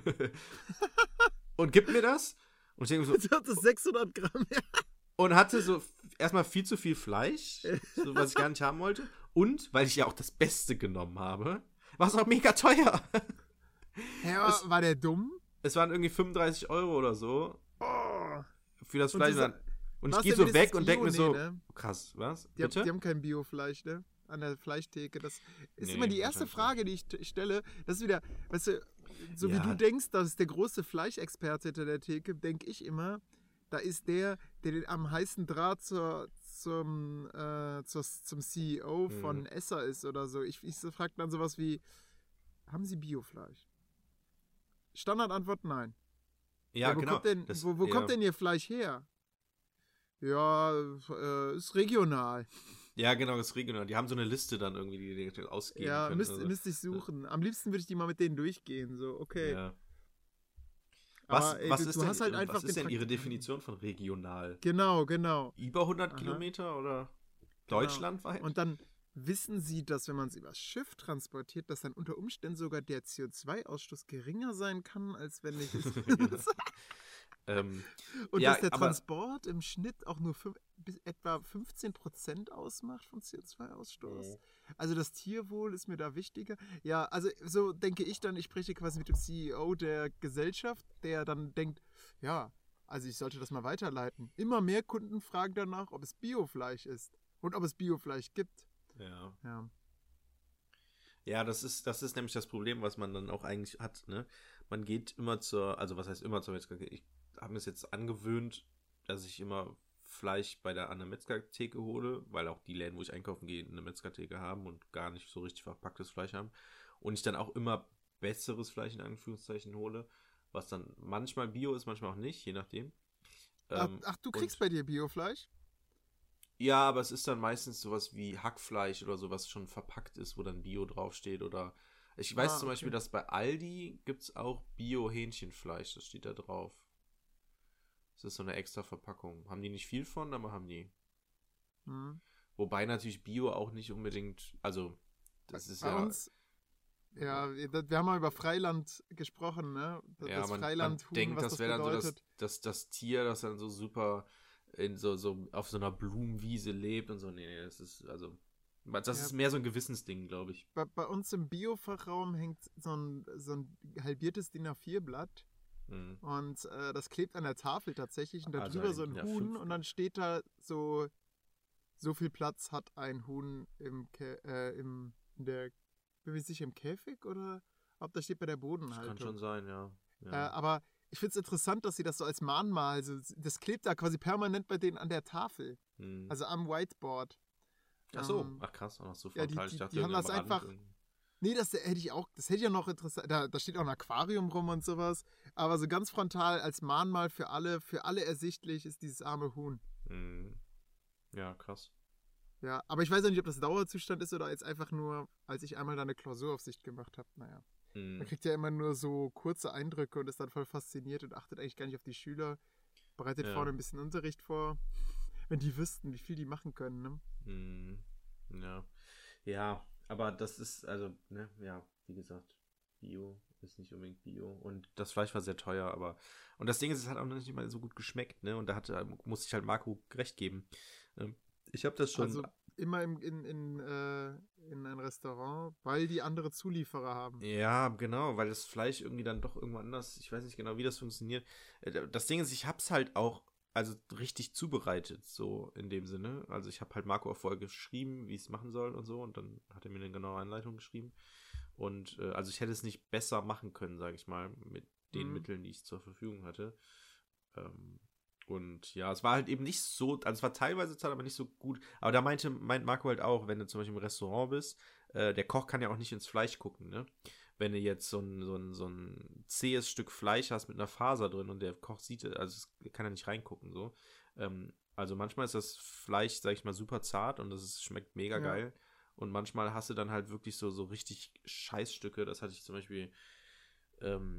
und gibt mir das. Und ich denke so, Jetzt hat es sechshundert Gramm. und hatte so f- erstmal viel zu viel Fleisch, so, was ich gar nicht haben wollte. Und, weil ich ja auch das Beste genommen habe, war es auch mega teuer. Ja, Es- war der dumm? Es waren irgendwie fünfunddreißig Euro oder so Oh. für das Und Fleisch. du Und, sa- und ich war's gehe denn so wenigstens weg und denke mir Bio? so, Nee, ne? krass, was? Die, haben, Bitte? die haben kein Biofleisch, ne? An der Fleischtheke. Das ist Nee, immer die erste wahrscheinlich Frage, die ich t- stelle. Das ist wieder, weißt du, so wie Ja. du denkst, das ist der große Fleischexperte hinter der Theke, denke ich immer, da ist der, der den am heißen Draht zur, zum, äh, zur, zum C E O von Mhm. Esser ist oder so. Ich, ich frage dann sowas wie, haben Sie Biofleisch? Standardantwort, nein. Ja, wo genau. kommt denn, Das- wo, wo ja. kommt denn Ihr Fleisch her? Ja, äh, ist regional. Ja, genau, das ist regional. Die haben so eine Liste dann irgendwie, die die ausgeben Ja, können. müsste also, müsst ich suchen. Am liebsten würde ich die mal mit denen durchgehen. So, okay. ja. Was, Aber, ey, was, du- ist, du denn, hast halt einfach was ist den denn Ihre Praktikanten. Definition von regional? Genau, genau. Über hundert Aha. Kilometer oder Genau. deutschlandweit? Und dann wissen sie, dass wenn man es übers Schiff transportiert, dass dann unter Umständen sogar der C O zwei Ausstoß geringer sein kann, als wenn ich es. Genau. ähm, Und Ja, dass der aber- Transport im Schnitt auch nur fünf, bis etwa fünfzehn Prozent ausmacht vom C O zwei Ausstoß. Mhm. Also das Tierwohl ist mir da wichtiger. Ja, also so denke ich dann, ich spreche quasi mit dem C E O der Gesellschaft, der dann denkt, ja, also ich sollte das mal weiterleiten. Immer mehr Kunden fragen danach, ob es Biofleisch ist und ob es Biofleisch gibt. ja. Ja. Ja, das ist, das ist nämlich das Problem, was man dann auch eigentlich hat, ne? Man geht immer zur, also was heißt immer zur Metzgertheke? Ich habe mir es jetzt angewöhnt, dass ich immer Fleisch bei der an der Metzgertheke hole, weil auch die Läden, wo ich einkaufen gehe, eine Metzgertheke haben und gar nicht so richtig verpacktes Fleisch haben. Und ich dann auch immer besseres Fleisch in Anführungszeichen hole, was dann manchmal Bio ist, manchmal auch nicht, je nachdem. Ach, Ähm, ach, du und- kriegst bei dir Biofleisch? Ja, aber es ist dann meistens sowas wie Hackfleisch oder sowas schon verpackt ist, wo dann Bio draufsteht. Oder ich weiß Ah, zum Beispiel, okay. dass bei Aldi gibt es auch Bio-Hähnchenfleisch. Das steht da drauf. Das ist so eine extra Verpackung. Haben die nicht viel von, aber haben die. Hm. Wobei natürlich Bio auch nicht unbedingt, also das ist Bei ja, uns, ja, wir wir haben mal über Freiland gesprochen, ne? Das ja, man, man Freilandhuhn, denkt, was das das wäre dann so das, bedeutet. das, das Tier, das dann so super in so, so auf so einer Blumenwiese lebt und so. Nee, nee, das ist, also, das Ja. ist mehr so ein Gewissensding, glaube ich. Bei, bei uns im Biofachraum hängt so ein, so ein halbiertes D I N A vier Blatt Mhm. und äh, das klebt an der Tafel tatsächlich und da Also drüber ein so ein D I N A Huhn fünf und dann steht da so so viel Platz hat ein Huhn im, Kä äh, im in der, bin mir nicht sicher, im Käfig oder ob das steht bei der Bodenhaltung. Das kann schon sein, ja. ja. Äh, aber ich finde es interessant, dass sie das so als Mahnmal, also das klebt da quasi permanent bei denen an der Tafel, Hm. also am Whiteboard. Ach so, Ähm, ach krass, auch noch so ja, frontal. die- Ich die- dachte, die haben irgendwie das am Rand einfach- irgendwie. Nee, das hätte ich auch, das hätte ich ja noch interessant, da, da steht auch ein Aquarium rum und sowas, aber so ganz frontal als Mahnmal für alle, für alle ersichtlich ist dieses arme Huhn. Hm. Ja, krass. Ja, aber ich weiß auch nicht, ob das Dauerzustand ist oder jetzt einfach nur, als ich einmal da eine Klausuraufsicht gemacht habe, naja. Hm. Man kriegt ja immer nur so kurze Eindrücke und ist dann voll fasziniert und achtet eigentlich gar nicht auf die Schüler, bereitet Ja. vorne ein bisschen Unterricht vor, wenn die wüssten, wie viel die machen können, ne? Hm. Ja. Ja, aber das ist, also, ne, ja, wie gesagt, Bio ist nicht unbedingt Bio. Und das Fleisch war sehr teuer, aber. Und das Ding ist, es hat auch noch nicht mal so gut geschmeckt, ne? Und da hatte, musste ich halt Marco recht geben. Ähm, Ich habe das schon. Also immer im, in, in, äh, in ein Restaurant, weil die andere Zulieferer haben. Ja, genau, weil das Fleisch irgendwie dann doch irgendwo anders, ich weiß nicht genau, wie das funktioniert. Äh, Das Ding ist, ich hab's halt auch, also richtig zubereitet, so in dem Sinne. Also ich habe halt Marco auch vorher geschrieben, wie ich es machen soll und so, und dann hat er mir eine genaue Anleitung geschrieben. Und äh, also ich hätte es nicht besser machen können, sage ich mal, mit den Mhm. Mitteln, die ich zur Verfügung hatte. Ähm, und ja, es war halt eben nicht so, also es war teilweise Zeit, aber nicht so gut. Aber da meinte, meint Marco halt auch, wenn du zum Beispiel im Restaurant bist, äh, der Koch kann ja auch nicht ins Fleisch gucken, ne? Wenn du jetzt so ein, so ein, so ein zähes Stück Fleisch hast mit einer Faser drin und der Koch sieht, also es kann ja nicht reingucken, so. Ähm, also manchmal ist das Fleisch, sag ich mal, super zart und es schmeckt mega Ja. geil. Und manchmal hast du dann halt wirklich so, so richtig Scheißstücke. Das hatte ich zum Beispiel ähm,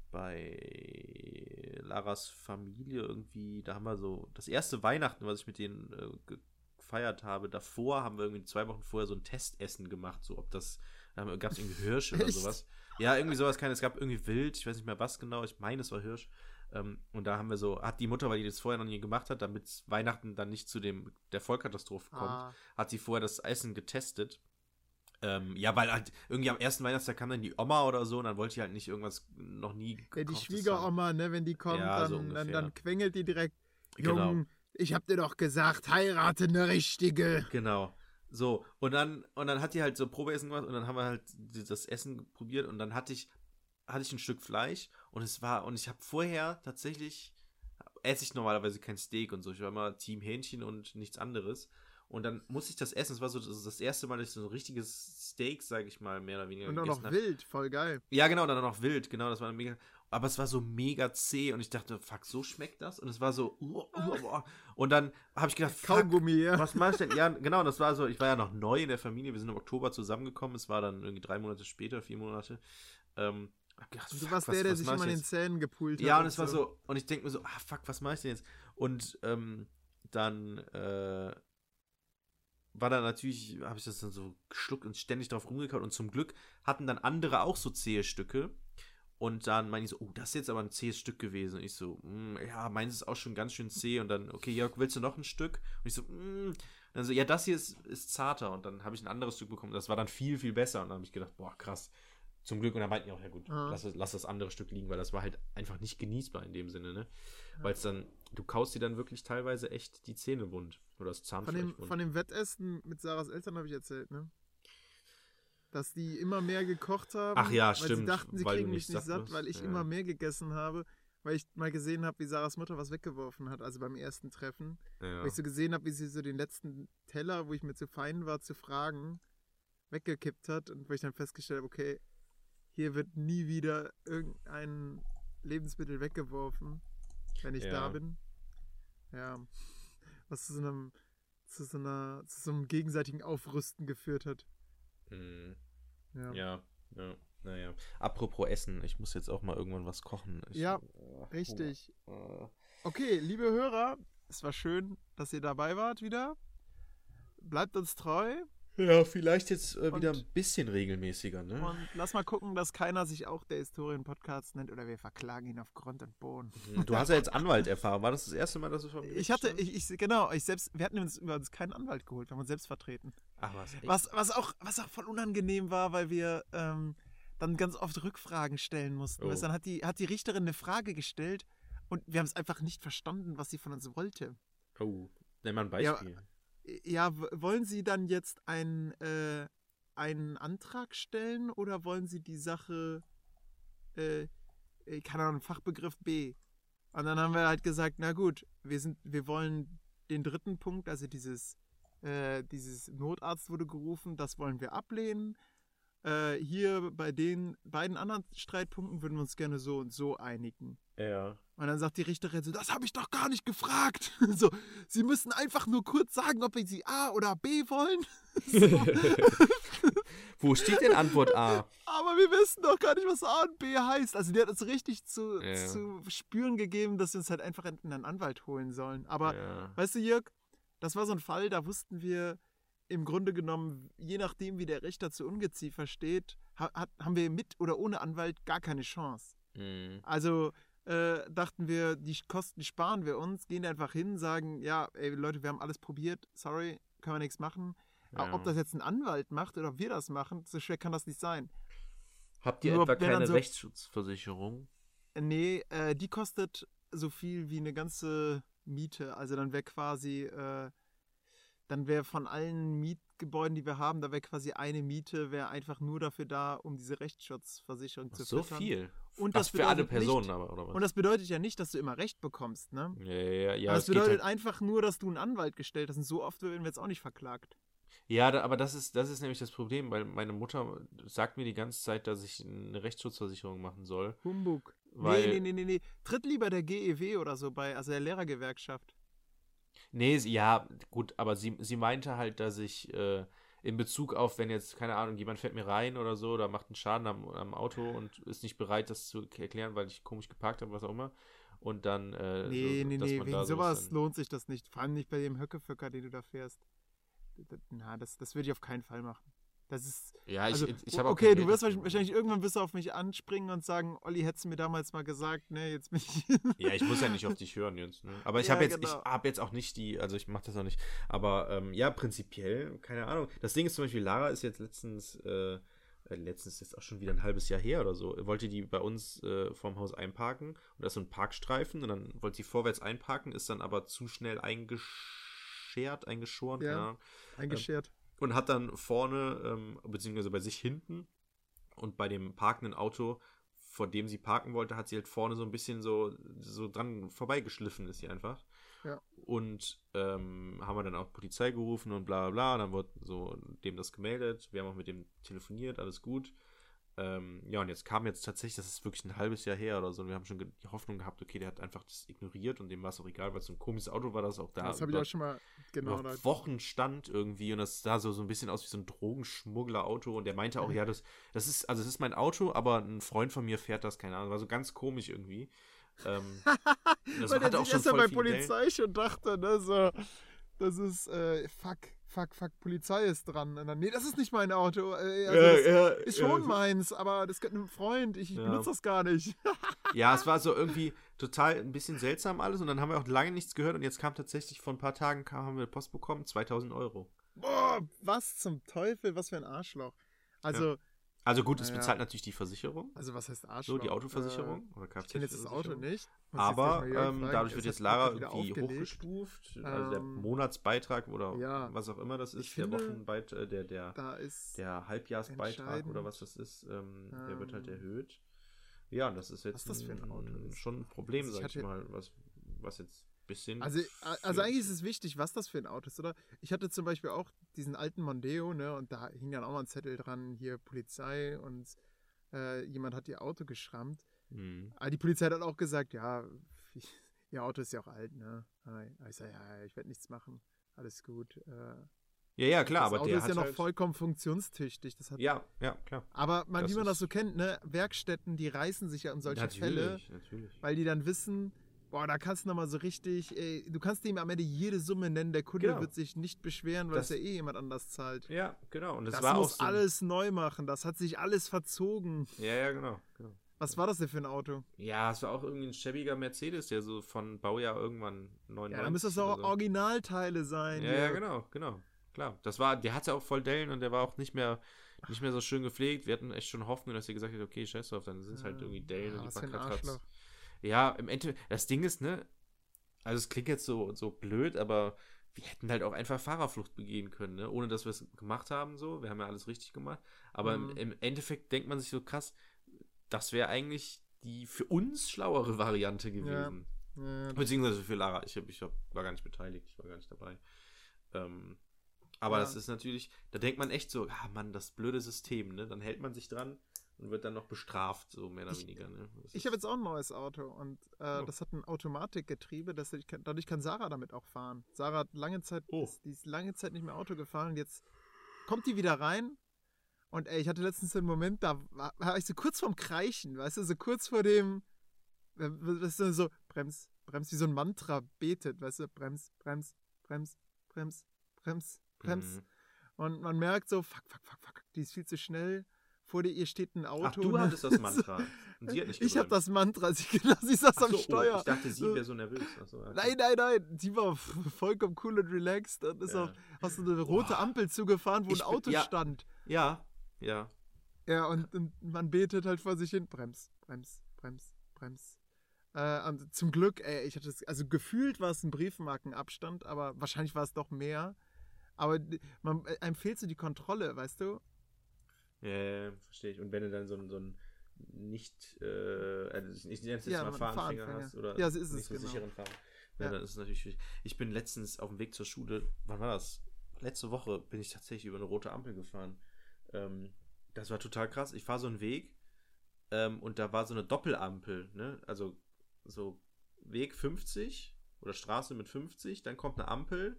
bei Laras Familie irgendwie, da haben wir so, das erste Weihnachten, was ich mit denen äh, gefeiert habe, davor haben wir irgendwie zwei Wochen vorher so ein Testessen gemacht, so ob das, da gab es irgendwie Hirsch oder Echt? sowas. Ja, irgendwie sowas, keine, es gab irgendwie Wild, ich weiß nicht mehr was genau, ich meine, es war Hirsch. Ähm, und da haben wir so, hat die Mutter, weil die das vorher noch nie gemacht hat, damit Weihnachten dann nicht zu dem, der Vollkatastrophe kommt, Ah, hat sie vorher das Essen getestet. Ähm, ja, weil halt irgendwie am ersten Weihnachtstag kam dann die Oma oder so und dann wollte ich halt nicht irgendwas noch nie ja, die gekochtes haben. Schwiegeroma, ne, wenn die kommt, Ja, so dann, dann, ungefähr. dann quengelt die direkt. Genau. Jung, ich hab dir doch gesagt, heirate eine richtige. Genau. So, und dann, und dann hat die halt so Probeessen gemacht und dann haben wir halt das Essen probiert und dann hatte ich, hatte ich ein Stück Fleisch und es war, und ich habe vorher tatsächlich, esse ich normalerweise kein Steak und so, ich war immer Team Hähnchen und nichts anderes. Und dann musste ich das essen, es war so das, das erste Mal, dass ich so ein richtiges Steak, sage ich mal, mehr oder weniger Und auch gegessen noch habe. wild, voll geil. Ja, genau, dann noch wild, genau, das war mega, aber es war so mega zäh und ich dachte, fuck, so schmeckt das? Und es war so, uh, uh, uh. Und dann habe ich gedacht, fuck, Kaugummi, ja. was mach ich denn? Ja, genau, das war so, ich war ja noch neu in der Familie, wir sind im Oktober zusammengekommen, es war dann irgendwie drei Monate später, vier Monate. Ähm, hab gedacht, Und du fuck, warst was- der, der was sich mach ich immer an den jetzt? Zähnen gepult hat. Ja, und es war so, und ich denke mir so, ah, fuck, was mache ich denn jetzt? Und ähm, dann äh, war dann natürlich, habe ich das dann so geschluckt und ständig drauf rumgekaut und zum Glück hatten dann andere auch so zähe Stücke und dann meine ich so, oh, das ist jetzt aber ein zähes Stück gewesen und ich so, mm, ja, meins ist auch schon ganz schön zäh und dann, okay, Jörg, willst du noch ein Stück? Und ich so, mm. Dann so, ja, das hier ist, ist zarter und dann habe ich ein anderes Stück bekommen, das war dann viel, viel besser und dann habe ich gedacht, boah, krass, zum Glück und dann meinten die auch, ja gut, Ah. lass, es- lass das andere Stück liegen, weil das war halt einfach nicht genießbar in dem Sinne, ne? Weil es dann, du kaust dir dann wirklich teilweise echt die Zähne wund oder das Von Zahnfleisch dem, wund. von dem Wettessen mit Sarahs Eltern habe ich erzählt, ne? Dass die immer mehr gekocht haben. Ach ja, weil stimmt, sie dachten, sie weil du kriegen mich nicht nicht satt satt, wirst. weil ich Ja. immer mehr gegessen habe. Weil ich mal gesehen habe, wie Sarahs Mutter was weggeworfen hat, also beim ersten Treffen. Ja. Weil ich so gesehen habe, wie sie so den letzten Teller, wo ich mir zu fein war, zu fragen, weggekippt hat. Und wo ich dann festgestellt habe, okay, hier wird nie wieder irgendein Lebensmittel weggeworfen, wenn ich Ja. da bin. Ja. Was zu so einem, zu so einer, zu so einem gegenseitigen Aufrüsten geführt hat. Mhm. Ja. Ja, ja, naja. Apropos Essen, ich muss jetzt auch mal irgendwann was kochen. Ich, Ja, äh, Richtig. Hunger. Okay, liebe Hörer, es war schön, dass ihr dabei wart wieder. Bleibt uns treu Äh, Ja, vielleicht jetzt äh, wieder Und- ein bisschen regelmäßiger, ne? und lass mal gucken, dass keiner sich auch der Historien-Podcast nennt oder wir verklagen ihn auf Grund und Boden. Mhm. Du hast ja jetzt Anwalterfahrung. War das das erste Mal, dass du von mir Ich hatte, ich, ich, genau, ich selbst, wir hatten uns über uns keinen Anwalt geholt, wir haben uns selbst vertreten. Ach was, echt? Was, was, auch, was auch voll unangenehm war, weil wir ähm, dann ganz oft Rückfragen stellen mussten. Oh. Weißt, dann hat die, hat die Richterin eine Frage gestellt und wir haben es einfach nicht verstanden, was sie von uns wollte. Oh, nenn mal ein Beispiel. Ja, w- wollen Sie dann jetzt ein, äh, einen Antrag stellen oder wollen Sie die Sache, äh, äh, keine Ahnung, Fachbegriff B? Und dann haben wir halt gesagt, na gut, wir sind, wir wollen den dritten Punkt, also dieses, äh, dieses Notarzt wurde gerufen, das wollen wir ablehnen. Äh, hier bei den beiden anderen Streitpunkten würden wir uns gerne so und so einigen. Ja. Und dann sagt die Richterin so, das habe ich doch gar nicht gefragt. So, Sie müssen einfach nur kurz sagen, ob Sie A oder B wollen. So. Wo steht denn Antwort A? Aber wir wissen doch gar nicht, was A und B heißt. Also die hat uns richtig zu, Ja. zu spüren gegeben, dass wir uns halt einfach einen Anwalt holen sollen. Aber Ja. weißt du, Jörg, das war so ein Fall, da wussten wir im Grunde genommen, je nachdem, wie der Richter zu Ungeziefer steht, ha hat, haben wir mit oder ohne Anwalt gar keine Chance. Mhm. Also äh, dachten wir, die Kosten sparen wir uns, gehen einfach hin, sagen, ja, ey Leute, wir haben alles probiert, sorry, können wir nichts machen. Ja. Ob das jetzt ein Anwalt macht oder ob wir das machen, so schwer kann das nicht sein. Habt ihr Nur etwa wenn dann keine so- Rechtsschutzversicherung? Nee, äh, die kostet so viel wie eine ganze Miete. Also dann wäre quasi, äh, dann wäre von allen Mietgebäuden, die wir haben, da wäre quasi eine Miete, wäre einfach nur dafür da, um diese Rechtsschutzversicherung Ach, zu so füttern. viel. Und Das das für alle bedeutet Personen nicht, aber, oder was? Und das bedeutet ja nicht, dass du immer Recht bekommst, ne? ja, ja, ja. ja das es geht bedeutet halt, einfach nur, dass du einen Anwalt gestellt hast. Und so oft werden wir jetzt auch nicht verklagt. ja, da, aber das ist, das ist nämlich das Problem, weil meine Mutter sagt mir die ganze Zeit, dass ich eine Rechtsschutzversicherung machen soll. Humbug. Weil, nee, nee, nee, nee, nee. Tritt lieber der G E W oder so bei, also der Lehrergewerkschaft. Nee, sie- ja, gut, aber sie, sie meinte halt, dass ich äh, in Bezug auf, wenn jetzt, keine Ahnung, jemand fährt mir rein oder so, oder macht einen Schaden am, am Auto und ist nicht bereit, das zu erklären, weil ich komisch geparkt habe, was auch immer. Und dann, äh, Nee, so, nee, dass nee, man wegen da sowas dann, lohnt sich das nicht. Vor allem nicht bei dem Höckeföcker, den du da fährst. D- d- Na, das, das würde ich auf keinen Fall machen. Das ist. Ja, ich, Also, ich, ich habe auch okay, kein du Geld wirst dafür. wahrscheinlich irgendwann wirst du auf mich anspringen und sagen, Olli, hättest du mir damals mal gesagt, ne, jetzt bin ich. Ja, ich muss ja nicht auf dich hören jetzt. Ne? Aber ich Ja, habe jetzt, genau. ich habe jetzt auch nicht die, also ich mache das auch nicht. Aber ähm, ja, prinzipiell, keine Ahnung. Das Ding ist zum Beispiel, Lara ist jetzt letztens, äh, äh, letztens ist auch schon wieder ein halbes Jahr her oder so, wollte die bei uns äh, vorm Haus einparken und da ist so ein Parkstreifen und dann wollte sie vorwärts einparken, ist dann aber zu schnell eingeschert, eingeschoren, Ja. keine Ahnung. Eingeschert. Und hat dann vorne, ähm, beziehungsweise bei sich hinten und bei dem parkenden Auto, vor dem sie parken wollte, hat sie halt vorne so ein bisschen so, so dran vorbeigeschliffen, ist sie einfach. Ja. Und ähm, haben wir dann auch Polizei gerufen und bla bla bla. Und dann wurde so dem das gemeldet. Wir haben auch mit dem telefoniert, alles gut. Ähm, ja, und jetzt kam jetzt tatsächlich, das ist wirklich ein halbes Jahr her oder so, und wir haben schon ge- die Hoffnung gehabt, okay, der hat einfach das ignoriert und dem war es auch egal, weil so ein komisches Auto war, das auch da das habe ich über- auch schon mal. Genau. über Da, Wochen stand irgendwie und das sah so, so ein bisschen aus wie so ein Drogenschmuggler-Auto und der meinte auch, ja, das, das ist, also es ist mein Auto, aber ein Freund von mir fährt das, keine Ahnung, war so ganz komisch irgendwie. Ähm, das weil der hatte auch sich schon erst mal voll bei viele Dellen. Polizei schon dachte, ne, so, das ist, äh, fuck, fuck, fuck, Polizei ist dran. Und dann, nee, das ist nicht mein Auto. Äh, also das ja, ist schon meins, aber das gehört einem Freund, ich, ich Ja. benutze das gar nicht. Ja, es war so irgendwie total ein bisschen seltsam alles und dann haben wir auch lange nichts gehört und jetzt kam tatsächlich vor ein paar Tagen, kam, haben wir Post bekommen, zweitausend Euro. Boah, was zum Teufel, was für ein Arschloch. Also, Also gut, es Naja. bezahlt natürlich die Versicherung, also was heißt Arschloch? so die Autoversicherung Äh, oder ich kenne jetzt das Auto Kfz-Versicherung. nicht. Muss Aber jetzt gleich mal Jörg ähm, fragen. dadurch Es wird hat jetzt Lara wieder irgendwie aufgelegt. hochgestuft, also der Ähm, Monatsbeitrag oder ja. was auch immer das ist, Ich der finde, Wochenbeitrag, der, der, Da ist, der Halbjahresbeitrag oder entscheidend, was das ist, ähm, der wird halt ähm, erhöht. Ja, und das ist jetzt was das für ein Auto ist. schon ein Problem, Also ich sag ich hatte- mal, was, was jetzt ein bisschen... Also, also für- eigentlich ist es wichtig, was das für ein Auto ist, oder? Ich hatte zum Beispiel auch diesen alten Mondeo, ne, und da hing dann auch mal ein Zettel dran, hier Polizei und äh, jemand hat ihr Auto geschrammt. Mhm. Aber die Polizei hat dann auch gesagt, ja, ich, ihr Auto ist ja auch alt, ne? Ich sag, ja, ich werde nichts machen, alles gut. Äh, Ja, ja, klar, das aber Auto der ist hat ja noch halt, vollkommen funktionstüchtig. Das hat, Ja, ja, klar. aber man, das wie man das ist- so kennt, ne, Werkstätten, die reißen sich ja um solche Fälle, natürlich, natürlich. weil die dann wissen, boah, da kannst du nochmal so richtig, ey, du kannst ihm am Ende jede Summe nennen, der Kunde Genau. wird sich nicht beschweren, weil Das- es ja eh jemand anders zahlt. Ja, genau. Und das, Das war muss auch so. alles neu machen, das hat sich alles verzogen. Ja, ja, genau, genau. Was war das denn für ein Auto? Ja, es war auch irgendwie ein schäbiger Mercedes, der so von Baujahr irgendwann neunundneunzig Ja, da müssen das oder auch so. Originalteile sein. Ja, hier. ja, genau, genau. Klar. Das war, der hatte auch voll Dellen und der war auch nicht mehr, nicht mehr so schön gepflegt. Wir hatten echt schon Hoffnung, dass er gesagt hat, okay, scheiß drauf, dann sind es halt irgendwie Dellen Ja, und die was für ein Backratz. Arschloch. Ja, im Endeffekt, das Ding ist, ne, also es klingt jetzt so, so blöd, aber wir hätten halt auch einfach Fahrerflucht begehen können, ne? Ohne dass wir es gemacht haben, so. Wir haben ja alles richtig gemacht. Aber Mhm. im, im Endeffekt denkt man sich so krass, das wäre eigentlich die für uns schlauere Variante gewesen. Ja, Beziehungsweise für Lara. Ich, hab, ich hab, war gar nicht beteiligt, ich war gar nicht dabei. Ähm, aber Ja. das ist natürlich, da denkt man echt so, ah Mann, das blöde System, ne? Dann hält man sich dran und wird dann noch bestraft, so mehr oder Ich- weniger, ne? Das ich ist- habe jetzt auch ein neues Auto und äh, Oh. das hat ein Automatikgetriebe, das ich kann, dadurch kann Sarah damit auch fahren. Sarah hat lange Zeit, Oh. ist, die ist lange Zeit nicht mehr Auto gefahren und jetzt kommt die wieder rein und ey, ich hatte letztens so einen Moment, da war, war ich so kurz vorm Kreischen, weißt du, so kurz vor dem, äh, weißt du, so Brems, Brems, wie so ein Mantra betet, weißt du, Brems, Brems, Brems, Brems, Brems, Brems. Mhm. Und man merkt so, fuck, fuck, fuck, fuck, die ist viel zu schnell. Vor dir, ihr steht ein Auto. Ach, du ne? hattest das Mantra. Und sie hat nicht Ich habe gebremst. das Mantra, sie, genau, sie saß Ach am so, Steuer. Oh, ich dachte, sie So. wäre so nervös. Ach so, okay. Nein, nein, nein, sie war f- vollkommen cool und relaxed und ist Ja. auch aus so eine rote Boah. Ampel zugefahren, wo Ich ein bin- Auto ja. stand. Ja, ja. Ja, und, und man betet halt vor sich hin, Brems, Brems, Brems, Brems. Äh, und zum Glück, ey, ich hatte es, also gefühlt war es ein Briefmarkenabstand, aber wahrscheinlich war es doch mehr. Aber d- man, äh, einem fehlt so die Kontrolle, weißt du? Ja, ja, verstehe ich. Und wenn du dann so ein, so ein nicht, äh, also ich nenne es jetzt Ja, mal ein Fahranfänger Fahranfänger. hast oder Ja, so ist es, nicht so genau. sicheren Fahrer, ja, Ja. dann ist es natürlich schwierig. Ich bin letztens auf dem Weg zur Schule, wann war das? Letzte Woche bin ich tatsächlich über eine rote Ampel gefahren. Ähm, das war total krass. Ich fahre so einen Weg ähm, und da war so eine Doppelampel, ne? Also so Weg fünfzig oder Straße mit fünfzig, dann kommt eine Ampel,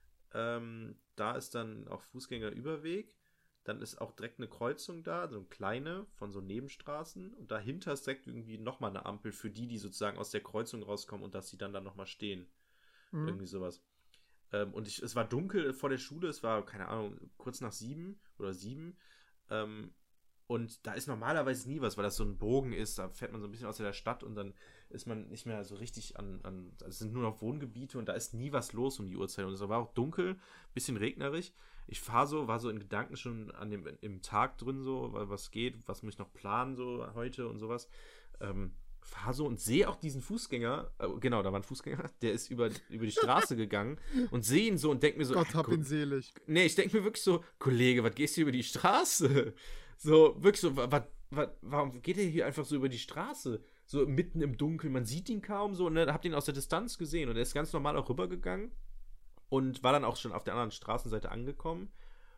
ähm, da ist dann auch Fußgängerüberweg. Dann ist auch direkt eine Kreuzung da, so eine kleine, von so Nebenstraßen. Und dahinter ist direkt irgendwie nochmal eine Ampel für die, die sozusagen aus der Kreuzung rauskommen und dass sie dann da nochmal stehen. Mhm. Irgendwie sowas. Ähm, und ich, es war dunkel vor der Schule, es war, keine Ahnung, kurz nach sieben oder sieben. Ähm, und da ist normalerweise nie was, weil das so ein Bogen ist. Da fährt man so ein bisschen aus der Stadt und dann ist man nicht mehr so richtig an, an also es sind nur noch Wohngebiete und da ist nie was los um die Uhrzeit. Und es war auch dunkel, bisschen regnerig. Ich fahre so, war so in Gedanken schon an dem, im Tag drin so, weil was geht, was muss ich noch planen so heute und sowas. Ähm, fahre so und sehe auch diesen Fußgänger, äh, genau, da war ein Fußgänger, der ist über, über die Straße gegangen und sehe ihn so und denke mir so, Gott äh, hab gu- ihn selig. nee, ich denke mir wirklich so, Kollege, was gehst du über die Straße? So, wirklich so, wa- wa- wa- warum geht er hier einfach so über die Straße? So mitten im Dunkeln, man sieht ihn kaum so, ne, habt ihn aus der Distanz gesehen und er ist ganz normal auch rübergegangen und war dann auch schon auf der anderen Straßenseite angekommen.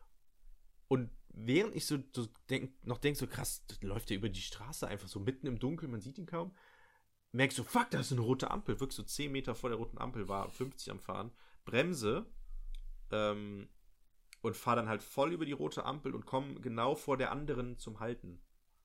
Und während ich so, so denk, noch denke, so krass, das läuft er über die Straße einfach so mitten im Dunkeln, man sieht ihn kaum, merke ich so, fuck, da ist eine rote Ampel, wirklich so zehn Meter vor der roten Ampel, war fünfzig am Fahren, bremse, ähm, und fahre dann halt voll über die rote Ampel und komme genau vor der anderen zum Halten.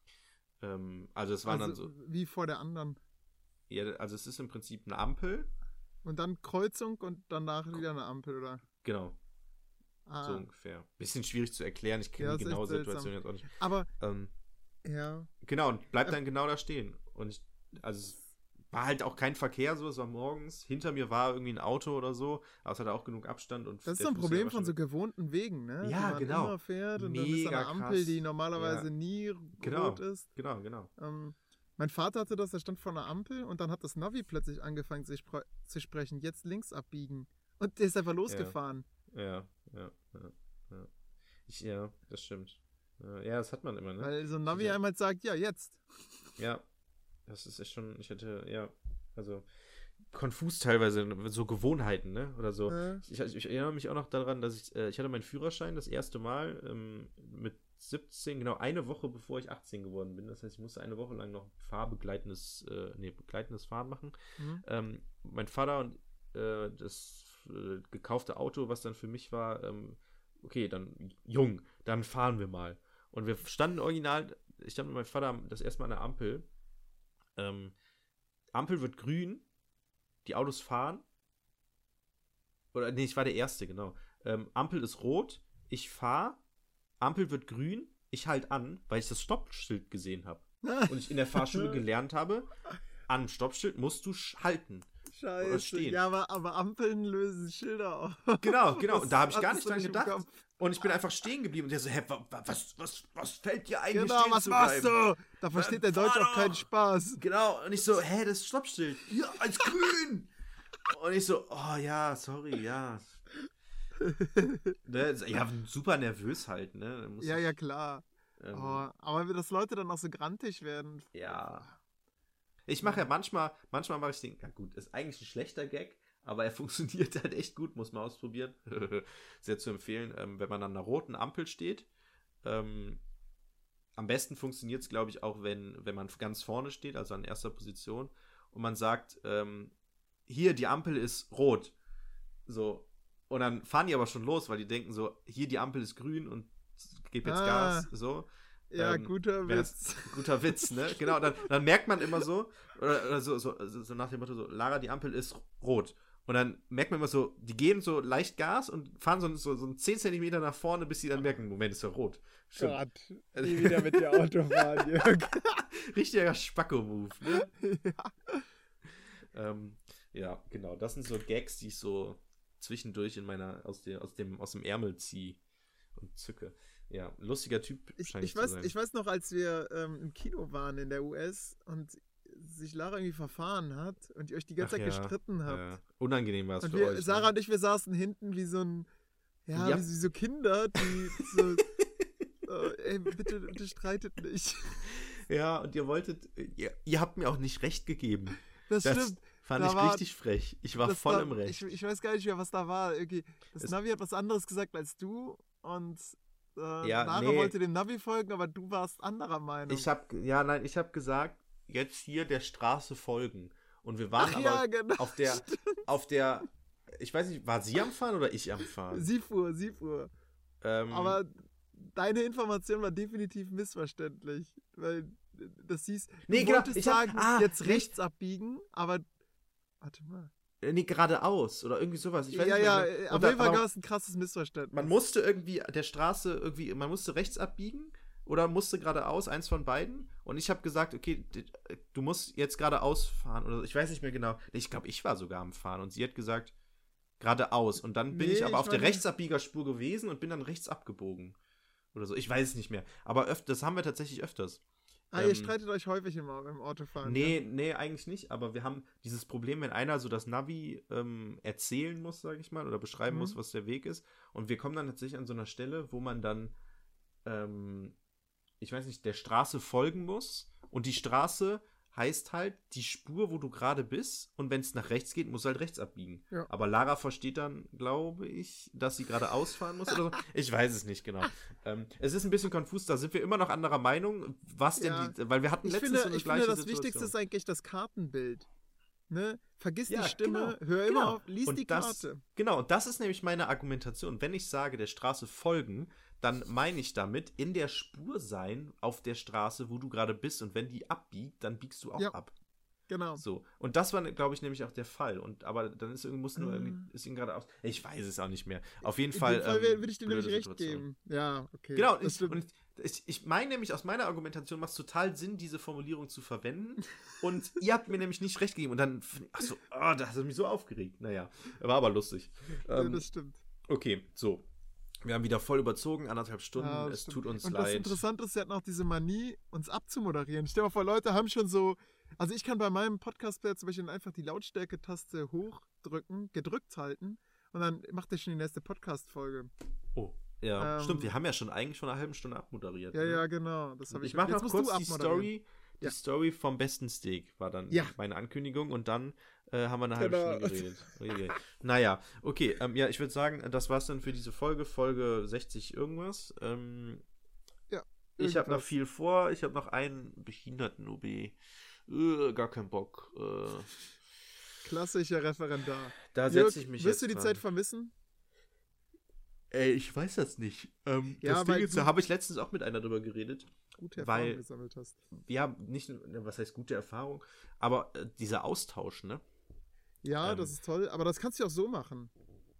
Ähm, also es waren Also, dann so, wie vor der anderen. ja, also es ist im Prinzip eine Ampel, Und dann Kreuzung und danach wieder eine Ampel, oder? genau, Ah, so ungefähr. Bisschen schwierig zu erklären, ich kenne Ja, die ist echt genaue seltsam. Situation jetzt auch nicht. aber, Ähm, ja. genau, und bleibt dann genau da stehen. Und ich, also es war halt auch kein Verkehr so, es war morgens. Hinter mir war irgendwie ein Auto oder so, aber es hatte auch genug Abstand. Und Das ist der so ein Fußgänger Problem war von schon- so gewohnten Wegen, ne? Ja, die man genau. immer fährt und dann ist da Mega eine Ampel, krass. die normalerweise Ja. nie Genau. rot ist. Genau, genau. Ähm, mein Vater hatte das, er stand vor einer Ampel und dann hat das Navi plötzlich angefangen zu, spre zu sprechen, jetzt links abbiegen. Und der ist einfach losgefahren. Ja, ja, ja, ja. Ich, ja, das stimmt. Ja, ja, das hat man immer, ne? Weil so ein Navi Ja. einmal sagt, ja, jetzt. Ja, das ist echt schon, ich hätte, ja, also konfus teilweise, so Gewohnheiten, ne? Oder so. Äh, Ich, ich, ich erinnere mich auch noch daran, dass ich, äh, ich hatte meinen Führerschein das erste Mal ähm, mit siebzehn, genau eine Woche bevor ich achtzehn geworden bin. Das heißt, ich musste eine Woche lang noch fahrbegleitendes, äh, nee, begleitendes Fahren machen. mhm. Ähm, mein Vater und äh, das äh, gekaufte Auto, was dann für mich war, ähm, okay, dann jung, dann fahren wir mal. Und wir standen original, ich stand mit meinem Vater das erste Mal an der Ampel. Ähm, Ampel wird grün, die Autos fahren. Oder nee, ich war der Erste, genau. Ähm, Ampel ist rot, ich fahre, Ampel wird grün, ich halt an, weil ich das Stoppschild gesehen habe. Und ich in der Fahrschule gelernt habe, an Stoppschild musst du sch- halten. Scheiße. stehen. Ja, aber, aber Ampeln lösen Schilder auf. Genau, genau. Was Und da habe ich gar hattest nicht du dran nicht im gedacht. Kopf? Und ich bin einfach stehen geblieben. Und der so, hä, wa- wa- was, was, was fällt dir eigentlich Genau, stehen was zu machst bleiben? du? Da versteht der fahr Deutsch auch doch. keinen Spaß. Genau. Und ich so, hä, das ist Stoppschild. Ja, als grün. Und ich so, oh ja, sorry, ja. Ne? Ja, super nervös halt, ne? Da muss Ja, ich, ja, klar. ähm, Oh, aber dass Leute dann auch so grantig werden. ja. Ich mache ja manchmal, manchmal mache ich den, ja gut, ist eigentlich ein schlechter Gag, aber er funktioniert halt echt gut, muss man ausprobieren. Sehr zu empfehlen, ähm, wenn man an einer roten Ampel steht. Ähm, am besten funktioniert es, glaube ich, auch, wenn, wenn man ganz vorne steht, also an erster Position, und man sagt, ähm, hier, die Ampel ist rot. So. Und dann fahren die aber schon los, weil die denken so, hier, die Ampel ist grün und gib jetzt Ah, Gas. So. Ja, Ähm, guter wenn Witz. das- guter Witz, ne? Genau, dann, dann merkt man immer so, oder, oder so, so, so nach dem Motto so, Lara, die Ampel ist rot. Und dann merkt man immer so, die geben so leicht Gas und fahren so, so, so zehn Zentimeter nach vorne, bis sie dann merken, Moment, ist ja rot. Stimmt. Gott, nie wieder mit dir Auto fahren, Jörg. Richtiger Spacko-Move, ne? Ja. ähm, ja, genau. Das sind so Gags, die ich so zwischendurch in meiner, aus, der, aus, dem, aus dem Ärmel ziehe und zücke. Ja, lustiger Typ Ich, scheint ich, zu weiß, sein. ich weiß noch, als wir ähm, im Kino waren in der U S und sich Lara irgendwie verfahren hat und ihr euch die ganze Ach Zeit ja, gestritten habt. Ja. Unangenehm war es Und für wir, euch. Sarah ne? und ich, wir saßen hinten wie so ein, ja, Ja. wie, wie so Kinder, die so, äh, ey, bitte, bitte streitet nicht. Ja, und ihr wolltet, ihr, ihr habt mir auch nicht recht gegeben. Das, Das stimmt. fand Da ich war- richtig frech. Ich war Das voll da, im Recht. Ich, ich weiß gar nicht mehr, was da war. Irgendwie, das Es- Navi hat was anderes gesagt als du und äh, Ja, Lara nee. wollte dem Navi folgen, aber du warst anderer Meinung. Ich hab, ja, nein, ich habe gesagt, jetzt hier der Straße folgen. Und wir waren Ach aber ja, genau. auf der, auf der, ich weiß nicht, war sie am Fahren oder ich am Fahren? Sie fuhr, sie fuhr. ähm, Aber deine Information war definitiv missverständlich, weil das hieß, du Nee, genau, wolltest ich hab- sagen, ah, jetzt nee. rechts abbiegen, aber warte mal. äh, nee, geradeaus oder irgendwie sowas. Ich weiß ja, nicht ja, mehr äh, genau. auf Und dann- jeden Fall aber gab es ein krasses Missverständnis. Man musste irgendwie der Straße irgendwie, man musste rechts abbiegen oder musste geradeaus, eins von beiden. Und ich habe gesagt, okay, d- du musst jetzt geradeaus fahren oder ich weiß nicht mehr genau. Nee, ich glaube, ich war sogar am Fahren und sie hat gesagt, geradeaus. Und dann bin Nee, ich aber ich auf der meine- Rechtsabbiegerspur gewesen und bin dann rechts abgebogen. Oder so. Ich weiß es nicht mehr. Aber öf das haben wir tatsächlich öfters. Ah, ihr ähm, streitet euch häufig im, im Autofahren. Nee, nee, eigentlich nicht. Aber wir haben dieses Problem, wenn einer so das Navi ähm, erzählen muss, sage ich mal, oder beschreiben Mhm. muss, was der Weg ist. Und wir kommen dann tatsächlich an so einer Stelle, wo man dann, ähm, ich weiß nicht, der Straße folgen muss. Und die Straße heißt halt die Spur, wo du gerade bist. Und wenn es nach rechts geht, muss halt rechts abbiegen. Ja. Aber Lara versteht dann, glaube ich, dass sie gerade ausfahren muss oder so. Ich weiß es nicht genau. ähm, es ist ein bisschen konfus. Da sind wir immer noch anderer Meinung. Was denn Ja. die, weil wir hatten Ich letztens finde, so eine ich gleiche finde das Situation. Wichtigste ist eigentlich das Kartenbild. Ne? Vergiss Ja, die Stimme, genau, hör genau. immer auf, lies Und die das- Karte. Genau, und das ist nämlich meine Argumentation. Wenn ich sage, der Straße folgen, dann meine ich damit in der Spur sein auf der Straße, wo du gerade bist. Und wenn die abbiegt, dann biegst du auch Ja. ab. Genau. So. Und das war, glaube ich, nämlich auch der Fall. Und aber dann ist irgendwie, muss nur Ah. irgendwie, ist ihm gerade aus. Ich weiß es auch nicht mehr. Auf jeden In Fall. dem Fall ähm, würde ich dir nämlich blöde recht Situation. geben. Ja, okay. Genau, das ich, stimmt. und ich, ich meine nämlich, aus meiner Argumentation macht es total Sinn, diese Formulierung zu verwenden. Und ihr habt mir nämlich nicht recht gegeben. Und dann, achso, oh, das hat mich so aufgeregt. Naja, war aber lustig. ja, Ähm, das stimmt. okay, so. Wir haben wieder voll überzogen, anderthalb Stunden. Ja, das es stimmt. tut uns Und das leid. Interessante ist, sie hatten auch diese Manie, uns abzumoderieren. Stell dir mal vor, Leute haben schon so. Also, ich kann bei meinem Podcast-Player zum Beispiel einfach die Lautstärke-Taste hochdrücken, gedrückt halten und dann macht er schon die nächste Podcast-Folge. Oh, ja, Ähm, stimmt. Wir haben ja schon eigentlich schon eine halbe Stunde abmoderiert. Ja, ne? ja, genau. Das habe ich Ich mache jetzt noch musst du kurz die abmoderieren. Story. Die Ja. Story vom besten Steak war dann Ja. meine Ankündigung und dann äh, haben wir eine halbe Genau. Stunde geredet. Oje. Naja, okay. Ähm, ja, ich würde sagen, das war's dann für diese Folge, Folge sechzig irgendwas. Ähm, Ja, ich habe noch irgendwas. viel vor. Ich habe noch einen behinderten O B. Äh, gar keinen Bock. Äh, Klassischer Referendar. da Jörg, setze ich mich wirst jetzt du die dran. Zeit vermissen? Ey, ich weiß das nicht. Ähm, Ja, das Ding weil ist, du- da habe ich letztens auch mit einer drüber geredet. Gute Erfahrungen Weil- gesammelt hast. Ja, nicht, nur- was heißt gute Erfahrung, aber äh, dieser Austausch, ne? Ja, Ähm. das ist toll, aber das kannst du auch so machen.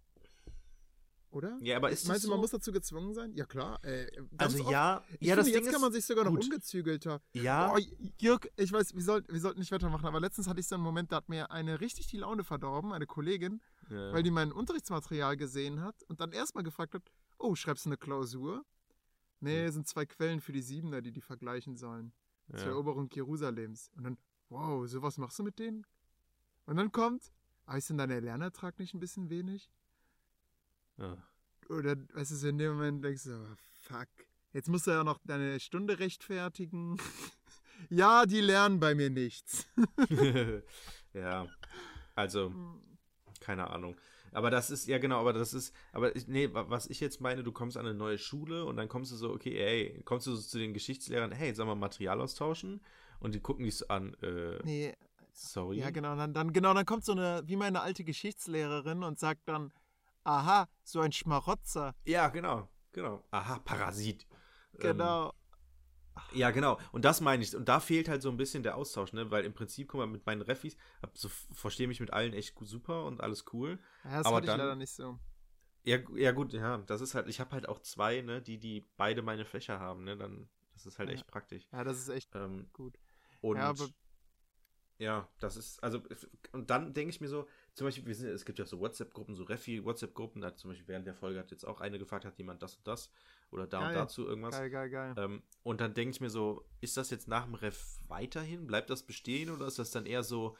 Oder? Ja, aber ist das Meinst du, so? man muss dazu gezwungen sein? Ja, klar. Äh, ganz Also oft. ja, Ich ja, finde, das jetzt Ding kann ist, man sich sogar noch gut. ungezügelter. ja, Oh, Jörg, ich weiß, wir, soll, wir sollten nicht weitermachen, aber letztens hatte ich so einen Moment, da hat mir eine richtig die Laune verdorben, eine Kollegin, ja. weil die mein Unterrichtsmaterial gesehen hat und dann erstmal gefragt hat, oh, schreibst du eine Klausur? Nee, Hm. sind zwei Quellen für die Siebener, die die vergleichen sollen. Zur ja. Eroberung Jerusalems. Und dann, wow, sowas machst du mit denen? Und dann kommt, ah, ist denn dein Lernertrag nicht ein bisschen wenig? Ja. oder, weißt du, so in dem Moment denkst du, oh, fuck, jetzt musst du ja noch deine Stunde rechtfertigen. Ja, die lernen bei mir nichts. Ja, also, keine Ahnung. Aber das ist, ja genau, aber das ist, aber ich, nee, was ich jetzt meine, du kommst an eine neue Schule und dann kommst du so, okay, ey, kommst du so zu den Geschichtslehrern, hey, sollen wir Material austauschen? Und die gucken dich so an, äh, Nee, sorry. ja genau, dann, dann, genau, dann kommt so eine, wie meine alte Geschichtslehrerin und sagt dann, aha, so ein Schmarotzer. Ja, genau, genau. Aha, Parasit. Genau. Ähm, ja, genau. Und das meine ich. Und da fehlt halt so ein bisschen der Austausch, ne? Weil im Prinzip, guck mal, mit meinen Refis, hab so, verstehe mich mit allen echt gut, super und alles cool. Ja, das aber hatte dann, ich leider nicht so. Ja, ja gut, ja, das ist halt, ich habe halt auch zwei, ne, die, die beide meine Fächer haben, ne, dann, das ist halt Ja. echt praktisch. Ja, das ist echt Ähm, gut. und Ja, aber ja, das ist, also, und dann denke ich mir so, zum Beispiel, wir sind, es gibt ja so WhatsApp-Gruppen, so Refi-WhatsApp-Gruppen, da hat zum Beispiel während der Folge hat jetzt auch eine gefragt, hat jemand das und das oder da Geil. und dazu irgendwas. geil, geil, geil. Ähm, und dann denke ich mir so, ist das jetzt nach dem Ref weiterhin? Bleibt das bestehen oder ist das dann eher so,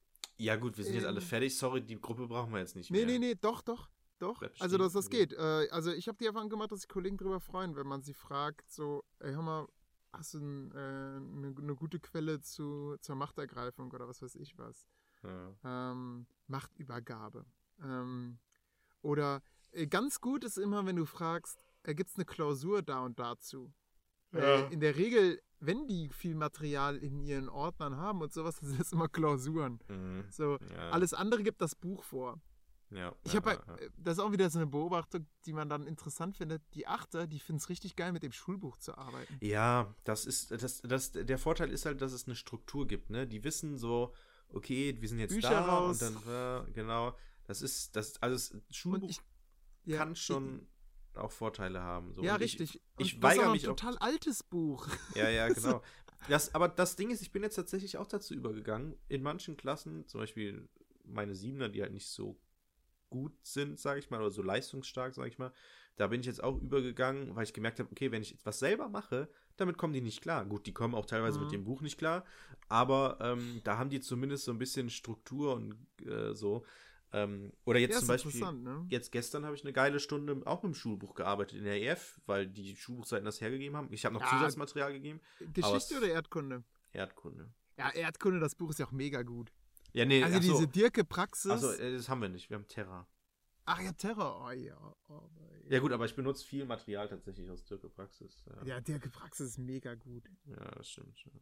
ja gut, wir sind jetzt alle Ähm. fertig, sorry, die Gruppe brauchen wir jetzt nicht Nee, mehr. nee, nee, doch, doch, doch. Bleibt Also, bestehen, dass das okay. geht. Äh, also, ich habe die Erfahrung gemacht, dass sich Kollegen darüber freuen, wenn man sie fragt, so, ey, hör mal, hast du ein, äh, eine, eine gute Quelle zu, zur Machtergreifung oder was weiß ich was? Ja. Ähm, Machtübergabe. Ähm, oder äh, ganz gut ist immer, wenn du fragst, äh, gibt es eine Klausur da und dazu? Ja. Äh, in der Regel, wenn die viel Material in ihren Ordnern haben und sowas, das sind immer Klausuren. Mhm. So, Ja. alles andere gibt das Buch vor. Ja. Ich ja, habe halt, ja, ja. äh, das ist auch wieder so eine Beobachtung, die man dann interessant findet. Die Achter, die finden es richtig geil, mit dem Schulbuch zu arbeiten. Ja, das ist, das, das, der Vorteil ist halt, dass es eine Struktur gibt, ne? Die wissen so, okay, wir sind jetzt Bücher da raus. und dann, äh, genau, das ist, das, also das Und Schulbuch ich, ja, kann schon auch Vorteile haben. So. Ja, Und ich- richtig. Ich, Und weigere das mich ist auch auch. ein total altes Buch. Ja, ja, genau. Das, aber das Ding ist, ich bin jetzt tatsächlich auch dazu übergegangen, in manchen Klassen, zum Beispiel meine Siebener, die halt nicht so gut sind, sage ich mal, oder so leistungsstark, sage ich mal, da bin ich jetzt auch übergegangen, weil ich gemerkt habe, okay, wenn ich etwas selber mache, damit kommen die nicht klar. Gut, die kommen auch teilweise Mhm. mit dem Buch nicht klar, aber ähm, da haben die zumindest so ein bisschen Struktur und äh, so. Ähm, oder jetzt Ja, zum ist Beispiel, interessant, ne? jetzt gestern habe ich eine geile Stunde auch mit dem Schulbuch gearbeitet in der E F, weil die Schulbuchseiten das hergegeben haben. Ich habe noch Ja. Zusatzmaterial gegeben. Geschichte es- oder Erdkunde? Erdkunde. Ja, Erdkunde, das Buch ist ja auch mega gut. Ja, nee, Also ach so. diese Dirke-Praxis. Achso, äh, das haben wir nicht. Wir haben Terra. Ach ja, Terror. Oh ja. Oh, Ja gut, aber ich benutze viel Material tatsächlich aus Türke Praxis. Ja, Ja, Dirke-Praxis ist mega gut. ja das stimmt. Ja.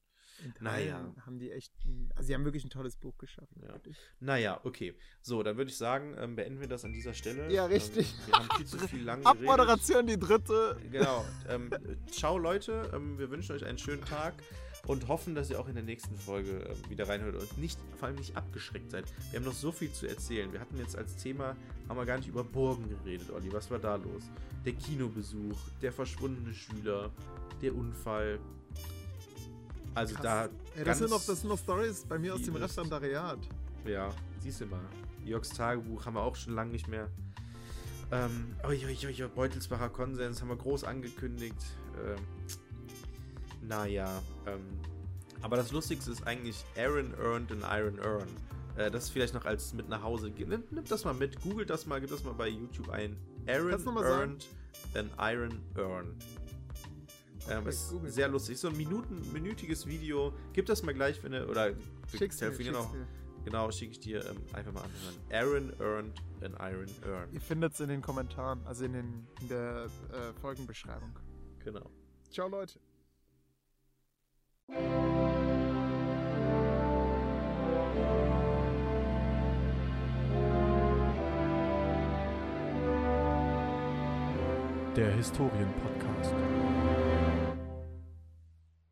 In Naja. Teilen haben die echt, ein, also sie haben wirklich ein tolles Buch geschaffen. Ja. wirklich. Naja, okay. So, dann würde ich sagen, ähm, beenden wir das an dieser Stelle. Ja, richtig. Ähm, wir haben viel zu viel lang geredet. Abmoderation, die dritte. Genau. Ähm, ciao Leute, ähm, wir wünschen euch einen schönen Tag und hoffen, dass ihr auch in der nächsten Folge ähm, wieder reinhört und nicht, vor allem nicht abgeschreckt seid. Wir haben noch so viel zu erzählen. Wir hatten jetzt als Thema, haben wir gar nicht über Burgen geredet, Olli. Was war da los? Der Kinobesuch, der verschwundene Schüler, der Unfall. Also Krass. da Ja, das, ganz sind noch, das sind noch Stories bei mir aus dem vieles. Referendariat. Ja, siehst du mal. Jörgs Tagebuch haben wir auch schon lange nicht mehr. Ähm, oi, oi, oi, oi, Beutelsbacher Konsens haben wir groß angekündigt. Ähm, naja, ähm, aber das Lustigste ist eigentlich Aaron earned an Iron Earn. Äh, das vielleicht noch als mit nach Hause. Nimm, nimm das mal mit, googelt das mal, gib das mal bei YouTube ein. Aaron Kannst du noch mal sagen? earned an Iron Earn. Ähm, Okay, ist google. sehr lustig. So ein Minuten, minütiges Video. Gib das mal gleich, wenn du, oder wir Schick's mir, telefonieren schick's auch. mir. Genau, schicke ich dir ähm, einfach mal anhören. Aaron earned an Iron Earn. Ihr findet es in den Kommentaren, also in, den, in der äh, Folgenbeschreibung. Genau. Ciao, Leute. Der Historien-Podcast.